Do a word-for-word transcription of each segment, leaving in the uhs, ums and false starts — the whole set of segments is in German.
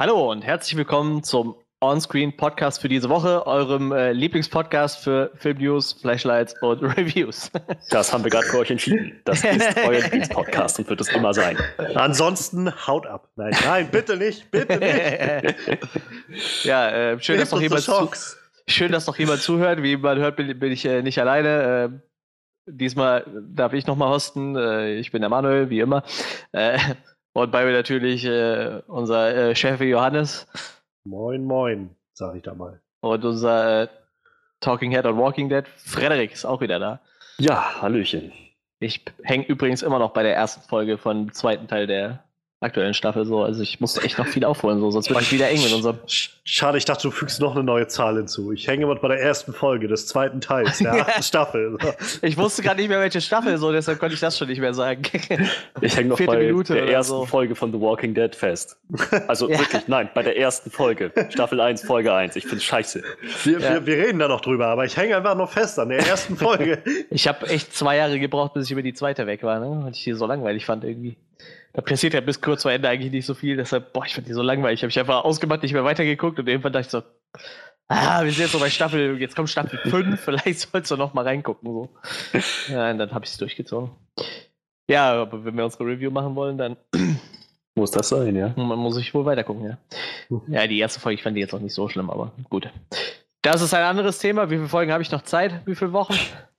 Hallo und herzlich willkommen zum On-Screen-Podcast für diese Woche, eurem äh, Lieblingspodcast für Film-News, Flashlights und Reviews. Das haben wir gerade für euch entschieden. Das ist euer Lieblingspodcast und wird es immer sein. Ansonsten haut ab. Nein, nein, bitte nicht, bitte nicht. Ja, äh, schön, dass noch jemand zu, schön, dass noch jemand zuhört. Wie man hört, bin, bin ich äh, nicht alleine. Äh, diesmal darf ich nochmal hosten. Äh, ich bin der Manuel, wie immer. Äh, und bei mir natürlich äh, unser äh, Chef Johannes. Moin, moin, sag ich da mal. Und unser äh, Talking Head on Walking Dead, Frederik, ist auch wieder da. Ja, Hallöchen. Ich hänge übrigens immer noch bei der ersten Folge vom zweiten Teil der aktuellen Staffel so. Also ich musste echt noch viel aufholen, so, sonst wird es wieder eng mit unserem. Schade, ich dachte, du fügst noch eine neue Zahl hinzu. Ich hänge immer bei der ersten Folge des zweiten Teils der ersten Staffel. Ich wusste gerade nicht mehr, welche Staffel, so, deshalb konnte ich das schon nicht mehr sagen. Ich hänge noch Vierte bei Minute der oder ersten so. Folge von The Walking Dead fest. Also Ja. wirklich, nein, bei der ersten Folge. Staffel eins, Folge eins. Ich find's scheiße. Wir, Ja. wir, wir reden da noch drüber, aber ich hänge einfach noch fest an der ersten Folge. Ich habe echt zwei Jahre gebraucht, bis ich über die zweite weg war, ne? Weil ich die so langweilig fand irgendwie. Da passiert ja bis kurz vor Ende eigentlich nicht so viel, deshalb, boah, ich fand die so langweilig. Habe ich einfach ausgemacht, nicht mehr weitergeguckt und irgendwann dachte ich so, ah, wir sind jetzt so bei Staffel, jetzt kommt Staffel fünf, vielleicht sollst du noch mal reingucken. So. Ja, und dann habe ich es durchgezogen. Ja, aber wenn wir unsere Review machen wollen, dann Muss das sein, ja? muss ich wohl weitergucken, ja. Ja, die erste Folge, ich fand die jetzt auch nicht so schlimm, aber gut. Das ist ein anderes Thema. Wie viele Folgen habe ich noch Zeit? Wie viele Wochen?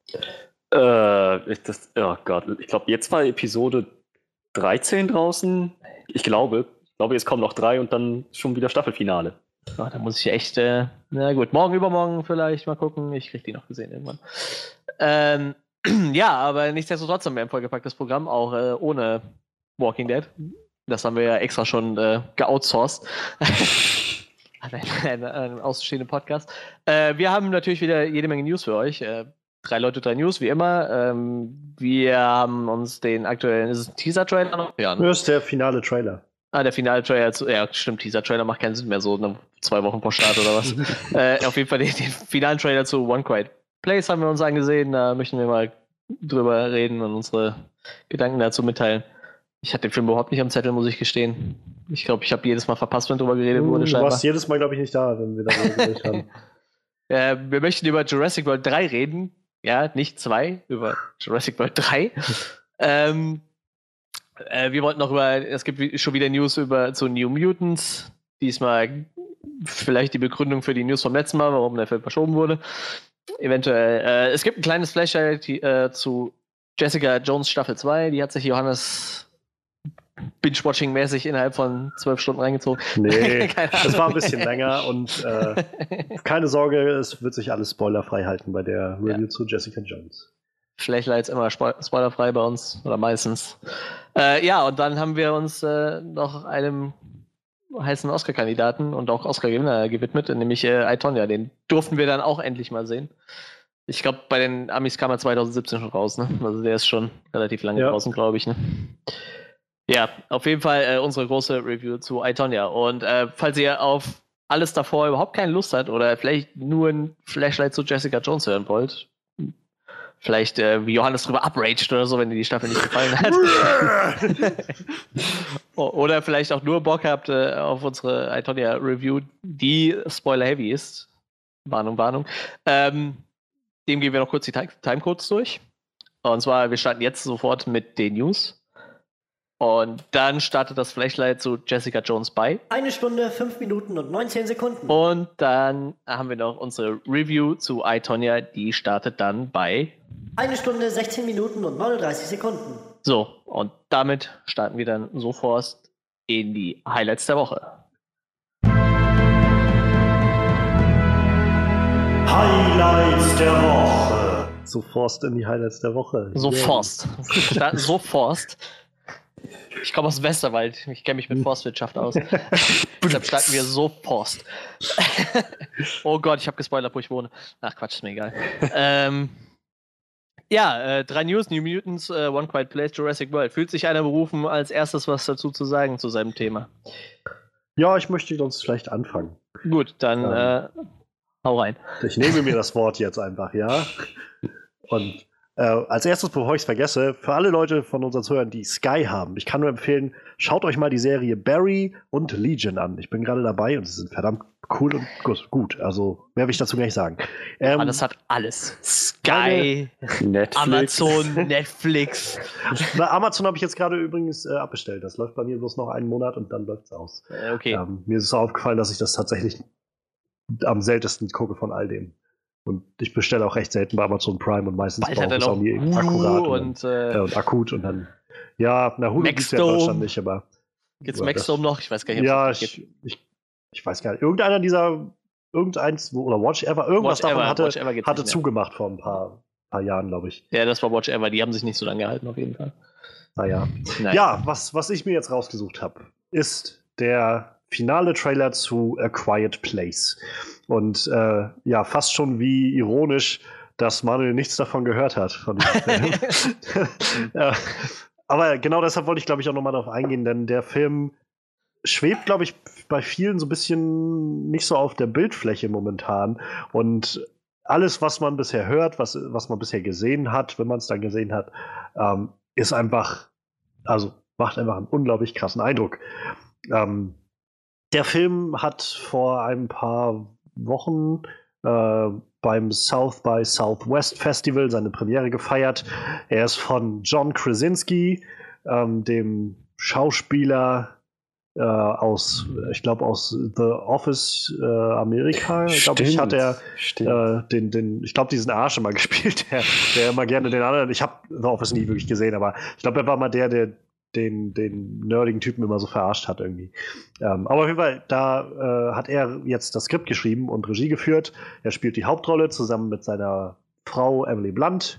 Äh, ich- das, oh Gott, ich glaube, jetzt war Episode dreizehn draußen. Ich glaube, ich glaube, jetzt kommen noch drei und dann schon wieder Staffelfinale. Oh, da muss ich echt, äh, na gut, morgen, übermorgen vielleicht mal gucken. Ich krieg die noch gesehen irgendwann. Ähm, ja, aber nichtsdestotrotz haben wir ein vollgepacktes Programm, auch äh, ohne Walking Dead. Das haben wir ja extra schon äh, geoutsourced. Ein, ein, ein ausstehender Podcast. Äh, wir haben natürlich wieder jede Menge News für euch. Äh, drei Leute, drei News, wie immer. Ähm, wir haben uns den aktuellen, ist es ein Teaser-Trailer noch? Ja, ne? Das ist der finale Trailer. Ah, der Finale-Trailer, zu, ja, stimmt, Teaser-Trailer macht keinen Sinn mehr, so ne, zwei Wochen vor Start oder was. äh, auf jeden Fall den, den finalen Trailer zu One Quiet Place haben wir uns angesehen. Da möchten wir mal drüber reden und unsere Gedanken dazu mitteilen. Ich hatte den Film überhaupt nicht am Zettel, muss ich gestehen. Ich glaube, ich habe jedes Mal verpasst, wenn drüber geredet wurde. Du scheinbar. warst jedes Mal, glaube ich, nicht da, wenn wir darüber geredet haben. Äh, wir möchten über Jurassic World drei reden. Ja, nicht zwei, über Jurassic World drei. ähm, äh, wir wollten noch über, es gibt wie- schon wieder News über zu New Mutants. Diesmal vielleicht die Begründung für die News vom letzten Mal, warum der Film verschoben wurde. Eventuell. Äh, es gibt ein kleines Flashlight äh, zu Jessica Jones Staffel zwei. Die hat sich Johannes Binge-Watching-mäßig innerhalb von zwölf Stunden reingezogen. Nee, Keine das Ahnung. war ein bisschen länger und äh, keine Sorge, es wird sich alles spoilerfrei halten bei der Review Ja. zu Jessica Jones. Flashlights immer spo- spoilerfrei bei uns, oder meistens. Äh, ja, und dann haben wir uns äh, noch einem heißen Oscar-Kandidaten und auch Oscar-Gewinner gewidmet, nämlich äh, I, Tonya. Den durften wir dann auch endlich mal sehen. Ich glaube, bei den Amis kam er zwanzig siebzehn schon raus, ne? Also der ist schon relativ lange Ja. draußen, glaube ich, ne? Ja, auf jeden Fall äh, unsere große Review zu I, Tonya. Und äh, falls ihr auf alles davor überhaupt keine Lust habt oder vielleicht nur ein Flashlight zu Jessica Jones hören wollt, vielleicht äh, wie Johannes drüber upraged oder so, wenn dir die Staffel nicht gefallen hat. O- oder vielleicht auch nur Bock habt äh, auf unsere I, Tonya Review, die Spoiler-heavy ist. Warnung, Warnung. Ähm, dem gehen wir noch kurz die Ti- Timecodes durch. Und zwar, wir starten jetzt sofort mit den News. Und dann startet das Flashlight zu Jessica Jones bei. Eine Stunde, fünf Minuten und neunzehn Sekunden. Und dann haben wir noch unsere Review zu I, Tonya, die startet dann bei. Eine Stunde, sechzehn Minuten und neununddreißig Sekunden. So, und damit starten wir dann sofort in die Highlights der Woche. Highlights der Woche. So Forst in die Highlights der Woche. So Yeah. Forst. Wir starten so Forst. Ich komme aus dem Westerwald. Ich kenne mich mit Forstwirtschaft aus. Deshalb starten wir so Forst. Oh Gott, ich habe gespoilert, wo ich wohne. Ach Quatsch, ist mir egal. ähm, ja, äh, drei News, New Mutants, äh, One Quiet Place, Jurassic World. Fühlt sich einer berufen, als erstes was dazu zu sagen zu seinem Thema? Ja, ich möchte sonst vielleicht anfangen. Gut, dann äh, hau rein. Ich nehme mir das Wort jetzt einfach, ja. Und Äh, als erstes, bevor ich es vergesse, für alle Leute von unseren Zuhörern, die Sky haben, ich kann nur empfehlen, schaut euch mal die Serie Barry und Legion an. Ich bin gerade dabei und sie sind verdammt cool und gut. gut. Also, mehr will ich dazu gar nicht sagen. Ähm, Aber das hat alles. Sky, Netflix. Amazon, Netflix. Na, Amazon habe ich jetzt gerade übrigens äh, abbestellt. Das läuft bei mir bloß noch einen Monat und dann läuft es aus. Äh, Okay. Ähm, mir ist es aufgefallen, dass ich das tatsächlich am seltensten gucke von all dem. Und ich bestelle auch recht selten bei Amazon Prime und meistens Bald hat brauche er ich es auch noch nie Hulu akkurat und, und dann, äh, äh, und akut und dann ja, na Hulu gibt's ja in Maxdome. Deutschland nicht, aber gibt's ja, Maxdome noch? Ich weiß gar nicht, ob ja, es das ich, gibt. ich, ich weiß gar nicht. Irgendeiner dieser, irgendeins, wo- oder Watch Ever, irgendwas Watch davon Ever, hatte, Watch Ever gibt's hatte nicht mehr. zugemacht vor ein paar, paar Jahren, glaube ich. Ja, das war Watch Ever. Die haben sich nicht so lange gehalten, auf jeden Fall. Naja. Nein. Ja, was, was ich mir jetzt rausgesucht habe, ist der finale Trailer zu A Quiet Place. Und äh, ja, fast schon wie ironisch, dass Manuel nichts davon gehört hat. Von diesem Film. Ja, aber genau deshalb wollte ich, glaube ich, auch nochmal darauf eingehen, denn der Film schwebt, glaube ich, bei vielen so ein bisschen nicht so auf der Bildfläche momentan. Und alles, was man bisher hört, was, was man bisher gesehen hat, wenn man es dann gesehen hat, ähm, ist einfach, also macht einfach einen unglaublich krassen Eindruck. Ähm, der Film hat vor ein paar Wochen äh, beim South by Southwest Festival seine Premiere gefeiert. Er ist von John Krasinski, ähm, dem Schauspieler äh, aus, ich glaube aus The Office äh, Amerika, glaube ich, hat er äh, den, den, ich glaube, diesen Arsch immer gespielt, der, der immer gerne den anderen, ich habe The Office nie wirklich gesehen, aber ich glaube, er war mal der, der den, den nerdigen Typen immer so verarscht hat irgendwie. Ähm, aber auf jeden Fall, da äh, hat er jetzt das Skript geschrieben und Regie geführt. Er spielt die Hauptrolle zusammen mit seiner Frau Emily Blunt.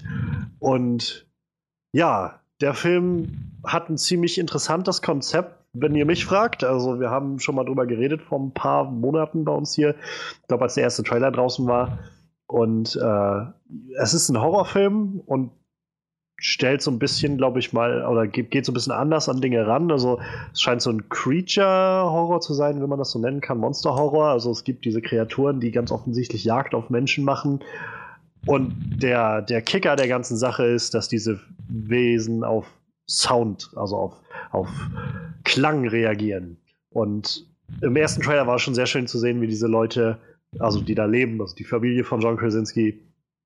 Und ja, der Film hat ein ziemlich interessantes Konzept, wenn ihr mich fragt. Also wir haben schon mal drüber geredet vor ein paar Monaten bei uns hier. Ich glaube, als der erste Trailer draußen war. Und äh, es ist ein Horrorfilm und stellt so ein bisschen, glaube ich mal, oder geht, geht so ein bisschen anders an Dinge ran. Also es scheint so ein Creature-Horror zu sein, wenn man das so nennen kann, Monster-Horror. Also es gibt diese Kreaturen, die ganz offensichtlich Jagd auf Menschen machen. Und der, der Kicker der ganzen Sache ist, dass diese Wesen auf Sound, also auf, auf Klang reagieren. Und im ersten Trailer war es schon sehr schön zu sehen, wie diese Leute, also die da leben, also die Familie von John Krasinski,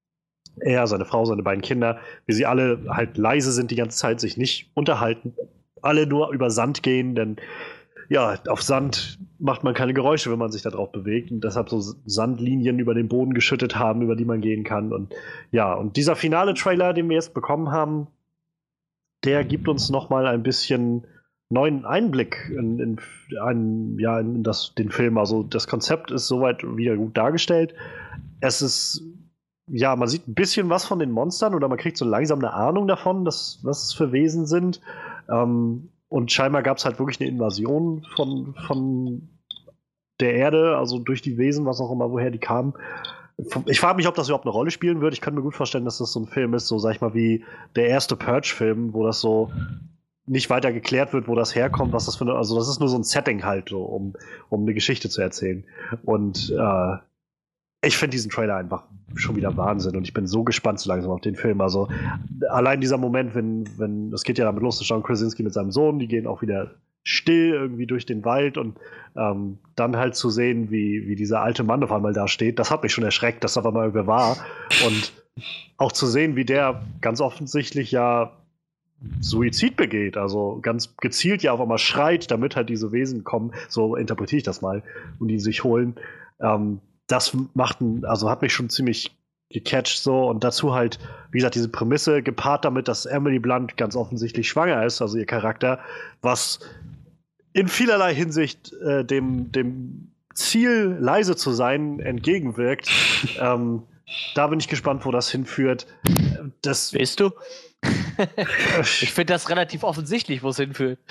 er, seine Frau, seine beiden Kinder, wie sie alle halt leise sind die ganze Zeit, sich nicht unterhalten, alle nur über Sand gehen, denn ja, auf Sand macht man keine Geräusche, wenn man sich da drauf bewegt und deshalb so Sandlinien über den Boden geschüttet haben, über die man gehen kann und ja, und dieser finale Trailer, den wir jetzt bekommen haben, der gibt uns nochmal ein bisschen neuen Einblick in, in, in, ja, in das, den Film, also das Konzept ist soweit wieder gut dargestellt, es ist ja, man sieht ein bisschen was von den Monstern oder man kriegt so langsam eine Ahnung davon, dass, was es für Wesen sind. Ähm, und scheinbar gab es halt wirklich eine Invasion von, von der Erde, also durch die Wesen, was auch immer, woher die kamen. Ich frage mich, ob das überhaupt eine Rolle spielen wird. Ich könnte mir gut vorstellen, dass das so ein Film ist, so sag ich mal, wie der erste Purge-Film, wo das so nicht weiter geklärt wird, wo das herkommt, was das für eine, also das ist nur so ein Setting halt, so, um, um eine Geschichte zu erzählen. Und äh, ich finde diesen Trailer einfach schon wieder Wahnsinn und ich bin so gespannt so langsam auf den Film. Also allein dieser Moment, wenn, wenn, das geht ja damit los, John Krasinski mit seinem Sohn, die gehen auch wieder still irgendwie durch den Wald und ähm, dann halt zu sehen, wie, wie dieser alte Mann auf einmal da steht, das hat mich schon erschreckt, dass das auf einmal irgendwer war. Und auch zu sehen, wie der ganz offensichtlich ja Suizid begeht, also ganz gezielt ja auf einmal schreit, damit halt diese Wesen kommen, so interpretiere ich das mal, und die sich holen. Ähm, das macht ein, also hat mich schon ziemlich gecatcht so und dazu halt, wie gesagt, diese Prämisse gepaart damit, dass Emily Blunt ganz offensichtlich schwanger ist, also ihr Charakter, was in vielerlei Hinsicht äh, dem, dem Ziel, leise zu sein, entgegenwirkt. ähm, da bin ich gespannt, wo das hinführt. Das Weißt du? Ich finde das relativ offensichtlich, wo es hinführt.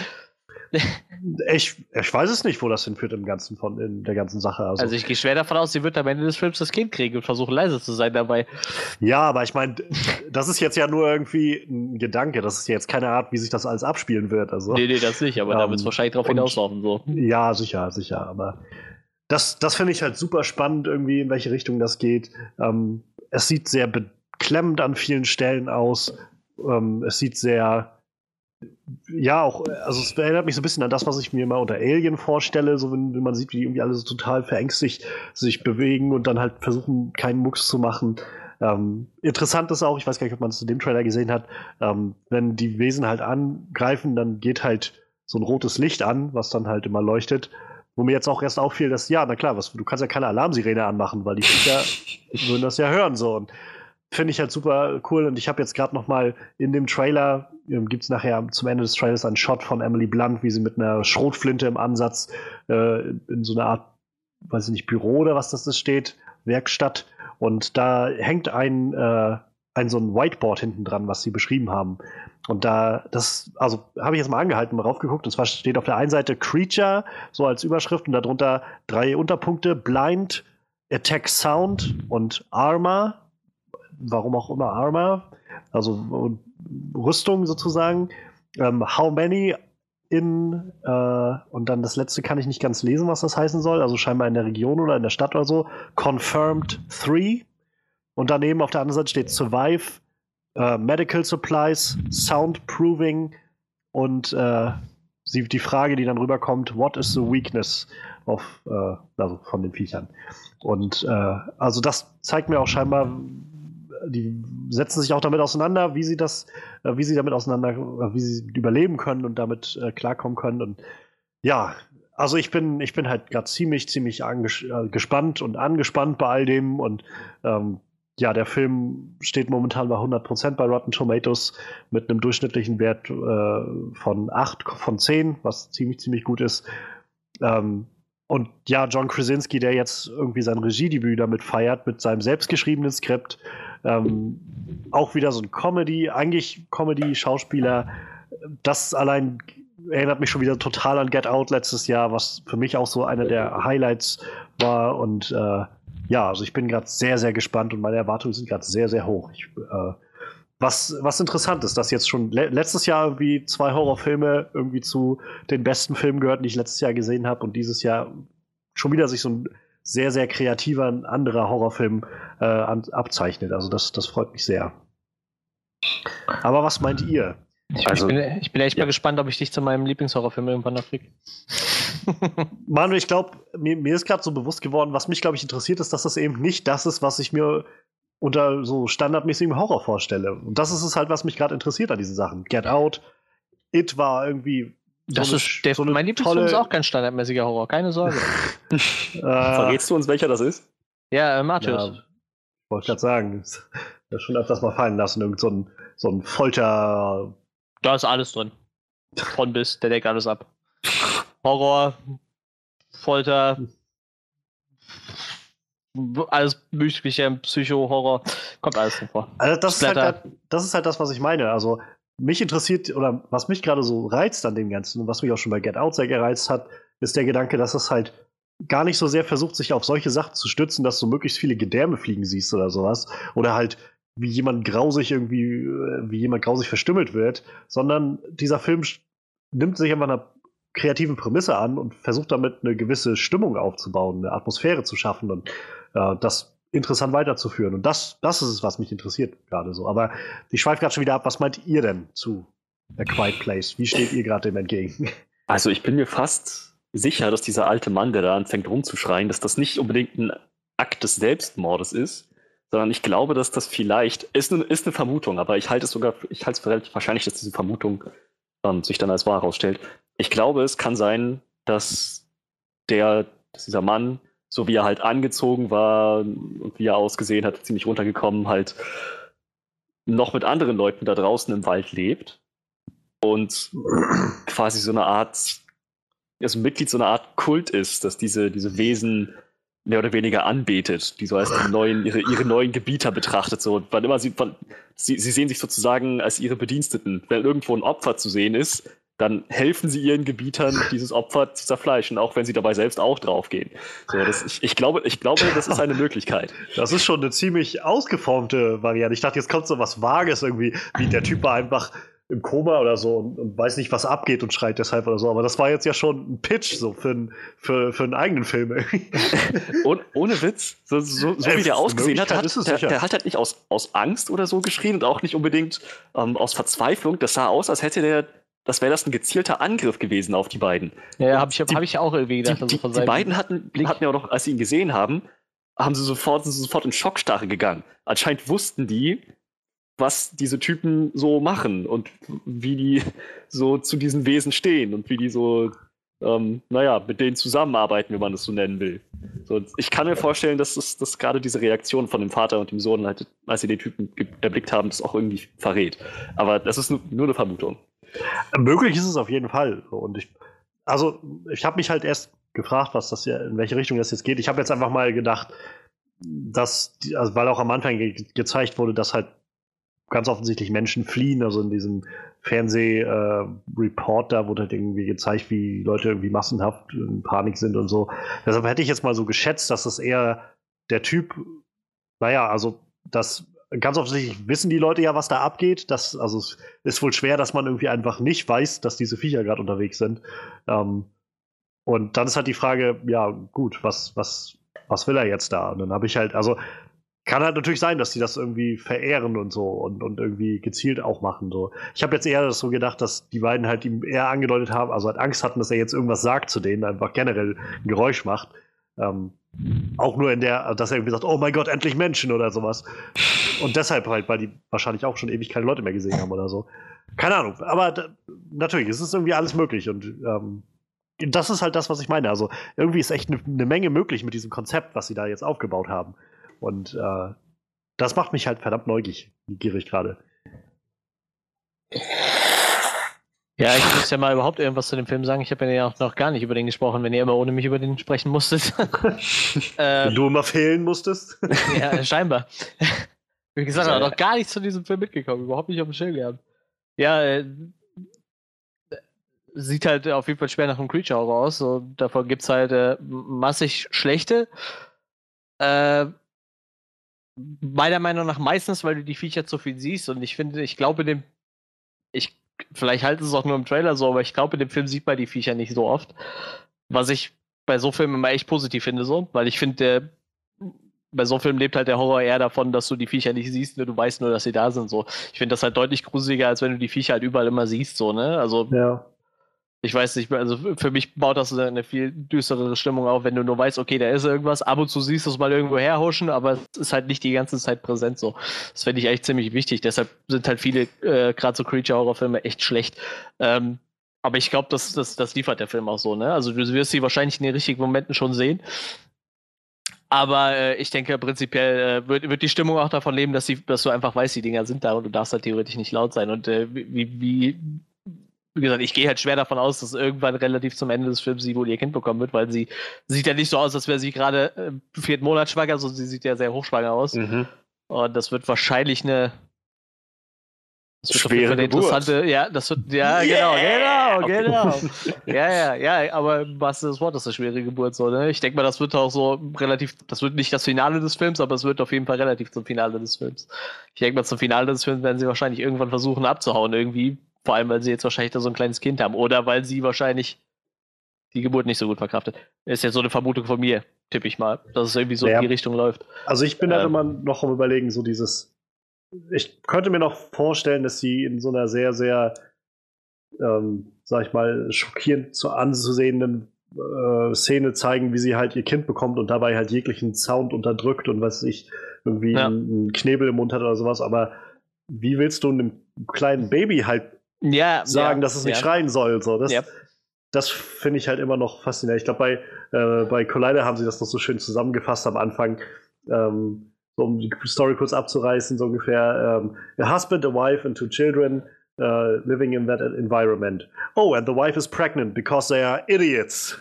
Ich, ich weiß es nicht, wo das hinführt im Ganzen von in der ganzen Sache. Also, Also ich gehe schwer davon aus, sie wird am Ende des Films das Kind kriegen und versuchen leise zu sein dabei. ja, aber ich meine, das ist jetzt ja nur irgendwie ein Gedanke. Das ist jetzt keine Art, wie sich das alles abspielen wird. Also, Nee, nee, das nicht, aber Ähm, da wird es wahrscheinlich drauf und- hinauslaufen. So. ja, sicher, sicher. Aber das, das finde ich halt super spannend, irgendwie, in welche Richtung das geht. Ähm, es sieht sehr be klemmend an vielen Stellen aus. Ähm, es sieht sehr, ja, auch, also es erinnert mich so ein bisschen an das, was ich mir mal unter Alien vorstelle, so wenn, wenn man sieht, wie die irgendwie alle so total verängstigt sich bewegen und dann halt versuchen, keinen Mucks zu machen. Ähm, interessant ist auch, ich weiß gar nicht, ob man es in dem Trailer gesehen hat, ähm, wenn die Wesen halt angreifen, dann geht halt so ein rotes Licht an, was dann halt immer leuchtet. Wo mir jetzt auch erst auffiel, dass, ja, na klar, was, du kannst ja keine Alarmsirene anmachen, weil die Viecher würden das ja hören, so. Und finde ich halt super cool. Und ich habe jetzt gerade noch mal in dem Trailer, ähm, gibt es nachher zum Ende des Trailers einen Shot von Emily Blunt, wie sie mit einer Schrotflinte im Ansatz äh, in so einer Art, weiß ich nicht, Büro oder was das ist, steht, Werkstatt. Und da hängt ein, äh, ein so ein Whiteboard hinten dran, was sie beschrieben haben. Und da, das, also habe ich jetzt mal angehalten, mal raufgeguckt. Und zwar steht auf der einen Seite Creature, so als Überschrift, und darunter drei Unterpunkte: Blind, Attack Sound und Armor. Warum auch immer Armor. Also Rüstung sozusagen. Ähm, how many in, äh, und dann das letzte kann ich nicht ganz lesen, was das heißen soll. Also scheinbar in der Region oder in der Stadt oder so. Confirmed three. Und daneben auf der anderen Seite steht Survive, Uh, Medical Supplies, Soundproofing und uh, sie, die Frage, die dann rüberkommt, what is the weakness of, uh, also von den Viechern. Und uh, also das zeigt mir auch scheinbar, die setzen sich auch damit auseinander, wie sie das, uh, wie sie damit auseinander, uh, wie sie überleben können und damit uh, klarkommen können. Und ja, also ich bin, ich bin halt gerade ziemlich, ziemlich anges- äh, gespannt und angespannt bei all dem und ähm, ja, der Film steht momentan bei hundert Prozent bei Rotten Tomatoes mit einem durchschnittlichen Wert äh, von acht von zehn, was ziemlich, ziemlich gut ist. Ähm, und ja, John Krasinski, der jetzt irgendwie sein Regiedebüt damit feiert, mit seinem selbstgeschriebenen Skript. Ähm, auch wieder so ein Comedy, eigentlich Comedy-Schauspieler. Das allein erinnert mich schon wieder total an Get Out letztes Jahr, was für mich auch so einer der Highlights war. Und äh, ja, also ich bin gerade sehr, sehr gespannt und meine Erwartungen sind gerade sehr, sehr hoch. Ich, äh, was, was interessant ist, dass jetzt schon le- letztes Jahr irgendwie zwei Horrorfilme irgendwie zu den besten Filmen gehörten, die ich letztes Jahr gesehen habe, und dieses Jahr schon wieder sich so ein sehr, sehr kreativer, ein anderer Horrorfilm äh, an, abzeichnet. Also das, das freut mich sehr. Aber was meint ihr? Ich, Also, ich, bin, ich bin echt ja. mal gespannt, ob ich dich zu meinem Lieblingshorrorfilm irgendwann noch kriege. Manu, ich glaube, mir, mir ist gerade so bewusst geworden, was mich, glaube ich, interessiert, ist, dass das eben nicht das ist, was ich mir unter so standardmäßigem Horror vorstelle. Und das ist es halt, was mich gerade interessiert an diesen Sachen. Get Out, It war irgendwie so Das eine, ist der, so eine mein Lieblingsfilm tolle, ist auch kein standardmäßiger Horror, keine Sorge. äh, Verrätst du uns, welcher das ist? Ja, äh, Martyrs. Ja, wollte ich gerade sagen. Das schon öfters mal fallen lassen. Irgend so ein, so ein Folter. Da ist alles drin. Von bis, der deckt alles ab. Horror, Folter, alles Mögliche, Psycho-Horror, kommt alles drin vor. Also das, ist halt, Splatter. das, das ist halt das, was ich meine. Also mich interessiert, oder was mich gerade so reizt an dem Ganzen und was mich auch schon bei Get Out sehr gereizt hat, ist der Gedanke, dass es halt gar nicht so sehr versucht, sich auf solche Sachen zu stützen, dass du möglichst viele Gedärme fliegen siehst oder sowas. Oder halt wie jemand grausig irgendwie, wie jemand grausig verstümmelt wird, sondern dieser Film nimmt sich einfach einer kreativen Prämisse an und versucht damit eine gewisse Stimmung aufzubauen, eine Atmosphäre zu schaffen und äh, das interessant weiterzuführen. Und das, das ist es, was mich interessiert gerade so. Aber ich schweife gerade schon wieder ab. Was meint ihr denn zu A Quiet Place? Wie steht ihr gerade dem entgegen? Also ich bin mir fast sicher, dass dieser alte Mann, der da anfängt rumzuschreien, dass das nicht unbedingt ein Akt des Selbstmordes ist, sondern ich glaube, dass das vielleicht, ist eine, ist eine Vermutung, aber ich halte es sogar, ich halte es für relativ wahrscheinlich, dass diese Vermutung ähm, sich dann als wahr herausstellt. Ich glaube, es kann sein, dass der, dass dieser Mann, so wie er halt angezogen war und wie er ausgesehen hat, ziemlich runtergekommen, halt noch mit anderen Leuten da draußen im Wald lebt und quasi so eine Art, also Mitglied so einer Art Kult ist, dass diese, diese Wesen mehr oder weniger anbetet, die so als die neuen, ihre, ihre neuen Gebieter betrachtet. So. Wann immer sie, wann, sie, sie sehen sich sozusagen als ihre Bediensteten. Wenn irgendwo ein Opfer zu sehen ist, dann helfen sie ihren Gebietern, dieses Opfer zu zerfleischen, auch wenn sie dabei selbst auch draufgehen. So, das, ich, ich, glaube, ich glaube, das ist eine Möglichkeit. Das ist schon eine ziemlich ausgeformte Variante. Ich dachte, jetzt kommt so was Vages irgendwie, wie der Typ war einfach im Koma oder so und, und weiß nicht, was abgeht und schreit deshalb oder so. Aber das war jetzt ja schon ein Pitch so für, ein, für, für einen eigenen Film. Und, ohne Witz, so, so, so Äh, wie der ausgesehen hat, Möglichkeit hat ist es der, sicher. der hat halt nicht aus, aus Angst oder so geschrien und auch nicht unbedingt ähm, aus Verzweiflung. Das sah aus, als hätte der, das wäre das ein gezielter Angriff gewesen auf die beiden. Ja, habe ich, Die- hab ich auch irgendwie Die, gedacht. also die, von die seinem beiden hatten, Blick. hatten ja auch noch, als sie ihn gesehen haben, haben sie sofort, sind sie sofort in Schockstarre gegangen. Anscheinend wussten die, was diese Typen so machen und wie die so zu diesen Wesen stehen und wie die so, ähm, naja, mit denen zusammenarbeiten, wenn man das so nennen will. So, ich kann mir vorstellen, dass, das, dass gerade diese Reaktion von dem Vater und dem Sohn, halt, als sie den Typen ge- erblickt haben, das auch irgendwie verrät. Aber das ist nur, nur eine Vermutung. Möglich ist es auf jeden Fall. Und ich, also, ich habe mich halt erst gefragt, was das ja, in welche Richtung das jetzt geht. Ich habe jetzt einfach mal gedacht, dass, die, also, weil auch am Anfang ge gezeigt wurde, dass halt ganz offensichtlich Menschen fliehen. Also in diesem Fernseh-Report da wurde halt irgendwie gezeigt, wie Leute irgendwie massenhaft in Panik sind und so. Deshalb hätte ich jetzt mal so geschätzt, dass es eher der Typ, naja, also das ganz offensichtlich wissen die Leute ja, was da abgeht. Das, also es ist wohl schwer, dass man irgendwie einfach nicht weiß, dass diese Viecher gerade unterwegs sind. Ähm, und dann ist halt die Frage, ja, gut, was, was, was will er jetzt da? Und dann habe ich halt, also kann halt natürlich sein, dass die das irgendwie verehren und so und, und irgendwie gezielt auch machen. So. Ich habe jetzt eher so gedacht, dass die beiden halt ihm eher angedeutet haben, also halt Angst hatten, dass er jetzt irgendwas sagt zu denen, einfach generell ein Geräusch macht. Ähm, auch nur in der, dass er irgendwie sagt, oh mein Gott, endlich Menschen oder sowas. Und deshalb halt, weil die wahrscheinlich auch schon ewig keine Leute mehr gesehen haben oder so. Keine Ahnung, aber da, natürlich, es ist irgendwie alles möglich und ähm, das ist halt das, was ich meine. Also irgendwie ist echt eine ne Menge möglich mit diesem Konzept, was sie da jetzt aufgebaut haben. Und äh, das macht mich halt verdammt neugierig, gierig gerade. Ja, ich muss ja mal überhaupt irgendwas zu dem Film sagen. Ich habe ja auch noch gar nicht über den gesprochen, wenn ihr immer ohne mich über den sprechen musstet. äh, Wenn du immer fehlen musstest. ja, scheinbar. Wie gesagt, ich habe noch gar nichts zu diesem Film mitgekommen, überhaupt nicht auf dem Schirm gehabt. Ja, äh, sieht halt auf jeden Fall schwer nach einem Creature-Horror aus. Und davon gibt es halt äh, massig schlechte. Äh, meiner Meinung nach meistens, weil du die Viecher zu viel siehst. Und ich finde, ich glaube, dem. Ich, vielleicht halten sie es auch nur im Trailer so, aber ich glaube, in dem Film sieht man die Viecher nicht so oft. Was ich bei so Filmen immer echt positiv finde, so. Weil ich finde, der. Bei so Filmen lebt halt der Horror eher davon, dass du die Viecher nicht siehst, nur du weißt nur, dass sie da sind. So. Ich finde das halt deutlich gruseliger, als wenn du die Viecher halt überall immer siehst, so, ne? Also. Ja. Ich weiß nicht, also für mich baut das eine viel düsterere Stimmung auf, wenn du nur weißt, okay, da ist irgendwas, ab und zu siehst du es mal irgendwo herhuschen, aber es ist halt nicht die ganze Zeit präsent so. Das finde ich echt ziemlich wichtig, deshalb sind halt viele, äh, gerade so Creature-Horror-Filme echt schlecht. Ähm, aber ich glaube, das, das, das liefert der Film auch so, ne? Also du wirst sie wahrscheinlich in den richtigen Momenten schon sehen. Aber äh, ich denke, prinzipiell äh, wird, wird die Stimmung auch davon leben, dass, sie, dass du einfach weißt, die Dinger sind da und du darfst halt theoretisch nicht laut sein. Und äh, wie, wie Wie gesagt, ich gehe halt schwer davon aus, dass irgendwann relativ zum Ende des Films sie wohl ihr Kind bekommen wird, weil sie sieht ja nicht so aus, als wäre sie gerade im vierten Monat schwanger, also sie sieht ja sehr hochschwanger aus. Mhm. Und das wird wahrscheinlich eine das wird Schwere eine Geburt. interessante, ja, das wird, ja, genau, genau, genau. Ja, ja, ja, aber was ist das Wort, das ist eine schwere Geburt, so, ne? Ich denke mal, das wird auch so relativ, das wird nicht das Finale des Films, aber es wird auf jeden Fall relativ zum Finale des Films. Ich denke mal, zum Finale des Films werden sie wahrscheinlich irgendwann versuchen abzuhauen, irgendwie. Vor allem, weil sie jetzt wahrscheinlich da so ein kleines Kind haben. Oder weil sie wahrscheinlich die Geburt nicht so gut verkraftet. Ist jetzt so eine Vermutung von mir, tippe ich mal, dass es irgendwie so Ja. in die Richtung läuft. Also ich bin halt Ähm. immer noch am Überlegen, so dieses. Ich könnte mir noch vorstellen, dass sie in so einer sehr, sehr, ähm, sag ich mal, schockierend zu anzusehenden äh, Szene zeigen, wie sie halt ihr Kind bekommt und dabei halt jeglichen Sound unterdrückt und was weiß ich, irgendwie Ja. einen Knebel im Mund hat oder sowas. Aber wie willst du einem kleinen Baby halt Ja, sagen, ja, dass es nicht ja. schreien soll? So, das Ja. das finde ich halt immer noch faszinierend. Ich glaube, bei, äh, bei Collider haben sie das noch so schön zusammengefasst am Anfang, ähm, so um die Story kurz abzureißen, so ungefähr. Ähm, a husband, a wife and two children uh, living in that environment. Oh, and the wife is pregnant because they are idiots.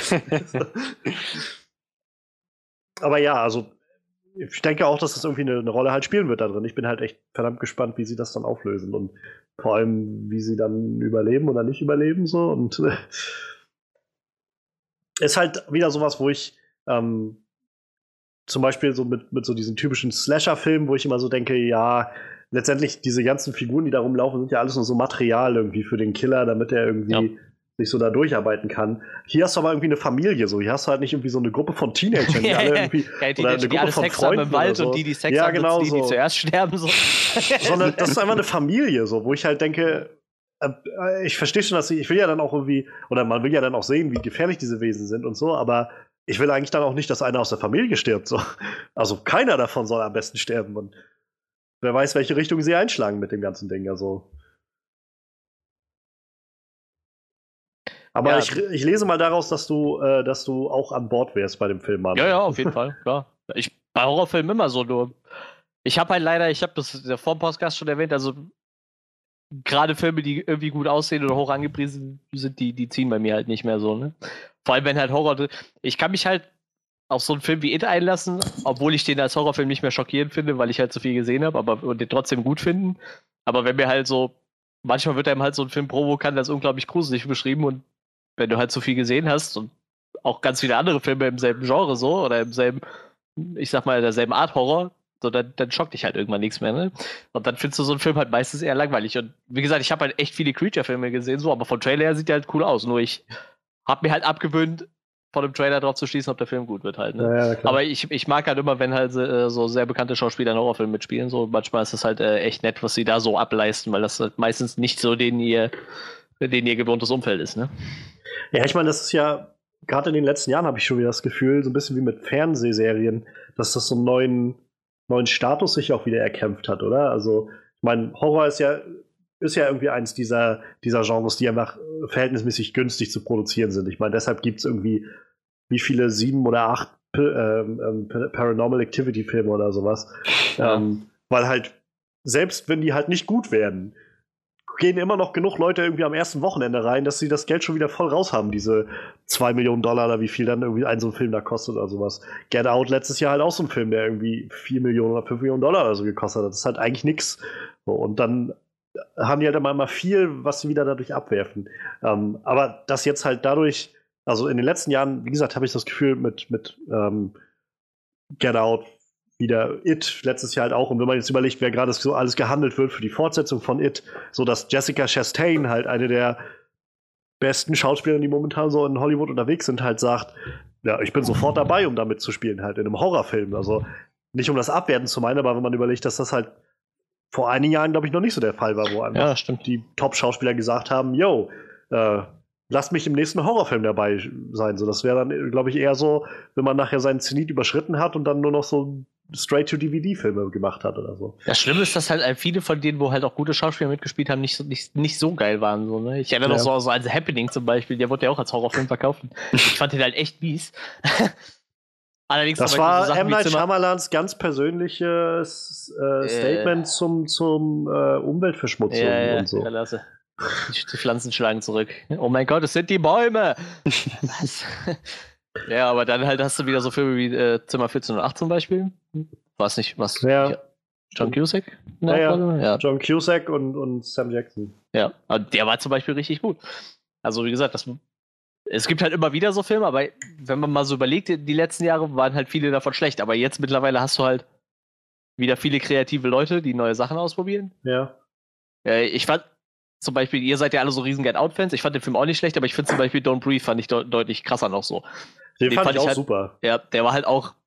Aber ja, also ich denke auch, dass das irgendwie eine, eine Rolle halt spielen wird da drin. Ich bin halt echt verdammt gespannt, wie sie das dann auflösen und vor allem, wie sie dann überleben oder nicht überleben so und äh, ist halt wieder sowas, wo ich ähm, zum Beispiel so mit, mit so diesen typischen Slasher-Filmen, wo ich immer so denke, ja, letztendlich diese ganzen Figuren, die da rumlaufen, sind ja alles nur so Material irgendwie für den Killer, damit er irgendwie ja. sich so da durcharbeiten kann. Hier hast du aber irgendwie eine Familie, so. Hier hast du halt nicht irgendwie so eine Gruppe von Teenagern, die alle irgendwie ja, die, oder die, eine Gruppe die von Sex Freunden haben im Wald so. und die, die Sex ja, haben, genau die, so. die zuerst sterben. So. Sondern das ist einfach eine Familie, so, wo ich halt denke, äh, ich verstehe schon, dass ich, ich will ja dann auch irgendwie, oder man will ja dann auch sehen, wie gefährlich diese Wesen sind und so, aber ich will eigentlich dann auch nicht, dass einer aus der Familie stirbt. So. Also keiner davon soll am besten sterben. Und wer weiß, welche Richtung sie einschlagen mit dem ganzen Ding. Also. Aber ja. ich, ich lese mal daraus, dass du, äh, dass du auch an Bord wärst bei dem Film, Mann. Ja, ja, auf jeden Fall, klar. Ich, bei Horrorfilmen immer so nur. Ich habe halt leider, ich habe das ja vor dem Podcast schon erwähnt, also gerade Filme, die irgendwie gut aussehen oder hoch angepriesen sind, die, die ziehen bei mir halt nicht mehr so, ne? Vor allem, wenn halt Horror. Ich kann mich halt auf so einen Film wie It einlassen, obwohl ich den als Horrorfilm nicht mehr schockierend finde, weil ich halt so viel gesehen habe, aber und den trotzdem gut finden. Aber wenn mir halt so, manchmal wird einem halt so ein Film provokant als unglaublich gruselig beschrieben und wenn du halt so viel gesehen hast und auch ganz viele andere Filme im selben Genre so oder im selben, ich sag mal, derselben Art Horror, so, dann, dann schockt dich halt irgendwann nichts mehr, ne? Und dann findest du so einen Film halt meistens eher langweilig. Und wie gesagt, ich habe halt echt viele Creature-Filme gesehen, so, aber vom Trailer her sieht der halt cool aus. Nur ich habe mir halt abgewöhnt, von dem Trailer drauf zu schließen, ob der Film gut wird halt, ne? Ja, ja, aber ich, ich mag halt immer, wenn halt äh, so sehr bekannte Schauspieler in Horrorfilmen mitspielen. So, manchmal ist es halt äh, echt nett, was sie da so ableisten, weil das halt meistens nicht so den ihr, den ihr gewohntes Umfeld ist, ne? Ja, ich meine, das ist ja, gerade in den letzten Jahren habe ich schon wieder das Gefühl, so ein bisschen wie mit Fernsehserien, dass das so einen neuen, neuen Status sich auch wieder erkämpft hat, oder? Also, ich meine, Horror ist ja, ist ja irgendwie eins dieser, dieser Genres, die einfach verhältnismäßig günstig zu produzieren sind. Ich meine, deshalb gibt es irgendwie wie viele sieben oder acht P- ähm, Paranormal Activity Filme oder sowas. Ja. Ähm, weil halt, selbst wenn die halt nicht gut werden, gehen immer noch genug Leute irgendwie am ersten Wochenende rein, dass sie das Geld schon wieder voll raus haben, diese zwei Millionen Dollar oder wie viel dann irgendwie ein so ein Film da kostet oder sowas. Get Out letztes Jahr halt auch so ein Film, der irgendwie vier Millionen oder fünf Millionen Dollar oder so gekostet hat. Das ist halt eigentlich nix. So, und dann haben die halt immer mal viel, was sie wieder dadurch abwerfen. Ähm, aber das jetzt halt dadurch, also in den letzten Jahren, wie gesagt, habe ich das Gefühl mit, mit ähm, Get Out, wieder It, letztes Jahr halt auch. Und wenn man jetzt überlegt, wer gerade so alles gehandelt wird für die Fortsetzung von It, so dass Jessica Chastain halt eine der besten Schauspielerinnen, die momentan so in Hollywood unterwegs sind, halt sagt, ja, ich bin sofort dabei, um damit zu spielen, halt in einem Horrorfilm. Also nicht um das abwerten zu meinen, aber wenn man überlegt, dass das halt vor einigen Jahren, glaube ich, noch nicht so der Fall war, wo einfach ja, stimmt. die Top-Schauspieler gesagt haben, yo, äh, lasst mich im nächsten Horrorfilm dabei sein. So, das wäre dann, glaube ich, eher so, wenn man nachher seinen Zenit überschritten hat und dann nur noch so Straight-to-D V D-Filme gemacht hat oder so. Das Schlimme ist, dass halt viele von denen, wo halt auch gute Schauspieler mitgespielt haben, nicht so, nicht, nicht so geil waren. So, ne? Ich erinnere Ja. noch so, so an The Happening zum Beispiel, der wurde ja auch als Horrorfilm verkauft. Ich fand den halt echt mies. Allerdings Das zum Beispiel war so Sachen M. wie Night Zimmer- Shyamalans ganz persönliches äh, Statement zum, zum äh, Umweltverschmutzung ja, ja, und so. ja, lasse. Die, die Pflanzen schlagen zurück. Oh mein Gott, es sind die Bäume! Was? Ja, aber dann halt hast du wieder so Filme wie äh, Zimmer vierzehnhundertacht zum Beispiel. Was nicht, was? Ja. John Cusack? Ja, ja. Ja, ja. John Cusack und, und Sam Jackson. Ja, aber der war zum Beispiel richtig gut. Also wie gesagt, das, es gibt halt immer wieder so Filme, aber wenn man mal so überlegt, die letzten Jahre waren halt viele davon schlecht. Aber jetzt mittlerweile hast du halt wieder viele kreative Leute, die neue Sachen ausprobieren. Ja. Äh, ich fand zum Beispiel, ihr seid ja alle so riesen Get Out-Fans. Ich fand den Film auch nicht schlecht, aber ich finde zum Beispiel Don't Breathe fand ich de- deutlich krasser noch so. Den, Den fand, fand ich auch ich halt- super. Ja, der war halt auch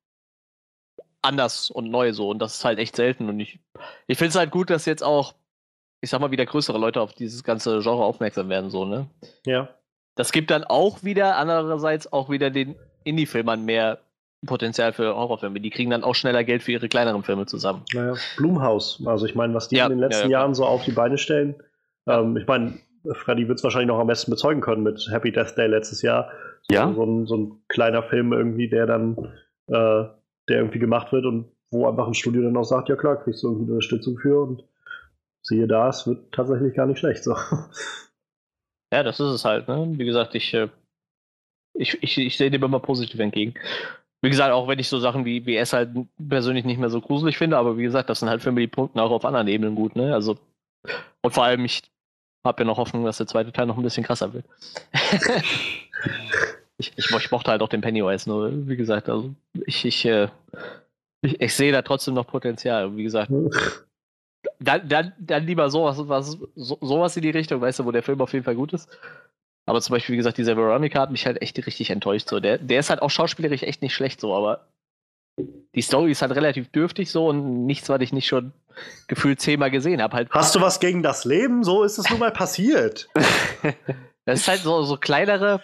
anders und neu so und das ist halt echt selten und ich, ich finde es halt gut, dass jetzt auch, ich sag mal, wieder größere Leute auf dieses ganze Genre aufmerksam werden, so, ne? Ja. Das gibt dann auch wieder, andererseits auch wieder den Indie-Filmern mehr Potenzial für Horrorfilme. Die kriegen dann auch schneller Geld für ihre kleineren Filme zusammen. Naja, Blumhaus. Also ich meine, was die Ja, in den letzten ja, ja, Jahren so auf die Beine stellen. Ähm, ich meine, Freddy wird es wahrscheinlich noch am besten bezeugen können mit Happy Death Day letztes Jahr. Ja. So ein, so ein kleiner Film irgendwie, der dann äh, der irgendwie gemacht wird und wo einfach ein Studio dann auch sagt, ja klar, kriegst du irgendwie eine Unterstützung für und siehe da, es wird tatsächlich gar nicht schlecht. So. Ja, das ist es halt, ne? Wie gesagt, ich, äh, ich, ich, ich sehe dem immer positiv entgegen. Wie gesagt, auch wenn ich so Sachen wie, wie S halt persönlich nicht mehr so gruselig finde, aber wie gesagt, das sind halt Filme, die punkten auch auf anderen Ebenen gut, ne? Also, und vor allem, ich habe ja noch Hoffnung, dass der zweite Teil noch ein bisschen krasser wird. Ich, ich, ich mochte halt auch den Pennywise, nur wie gesagt, also ich, ich, äh, ich, ich sehe da trotzdem noch Potenzial. Wie gesagt, dann, dann, dann lieber sowas, was, so, sowas in die Richtung, weißt du, wo der Film auf jeden Fall gut ist. Aber zum Beispiel, wie gesagt, dieser Veronica hat mich halt echt richtig enttäuscht. So. Der, der ist halt auch schauspielerisch echt nicht schlecht, so, aber die Story ist halt relativ dürftig so und nichts, was ich nicht schon gefühlt zehnmal gesehen habe. Halt, Hast du was gegen das Leben? So ist es nun mal passiert. das ist halt so, so kleinere,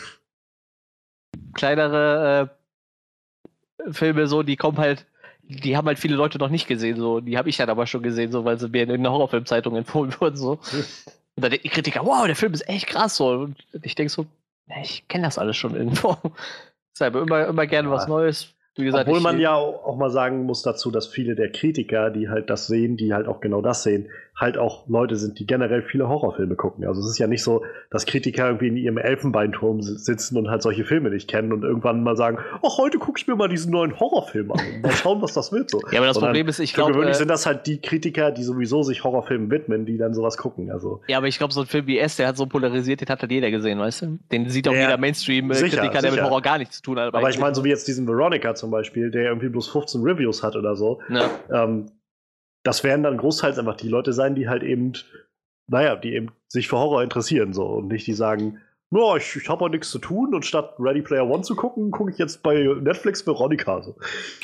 kleinere äh, Filme, so, die kommen halt, die haben halt viele Leute noch nicht gesehen, so. Die habe ich dann aber schon gesehen, so, weil sie mir in den Horrorfilmzeitungen empfohlen wurden, so. Und dann denken die Kritiker, wow, der Film ist echt krass, so. Und ich denke so, ich kenne das alles schon irgendwo. Deshalb immer, immer gerne ja. was Neues. Wie gesagt, Obwohl ich, man ja auch mal sagen muss dazu, dass viele der Kritiker, die halt das sehen, die halt auch genau das sehen, halt auch Leute sind, die generell viele Horrorfilme gucken. Also es ist ja nicht so, dass Kritiker irgendwie in ihrem Elfenbeinturm sitzen und halt solche Filme nicht kennen und irgendwann mal sagen, ach, heute gucke ich mir mal diesen neuen Horrorfilm an und mal schauen, was das wird. So. Ja, aber das Sondern Problem ist, ich glaube... Gewöhnlich äh, sind das halt die Kritiker, die sowieso sich Horrorfilmen widmen, die dann sowas gucken. Also, ja, aber ich glaube, so ein Film wie S, der hat so polarisiert, den hat halt jeder gesehen, weißt du? Den sieht auch ja, jeder Mainstream-Kritiker, der mit Horror gar nichts zu tun hat. Aber ich meine, so wie jetzt diesen Veronica zum Beispiel, der irgendwie bloß fünfzehn Reviews hat oder so, ja. ähm, das werden dann großteils einfach die Leute sein, die halt eben, naja, die eben sich für Horror interessieren so und nicht die sagen, no, ich, ich habe auch nichts zu tun und statt Ready Player One zu gucken, gucke ich jetzt bei Netflix Veronica. So.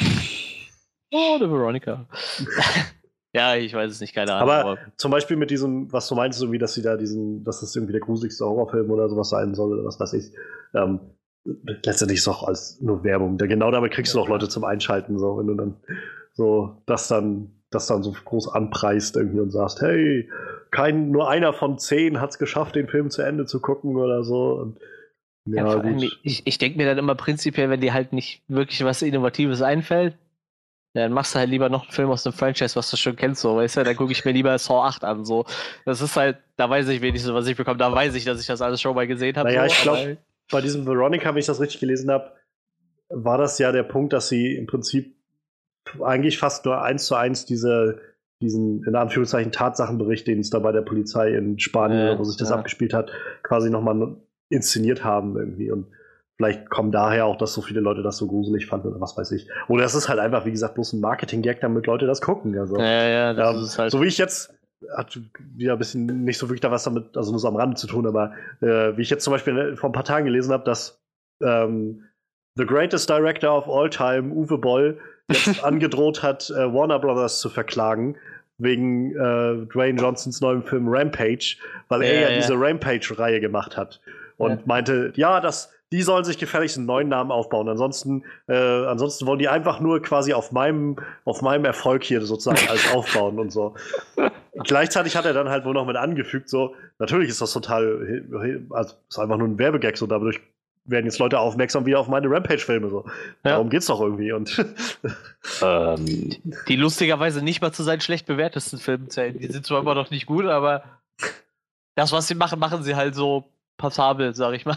Oh, der Veronica. Ja, ich weiß es nicht, keine Ahnung. Aber, aber zum Beispiel mit diesem, was du meinst, irgendwie, dass sie da diesen, dass das irgendwie der gruseligste Horrorfilm oder sowas sein soll oder was weiß ich. Ähm, letztendlich ist es auch alles nur Werbung. Da, genau damit kriegst du auch Leute zum Einschalten, so, wenn du dann so das dann, das dann so groß anpreist irgendwie und sagst, hey, kein, nur einer von zehn hat es geschafft, den Film zu Ende zu gucken oder so. Und, ja, ja, gut. allem, ich, ich denke mir dann immer prinzipiell, wenn dir halt nicht wirklich was Innovatives einfällt, dann machst du halt lieber noch einen Film aus dem Franchise, was du schon kennst, so, weißt du, dann gucke ich mir lieber Saw acht an, so. Das ist halt, da weiß ich wenigstens, was ich bekomme, da weiß ich, dass ich das alles schon mal gesehen habe. Naja, so, ich glaube, bei diesem Veronica, wenn ich das richtig gelesen habe, war das ja der Punkt, dass sie im Prinzip eigentlich fast nur eins zu eins diese, diesen, in Anführungszeichen, Tatsachenbericht, den es da bei der Polizei in Spanien, ja, wo sich das ja. abgespielt hat, quasi nochmal inszeniert haben irgendwie. Und vielleicht kommt daher auch, dass so viele Leute das so gruselig fanden oder was weiß ich. Oder es ist halt einfach, wie gesagt, bloß ein Marketing-Gag, damit Leute das gucken. Also, ja, ja, das ähm, ist halt. So wie ich jetzt, hat wieder ein bisschen nicht so wirklich da was damit, also nur so am Rande zu tun, aber äh, wie ich jetzt zum Beispiel vor ein paar Tagen gelesen habe, dass ähm, The Greatest Director of All Time, Uwe Boll, jetzt angedroht hat, äh, Warner Brothers zu verklagen, wegen äh, Dwayne Johnsons neuem Film Rampage, weil er Ja, ja, ja. diese Rampage-Reihe gemacht hat. Und Ja. meinte, ja, das, die sollen sich gefälligst einen neuen Namen aufbauen. Ansonsten, äh, ansonsten wollen die einfach nur quasi auf meinem, auf meinem Erfolg hier sozusagen alles aufbauen und so. Gleichzeitig hat er dann halt wohl noch mit angefügt, so, natürlich ist das total, also ist einfach nur ein Werbegag, so dadurch werden jetzt Leute aufmerksam wieder auf meine Rampage-Filme. So. Ja. Darum geht's doch irgendwie. Und Ähm, Die lustigerweise nicht mal zu seinen schlecht bewertesten Filmen zählen. Die sind zwar immer noch nicht gut, aber das, was sie machen, machen sie halt so passabel, sag ich mal.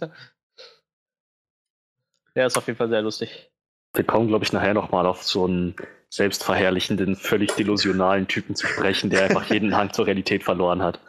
Ja, ist auf jeden Fall sehr lustig. wir kommen, glaube ich, nachher nochmal auf so einen selbstverherrlichenden, völlig delusionalen Typen zu sprechen, der einfach jeden Hang zur Realität verloren hat.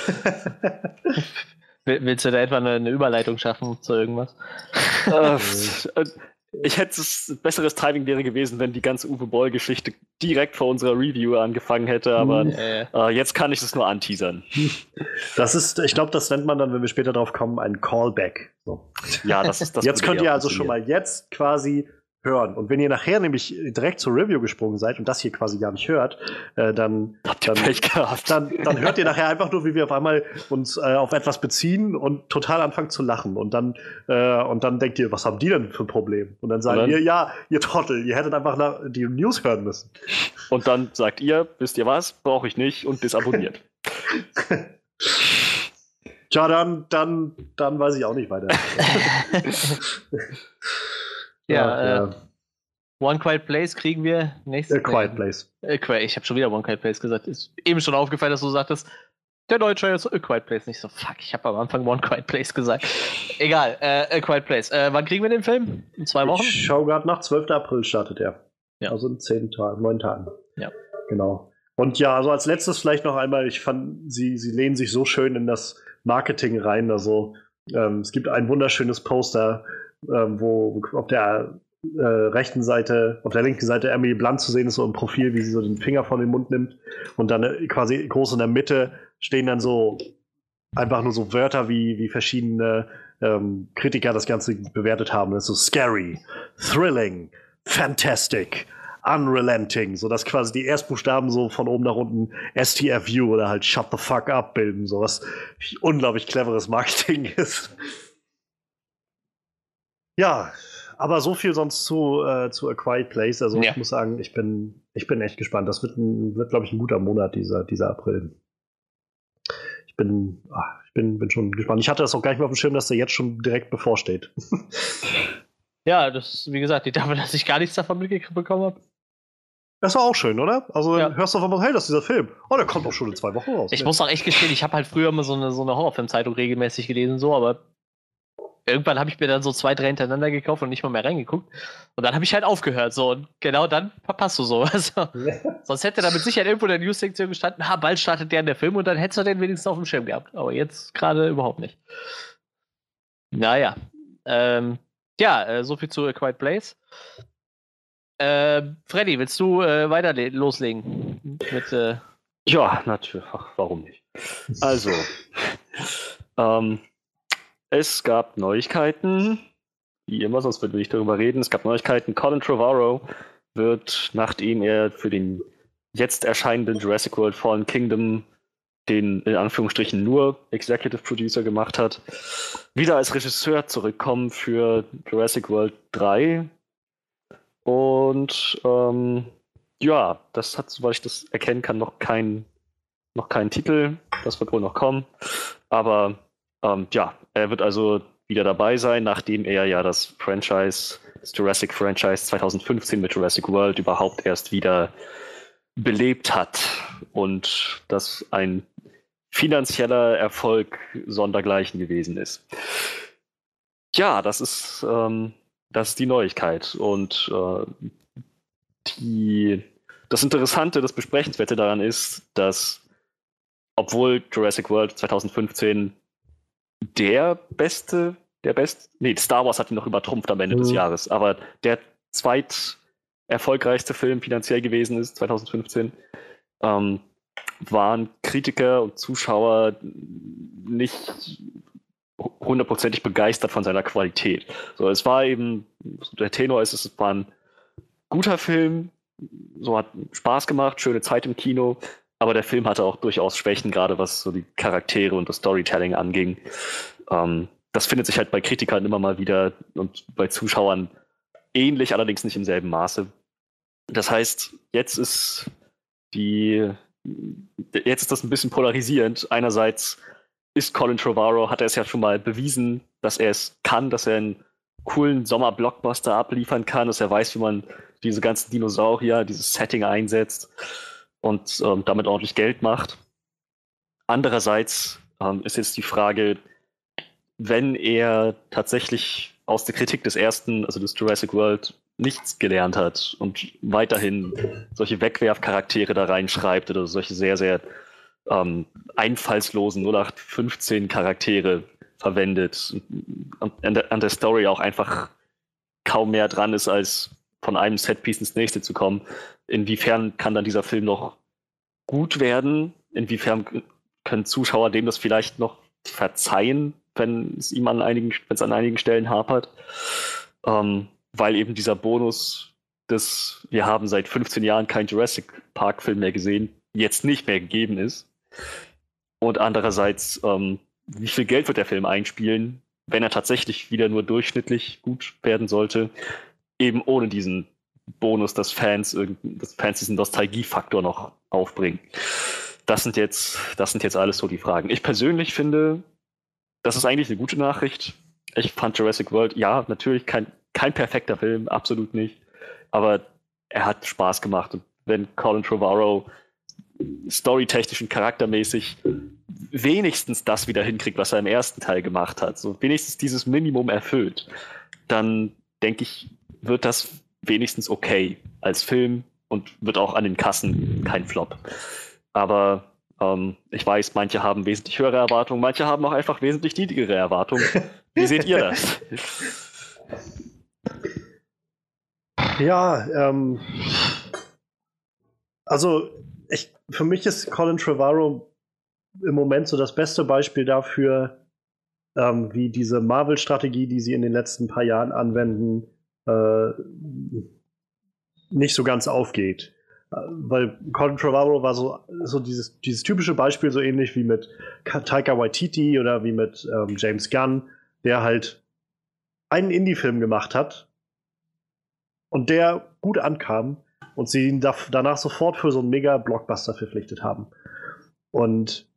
Will- Willst du da etwa eine, eine Überleitung schaffen zu irgendwas? äh, ich hätte es, besseres Timing wäre gewesen, wenn die ganze Uwe Boll-Geschichte direkt vor unserer Review angefangen hätte, aber Äh, äh, jetzt kann ich es nur anteasern. das ist, ich glaube, das nennt man dann, wenn wir später drauf kommen, ein Callback. So. Ja, das ist das. Jetzt würde könnt eh ihr auch also schon funktionieren. mal jetzt quasi hören. Und wenn ihr nachher nämlich direkt zur Review gesprungen seid und das hier quasi gar nicht hört, äh, dann, Habt ihr dann, Pech gehabt. dann, dann hört ihr nachher einfach nur, wie wir auf einmal uns äh, auf etwas beziehen und total anfangen zu lachen. Und dann, äh, und dann denkt ihr, was haben die denn für ein Problem? Und dann sagen Und dann- wir, ja, ihr Trottel, ihr hättet einfach nach, die News hören müssen. Und dann sagt ihr, wisst ihr was, brauche ich nicht und disabonniert. Tja, dann, dann, dann weiß ich auch nicht weiter. ja, äh, One Quiet Place kriegen wir nächstes A Quiet Place. Äh, Qui- ich habe schon wieder One Quiet Place gesagt. Ist eben schon aufgefallen, dass du sagtest, der neue Trailer ist A Quiet Place. Nicht so, fuck, ich habe am Anfang One Quiet Place gesagt. Egal, äh, A Quiet Place. Äh, wann kriegen wir den Film? In zwei Wochen? Ich schau gerade nach, zwölften April startet er. Ja. Also in zehn Tagen, neun Tagen. Ja. Genau. Und ja, also als letztes vielleicht noch einmal, ich fand, sie, sie lehnen sich so schön in das Marketing rein. Also Ähm, es gibt ein wunderschönes Poster, ähm, wo auf der äh, rechten Seite, auf der linken Seite Emily Blunt zu sehen ist, so im Profil, wie sie so den Finger von den Mund nimmt. Und dann äh, quasi groß in der Mitte stehen dann so einfach nur so Wörter, wie, wie verschiedene ähm, Kritiker das Ganze bewertet haben. Das ist so scary, thrilling, fantastic, unrelenting. So dass quasi die Erstbuchstaben so von oben nach unten S T F U oder halt Shut the fuck up bilden. So was unglaublich cleveres Marketing ist. Ja, aber so viel sonst zu, äh, zu A Quiet Place. Also ja. Ich muss sagen, ich bin, ich bin echt gespannt. Das wird, wird glaube ich, ein guter Monat, dieser, dieser April. Ich bin, ach, ich bin, bin schon gespannt. Ich hatte das auch gar nicht mehr auf dem Schirm, dass der jetzt schon direkt bevorsteht. Ja, das ist, wie gesagt, die Dame, dass ich gar nichts davon mitbekommen habe. Das war auch schön, oder? Also ja. Hörst du von was, hey, das ist dieser Film. Oh, der kommt auch schon in zwei Wochen raus. Ich ne? muss auch echt gestehen, ich habe halt früher immer so eine, so eine Horrorfilm-Zeitung regelmäßig gelesen, so, aber irgendwann habe ich mir dann so zwei, drei hintereinander gekauft und nicht mal mehr reingeguckt. Und dann habe ich halt aufgehört. So, und genau dann verpasst du so. Also, sonst hätte da mit Sicherheit irgendwo in der News-Sektion gestanden, ha, bald startet der in der Film und dann hättest du den wenigstens auf dem Schirm gehabt. Aber jetzt gerade überhaupt nicht. Naja. Ähm, ja, äh, so viel zu A Quiet Place. Ähm, Freddy, willst du äh, weiter loslegen? Mit, äh ja, natürlich. Ach, warum nicht? Also, ähm, es gab Neuigkeiten, wie immer, sonst würden wir nicht darüber reden. Es gab Neuigkeiten. Colin Trevorrow wird, nachdem er für den jetzt erscheinenden Jurassic World Fallen Kingdom den in Anführungsstrichen nur Executive Producer gemacht hat, wieder als Regisseur zurückkommen für Jurassic World drei. Und ähm, ja, das hat, soweit ich das erkennen kann, noch keinen noch keinen Titel. Das wird wohl noch kommen. Aber ähm, ja, er wird also wieder dabei sein, nachdem er ja das Franchise, das Jurassic Franchise zwanzig fünfzehn mit Jurassic World überhaupt erst wieder belebt hat und das ein finanzieller Erfolg sondergleichen gewesen ist. Ja, das ist, ähm, das ist die Neuigkeit. Und äh, die, das Interessante, das Besprechenswerte daran ist, dass obwohl Jurassic World zwanzig fünfzehn der beste, der best, nee, Star Wars hat ihn noch übertrumpft am Ende mhm. des Jahres, aber der zweit erfolgreichste Film finanziell gewesen ist, zwanzig fünfzehn, ähm, waren Kritiker und Zuschauer nicht hundertprozentig begeistert von seiner Qualität. So, es war eben, der Tenor ist, es war ein guter Film, so hat Spaß gemacht, schöne Zeit im Kino, aber der Film hatte auch durchaus Schwächen, gerade was so die Charaktere und das Storytelling anging. Ähm, das findet sich halt bei Kritikern immer mal wieder und bei Zuschauern ähnlich, allerdings nicht im selben Maße. Das heißt, jetzt ist die, jetzt ist das ein bisschen polarisierend. Einerseits ist Colin Trevorrow, hat er es ja schon mal bewiesen, dass er es kann, dass er einen coolen Sommer-Blockbuster abliefern kann, dass er weiß, wie man diese ganzen Dinosaurier, dieses Setting einsetzt und ähm, damit ordentlich Geld macht. Andererseits ähm, ist jetzt die Frage, wenn er tatsächlich aus der Kritik des ersten, also des Jurassic World, nichts gelernt hat und weiterhin solche Wegwerfcharaktere da reinschreibt oder solche sehr, sehr ähm, einfallslosen null acht fünfzehn Charaktere verwendet und an der, an der Story auch einfach kaum mehr dran ist, als von einem Setpiece ins nächste zu kommen. Inwiefern kann dann dieser Film noch gut werden? Inwiefern können Zuschauer dem das vielleicht noch verzeihen, wenn es ihm an einigen, wenn es an einigen Stellen hapert? Ähm, weil eben dieser Bonus des, wir haben seit fünfzehn Jahren keinen Jurassic Park-Film mehr gesehen, jetzt nicht mehr gegeben ist. Und andererseits, ähm, wie viel Geld wird der Film einspielen, wenn er tatsächlich wieder nur durchschnittlich gut werden sollte, eben ohne diesen Bonus, dass Fans, dass Fans diesen Nostalgiefaktor noch aufbringen. Das sind jetzt, das sind jetzt alles so die Fragen. Ich persönlich finde, das ist eigentlich eine gute Nachricht. Ich fand Jurassic World, ja, natürlich kein, kein perfekter Film, absolut nicht. Aber er hat Spaß gemacht. Und wenn Colin Trevorrow storytechnisch und charaktermäßig wenigstens das wieder hinkriegt, was er im ersten Teil gemacht hat, so wenigstens dieses Minimum erfüllt, dann denke ich, wird das wenigstens okay als Film und wird auch an den Kassen kein Flop. Aber Ähm, ich weiß, manche haben wesentlich höhere Erwartungen, manche haben auch einfach wesentlich niedrigere Erwartungen. Wie seht ihr das? Ja, ähm, also ich, für mich ist Colin Trevorrow im Moment so das beste Beispiel dafür, ähm, wie diese Marvel-Strategie, die sie in den letzten paar Jahren anwenden, äh, nicht so ganz aufgeht. Äh, weil Colin Trevorrow war so, so dieses, dieses typische Beispiel, so ähnlich wie mit Taika Waititi oder wie mit ähm, James Gunn, der halt einen Indie-Film gemacht hat und der gut ankam und sie ihn da, danach sofort für so einen Mega-Blockbuster verpflichtet haben. Und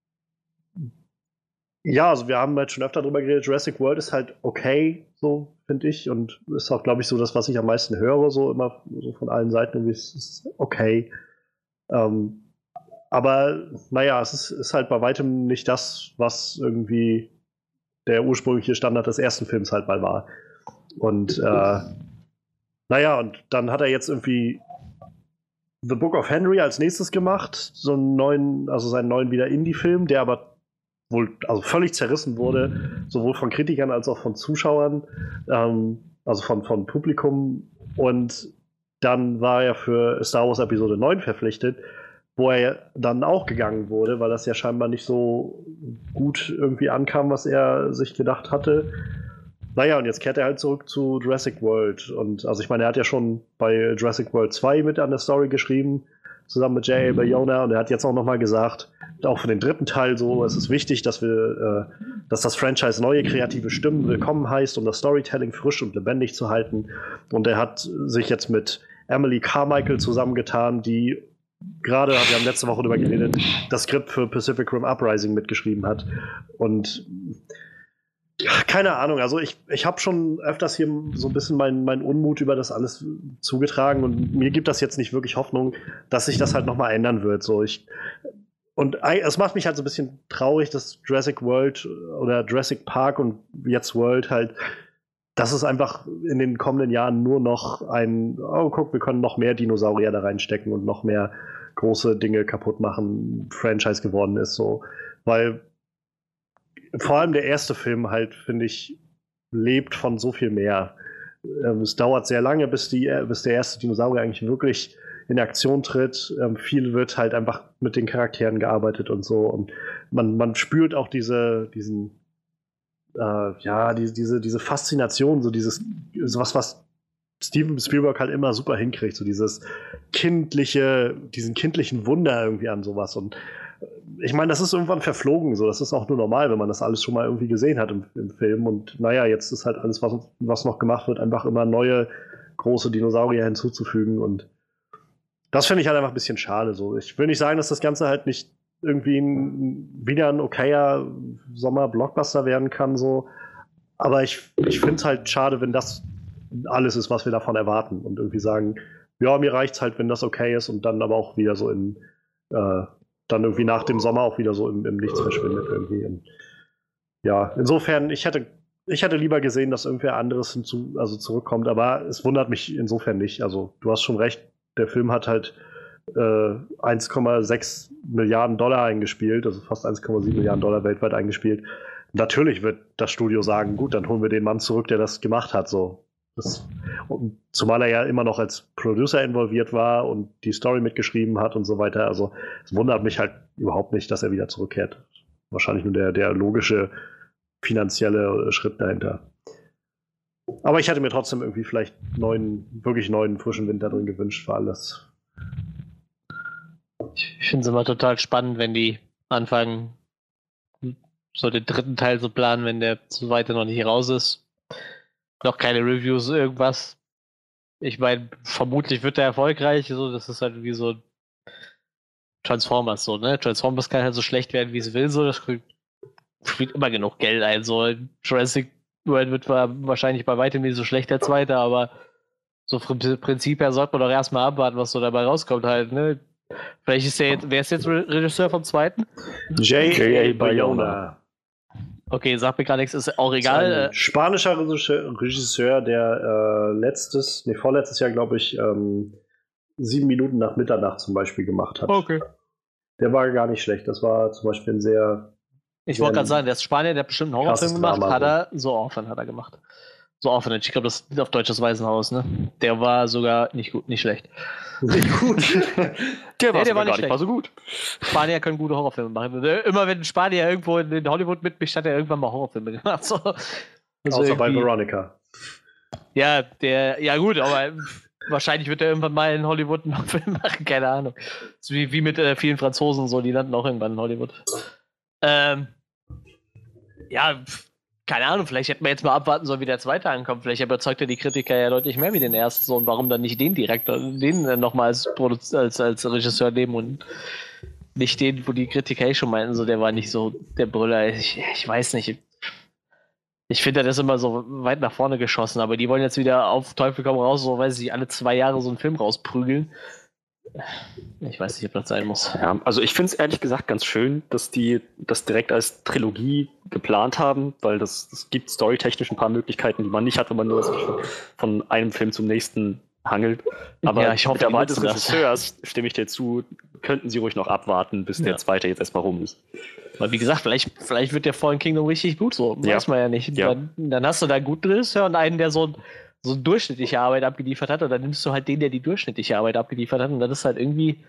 ja, also wir haben halt schon öfter drüber geredet, Jurassic World ist halt okay, so finde ich, und ist auch, glaube ich, so das, was ich am meisten höre, so immer so von allen Seiten, irgendwie ist es okay. Ähm, aber naja, es ist, ist halt bei weitem nicht das, was irgendwie der ursprüngliche Standard des ersten Films halt mal war. Und äh, naja, und dann hat er jetzt irgendwie The Book of Henry als nächstes gemacht, so einen neuen, also seinen neuen wieder Indie-Film, der aber wohl also völlig zerrissen wurde, sowohl von Kritikern als auch von Zuschauern, ähm, also von, von Publikum. Und dann war er für Star Wars Episode neun verpflichtet, wo er dann auch gegangen wurde, weil das ja scheinbar nicht so gut irgendwie ankam, was er sich gedacht hatte. Naja, und jetzt kehrt er halt zurück zu Jurassic World. Und also ich meine, er hat ja schon bei Jurassic World zwei mit an der Story geschrieben, zusammen mit J A. Bayona, und er hat jetzt auch nochmal gesagt, auch für den dritten Teil so, es ist wichtig, dass wir, äh, dass das Franchise neue kreative Stimmen willkommen heißt, um das Storytelling frisch und lebendig zu halten. Und er hat sich jetzt mit Emily Carmichael zusammengetan, die gerade, wir haben letzte Woche darüber geredet, das Skript für Pacific Rim Uprising mitgeschrieben hat. Und keine Ahnung, also ich, ich habe schon öfters hier so ein bisschen meinen mein Unmut über das alles zugetragen und mir gibt das jetzt nicht wirklich Hoffnung, dass sich das halt nochmal ändern wird. So, ich, und es macht mich halt so ein bisschen traurig, dass Jurassic World oder Jurassic Park und jetzt World halt, dass es einfach in den kommenden Jahren nur noch ein, oh guck, wir können noch mehr Dinosaurier da reinstecken und noch mehr große Dinge kaputt machen, Franchise geworden ist, so, weil vor allem der erste Film halt, finde ich, lebt von so viel mehr. Ähm, es dauert sehr lange, bis, die, bis der erste Dinosaurier eigentlich wirklich in Aktion tritt. Ähm, viel wird halt einfach mit den Charakteren gearbeitet und so. Und man, man spürt auch diese, diesen, äh, ja, die, diese, diese Faszination, so dieses, sowas, was Steven Spielberg halt immer super hinkriegt, so dieses kindliche, diesen kindlichen Wunder irgendwie an sowas. Und ich meine, das ist irgendwann verflogen, so. Das ist auch nur normal, wenn man das alles schon mal irgendwie gesehen hat im, im Film. Und naja, jetzt ist halt alles, was, was noch gemacht wird, einfach immer neue große Dinosaurier hinzuzufügen. Und das finde ich halt einfach ein bisschen schade. So. Ich will nicht sagen, dass das Ganze halt nicht irgendwie ein, wieder ein okayer Sommer-Blockbuster werden kann, so. Aber ich, ich finde es halt schade, wenn das alles ist, was wir davon erwarten. Und irgendwie sagen, ja, mir reicht's halt, wenn das okay ist und dann aber auch wieder so in äh, dann irgendwie nach dem Sommer auch wieder so im, im Nichts verschwindet irgendwie. Und ja, insofern, ich hätte, ich hätte lieber gesehen, dass irgendwer anderes hinzu, also zurückkommt, aber es wundert mich insofern nicht. Also du hast schon recht, der Film hat halt äh, eins Komma sechs Milliarden Dollar eingespielt, also fast eins Komma sieben Milliarden Dollar weltweit eingespielt. Natürlich wird das Studio sagen, gut, dann holen wir den Mann zurück, der das gemacht hat, so. Das, zumal er ja immer noch als Producer involviert war und die Story mitgeschrieben hat und so weiter. Also es wundert mich halt überhaupt nicht, dass er wieder zurückkehrt. Wahrscheinlich nur der, der logische finanzielle Schritt dahinter. Aber ich hätte mir trotzdem irgendwie vielleicht neuen, wirklich neuen, frischen Wind da drin gewünscht für alles. Ich finde es immer total spannend, wenn die anfangen, so den dritten Teil zu planen, wenn der so weiter noch nicht raus ist. Noch keine Reviews, irgendwas. Ich meine, vermutlich wird der erfolgreich. So, das ist halt wie so Transformers, so, ne? Transformers kann halt so schlecht werden, wie es will, so. Das spielt immer genug Geld ein. So, Jurassic World wird wahrscheinlich bei weitem nicht so schlecht, der zweite, aber so vom Prinzip her sollte man doch erstmal abwarten, was so dabei rauskommt, halt, ne? Vielleicht ist der jetzt, wer ist jetzt Regisseur vom zweiten? J A. Bayona. Okay, sagt mir gar nichts, ist auch egal. Ein spanischer Regisseur, Regisseur der äh, letztes, nee, vorletztes Jahr, glaube ich, ähm, sieben Minuten nach Mitternacht zum Beispiel gemacht hat. Okay. Der war gar nicht schlecht. Das war zum Beispiel ein sehr. Ich wollte gerade sagen, der ist Spanier, der hat bestimmt einen Horrorfilm gemacht, Drama, hat er, so Orphan hat er gemacht. So Orphanage, ich glaube, das ist auf Deutsch das Waisenhaus, ne? Der war sogar nicht gut, nicht schlecht. Nicht gut. Der war, der war gar nicht nicht mal so gut. Spanier können gute Horrorfilme machen. Immer wenn ein Spanier irgendwo in Hollywood mitmischt, hat er irgendwann mal Horrorfilme gemacht. So. Also Außer bei irgendwie- Veronica. Ja, der, ja gut, aber wahrscheinlich wird er irgendwann mal in Hollywood einen Film machen, keine Ahnung. So wie, wie mit äh, vielen Franzosen, so, die landen auch irgendwann in Hollywood. Ähm, ja, pf, keine Ahnung, vielleicht hätten wir jetzt mal abwarten sollen, wie der zweite ankommt. Vielleicht überzeugt er die Kritiker ja deutlich mehr wie den ersten, so, und warum dann nicht den direkt, den äh, nochmal als, Produz- als, als Regisseur nehmen und nicht den, wo die Kritiker eh schon meinten, so, der war nicht so der Brüller. Ich, ich weiß nicht. Ich finde, das ist immer so weit nach vorne geschossen, aber die wollen jetzt wieder auf Teufel komm raus, so weiß ich, alle zwei Jahre so einen Film rausprügeln. Ich weiß nicht, ob das sein muss. Ja, also ich finde es ehrlich gesagt ganz schön, dass die das direkt als Trilogie geplant haben, weil das, das gibt storytechnisch ein paar Möglichkeiten, die man nicht hat, wenn man nur von, von einem Film zum nächsten hangelt. Aber Ja, ich hoffe, mit der die Wahl des nutzen das. Regisseurs stimme ich dir zu, könnten sie ruhig noch abwarten, bis Ja. der zweite jetzt erstmal rum ist. Aber wie gesagt, vielleicht, vielleicht wird der Fallen Kingdom richtig gut, so. Ja. Weiß man ja nicht. Ja. Dann, dann hast du da einen guten Regisseur und einen, der so, ein, so eine durchschnittliche Arbeit abgeliefert hat, und dann nimmst du halt den, der die durchschnittliche Arbeit abgeliefert hat, und dann ist halt irgendwie,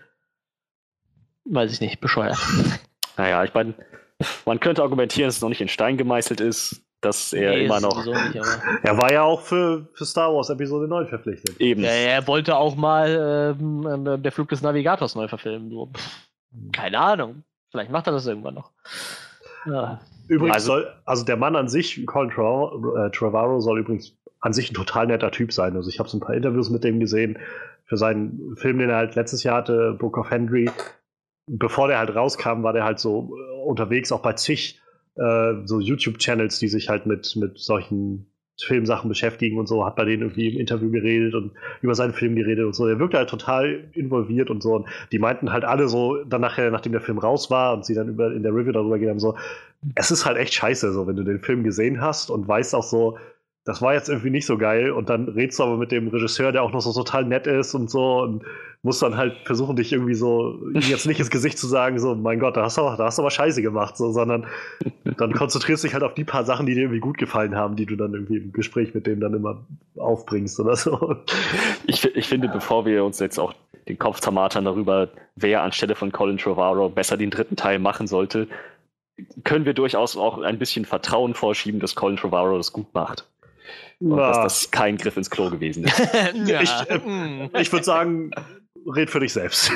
weiß ich nicht, bescheuert. Naja, ich meine, man könnte argumentieren, dass es noch nicht in Stein gemeißelt ist, dass er Nee, immer noch sowieso nicht, aber Er war ja auch für, für Star Wars Episode neun verpflichtet. eben. ja, er wollte auch mal ähm, der Flug des Navigators neu verfilmen. So. Pff, keine Ahnung. Vielleicht macht er das irgendwann noch. Ja. Übrigens Also- soll, also der Mann an sich, Colin Trevorrow, äh, Trevorrow, soll übrigens an sich ein total netter Typ sein. Also ich habe so ein paar Interviews mit dem gesehen für seinen Film, den er halt letztes Jahr hatte, Book of Henry. Bevor der halt rauskam, war der halt so äh, unterwegs, auch bei zig äh, so YouTube-Channels, die sich halt mit, mit solchen Filmsachen beschäftigen und so, hat bei denen irgendwie im Interview geredet und über seinen Film geredet und so. Der wirkte halt total involviert und so. Und die meinten halt alle so, dann nachher, nachdem der Film raus war und sie dann über, in der Review darüber gehen haben, so, es ist halt echt scheiße, so, wenn du den Film gesehen hast und weißt auch so, das war jetzt irgendwie nicht so geil, und dann redest du aber mit dem Regisseur, der auch noch so total nett ist und so, und musst dann halt versuchen, dich irgendwie so, jetzt nicht ins Gesicht zu sagen, so, mein Gott, da hast du, da hast du aber Scheiße gemacht, so, sondern dann konzentrierst du dich halt auf die paar Sachen, die dir irgendwie gut gefallen haben, die du dann irgendwie im Gespräch mit dem dann immer aufbringst oder so. Ich, fi- ich finde, bevor wir uns jetzt auch den Kopf zermartern darüber, wer anstelle von Colin Trevorrow besser den dritten Teil machen sollte, können wir durchaus auch ein bisschen Vertrauen vorschieben, dass Colin Trevorrow das gut macht. Und Ja. dass das kein Griff ins Klo gewesen ist. ja. Ich, äh, mm. Ich würde sagen, red für dich selbst.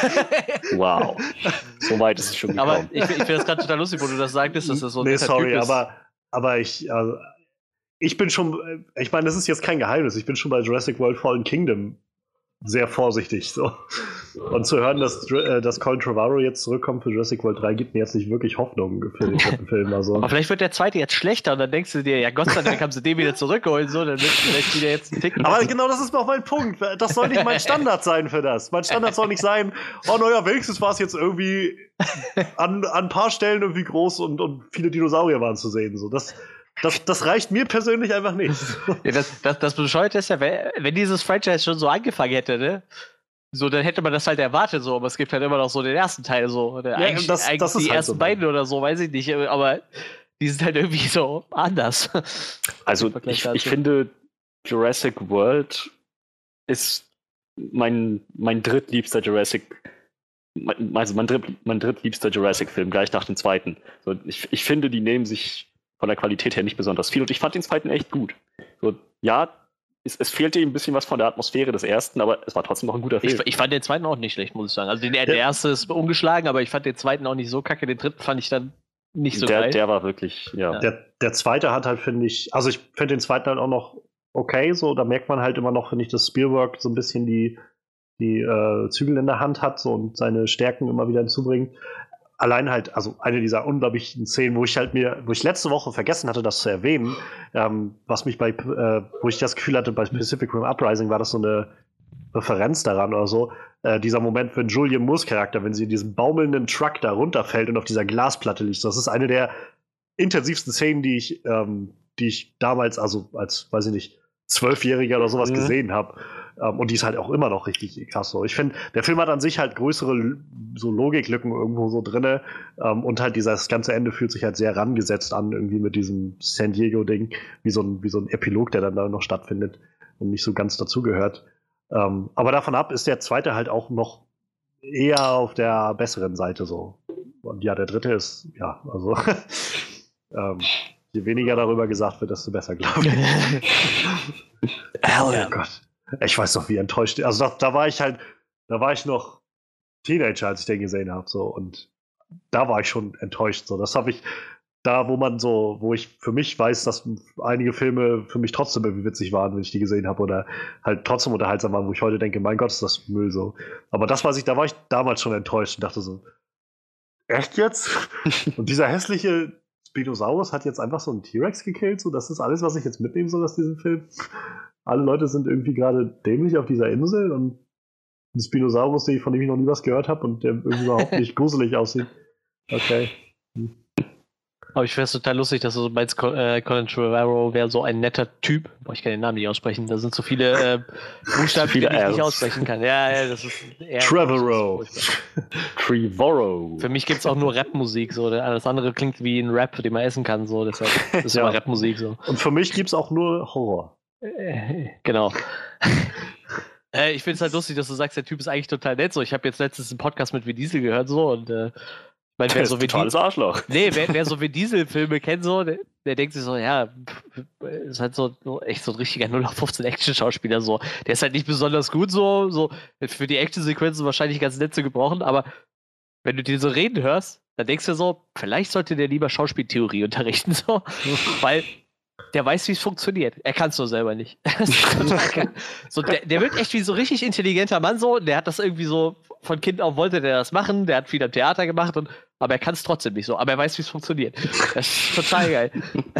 Wow. So weit ist es schon gekommen. Aber ich, ich finde das gerade total lustig, wo du das sagtest, dass das so ein nee, netter sorry, Typ ist. aber, aber ich, also, ich bin schon, ich meine, das ist jetzt kein Geheimnis, ich bin schon bei Jurassic World Fallen Kingdom sehr vorsichtig. So. Und zu hören, dass, äh, dass Colin Trevorrow jetzt zurückkommt für Jurassic World drei, gibt mir jetzt nicht wirklich Hoffnung für den dritten Film. Also. Aber vielleicht wird der zweite jetzt schlechter und dann denkst du dir, ja Gott sei Dank haben sie den wieder zurückgeholt, so, dann wird vielleicht wieder jetzt ein Ticken. Aber genau das ist auch mein Punkt. Das soll nicht mein Standard sein für das. Mein Standard soll nicht sein, oh naja, wenigstens war es jetzt irgendwie an, an ein paar Stellen irgendwie groß und, und viele Dinosaurier waren zu sehen. So, das, das, das reicht mir persönlich einfach nicht. Ja, das, das, das Bescheuerte ist ja, wenn, wenn dieses Franchise schon so angefangen hätte, ne? So, dann hätte man das halt erwartet, so, aber es gibt halt immer noch so den ersten Teil, so. Oder Ja, eigentlich das- eigentlich das ist die halt ersten so. beiden oder so, weiß ich nicht, aber die sind halt irgendwie so anders. Also Im Vergleich ich, dazu. ich finde, Jurassic World ist mein, mein drittliebster Jurassic, mein- also mein, dritt, mein drittliebster Jurassic-Film, gleich nach dem zweiten. So, ich, ich finde, die nehmen sich von der Qualität her nicht besonders viel, und ich fand den zweiten echt gut. So, ja, es, es fehlte ihm ein bisschen was von der Atmosphäre des ersten, aber es war trotzdem noch ein guter Film. Ich, ich fand den zweiten auch nicht schlecht, muss ich sagen. Also den, der erste ist ungeschlagen, aber ich fand den zweiten auch nicht so kacke. Den dritten fand ich dann nicht so der, geil. der war wirklich, ja. Ja. Der, der zweite hat halt, finde ich, also ich finde den zweiten halt auch noch okay, so, da merkt man halt immer noch, finde ich, dass Spielberg so ein bisschen die, die äh, Zügel in der Hand hat, so, und seine Stärken immer wieder hinzubringt. Allein halt, also eine dieser unglaublichen Szenen, wo ich halt mir, wo ich letzte Woche vergessen hatte, das zu erwähnen, ähm, was mich bei, äh, wo ich das Gefühl hatte, bei Pacific Rim Uprising war das so eine Referenz daran oder so, äh, dieser Moment, wenn Julian Moores Charakter, wenn sie in diesem baumelnden Truck da runterfällt und auf dieser Glasplatte liegt, das ist eine der intensivsten Szenen, die ich, ähm, die ich damals, also als, weiß ich nicht, Zwölfjähriger oder sowas Mhm. gesehen habe. Ähm, und die ist halt auch immer noch richtig krass so. Ich finde, der Film hat an sich halt größere so Logiklücken irgendwo so drinne. Ähm, und halt dieses ganze Ende fühlt sich halt sehr rangesetzt an, irgendwie mit diesem San Diego-Ding, wie so ein, wie so ein Epilog, der dann da noch stattfindet und nicht so ganz dazugehört. Ähm, aber davon ab ist der zweite halt auch noch eher auf der besseren Seite so. Und ja, der dritte ist, ja, also ähm, je weniger darüber gesagt wird, desto besser, glaube ich. Oh ja. Gott. Ich weiß noch, wie enttäuscht. Also da, da war ich halt, da war ich noch Teenager, als ich den gesehen habe. So, und da war ich schon enttäuscht. So, das habe ich, da, wo man so, wo ich für mich weiß, dass einige Filme für mich trotzdem irgendwie witzig waren, wenn ich die gesehen habe, oder halt trotzdem unterhaltsam waren, wo ich heute denke, mein Gott, ist das Müll so. Aber das weiß ich, da war ich damals schon enttäuscht und dachte so, echt jetzt? Und dieser hässliche Spinosaurus hat jetzt einfach so einen T-Rex gekillt, so, das ist alles, was ich jetzt mitnehmen soll aus diesem Film. Alle Leute sind irgendwie gerade dämlich auf dieser Insel und ein Spinosaurus, den ich, von dem ich noch nie was gehört habe und der irgendwie überhaupt nicht gruselig aussieht. Okay. Hm. Aber ich finde es total lustig, dass du so meinst, äh, Colin Trevorrow wäre so ein netter Typ. Boah, ich kann den Namen nicht aussprechen. Da sind so viele äh, Buchstaben, die ich nicht aussprechen kann. Ja, ja, das ist eher Trevorrow. Trevorrow. Für mich gibt es auch nur Rapmusik. So. Alles andere klingt wie ein Rap, den man essen kann. So. Deshalb ist es Ja. immer Rapmusik. So. Und für mich gibt es auch nur Horror. Äh, Genau. äh, ich finde es halt lustig, dass du sagst, der Typ ist eigentlich total nett. So, ich habe jetzt letztens einen Podcast mit Vin Diesel gehört so und äh, ich meine, Der wer ist so ein Vin totales Arschloch. Nee, wer, wer so Vin Diesel-Filme kennt, so, der, der denkt sich so, ja, pff, ist halt so, so echt so ein richtiger null auf fünfzehn Action-Schauspieler, so. Der ist halt nicht besonders gut, so, so für die Action-Sequenzen wahrscheinlich ganz nett zu gebrauchen, aber wenn du den so reden hörst, dann denkst du so, vielleicht sollte der lieber Schauspieltheorie unterrichten, so, weil der weiß, wie es funktioniert. Er kann es nur selber nicht. Das ist total geil. So, der, der wirkt echt wie so ein richtig intelligenter Mann, so, der hat das irgendwie so, von Kind auf wollte der das machen, der hat viel am Theater gemacht, und, aber er kann es trotzdem nicht so, aber er weiß, wie es funktioniert. Das ist total geil.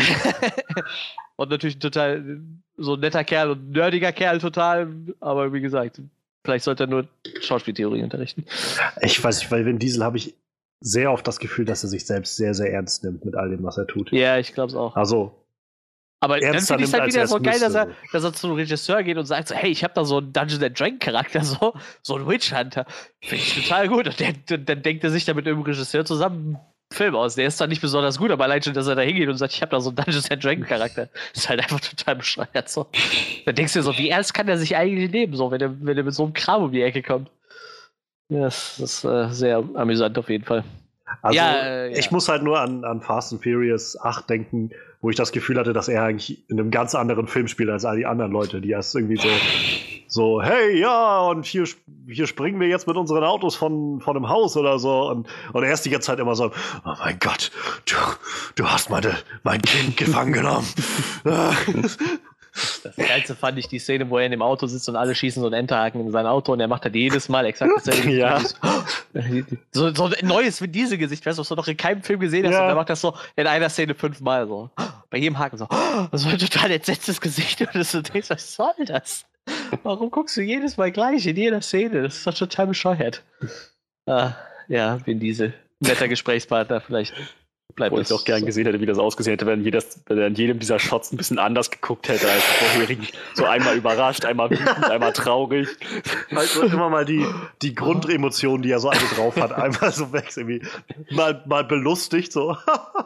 Und natürlich ein total so ein netter Kerl und nerdiger Kerl total, aber wie gesagt, vielleicht sollte er nur Schauspieltheorie unterrichten. Ich weiß nicht, weil Vin Diesel habe ich sehr oft das Gefühl, dass er sich selbst sehr, sehr ernst nimmt mit all dem, was er tut. Ja, ich glaube es auch. Also, Aber dann ernster finde ich es halt nimmt, wieder als er so es geil, dass er, müsste. dass er zum Regisseur geht und sagt so, hey, ich habe da so einen Dungeons and Dragon Charakter, so, so einen Witch Hunter. Finde ich total gut. Und der, dann denkt er sich da mit dem Regisseur zusammen einen Film aus. Der ist zwar nicht besonders gut, aber allein schon, dass er da hingeht und sagt, ich habe da so einen Dungeons and Dragon Charakter, ist halt einfach total bescheuert. So. Dann denkst du dir so, wie ernst kann er sich eigentlich nehmen, so, wenn er, wenn er mit so einem Kram um die Ecke kommt. Ja, das ist äh, sehr amüsant auf jeden Fall. Also, Ja, äh, ja. ich muss halt nur an, an Fast and Furious acht denken, wo ich das Gefühl hatte, dass er eigentlich in einem ganz anderen Film spielt als all die anderen Leute, die erst irgendwie so, so hey, ja, und hier, hier springen wir jetzt mit unseren Autos von, von einem Haus oder so. Und, und er ist die ganze Zeit immer so, oh mein Gott, du, du hast meine, mein Kind gefangen genommen. Das Geilste fand ich die Szene, wo er in dem Auto sitzt und alle schießen so einen Enterhaken in sein Auto und er macht halt jedes Mal exakt dasselbe. Ja. So, so ein neues Vin Diesel-Gesicht, weißt du, was du noch in keinem Film gesehen hast, Ja. und er macht das so in einer Szene fünfmal so. Bei jedem Haken so. Das war ein total entsetztes Gesicht und du denkst, was soll das? Warum guckst du jedes Mal gleich in jeder Szene? Das ist doch total bescheuert. Ah, ja, Vin Diesel. Netter Gesprächspartner, vielleicht. Bleibt Wo ich auch gern gesehen hätte, wie das ausgesehen hätte, wenn, jedes, wenn er in jedem dieser Shots ein bisschen anders geguckt hätte als die vorherigen. So einmal überrascht, einmal wütend, einmal traurig. Also immer mal die, die Grundemotionen, die er so alle drauf hat, einmal so weg. Irgendwie. Mal, mal belustigt, so.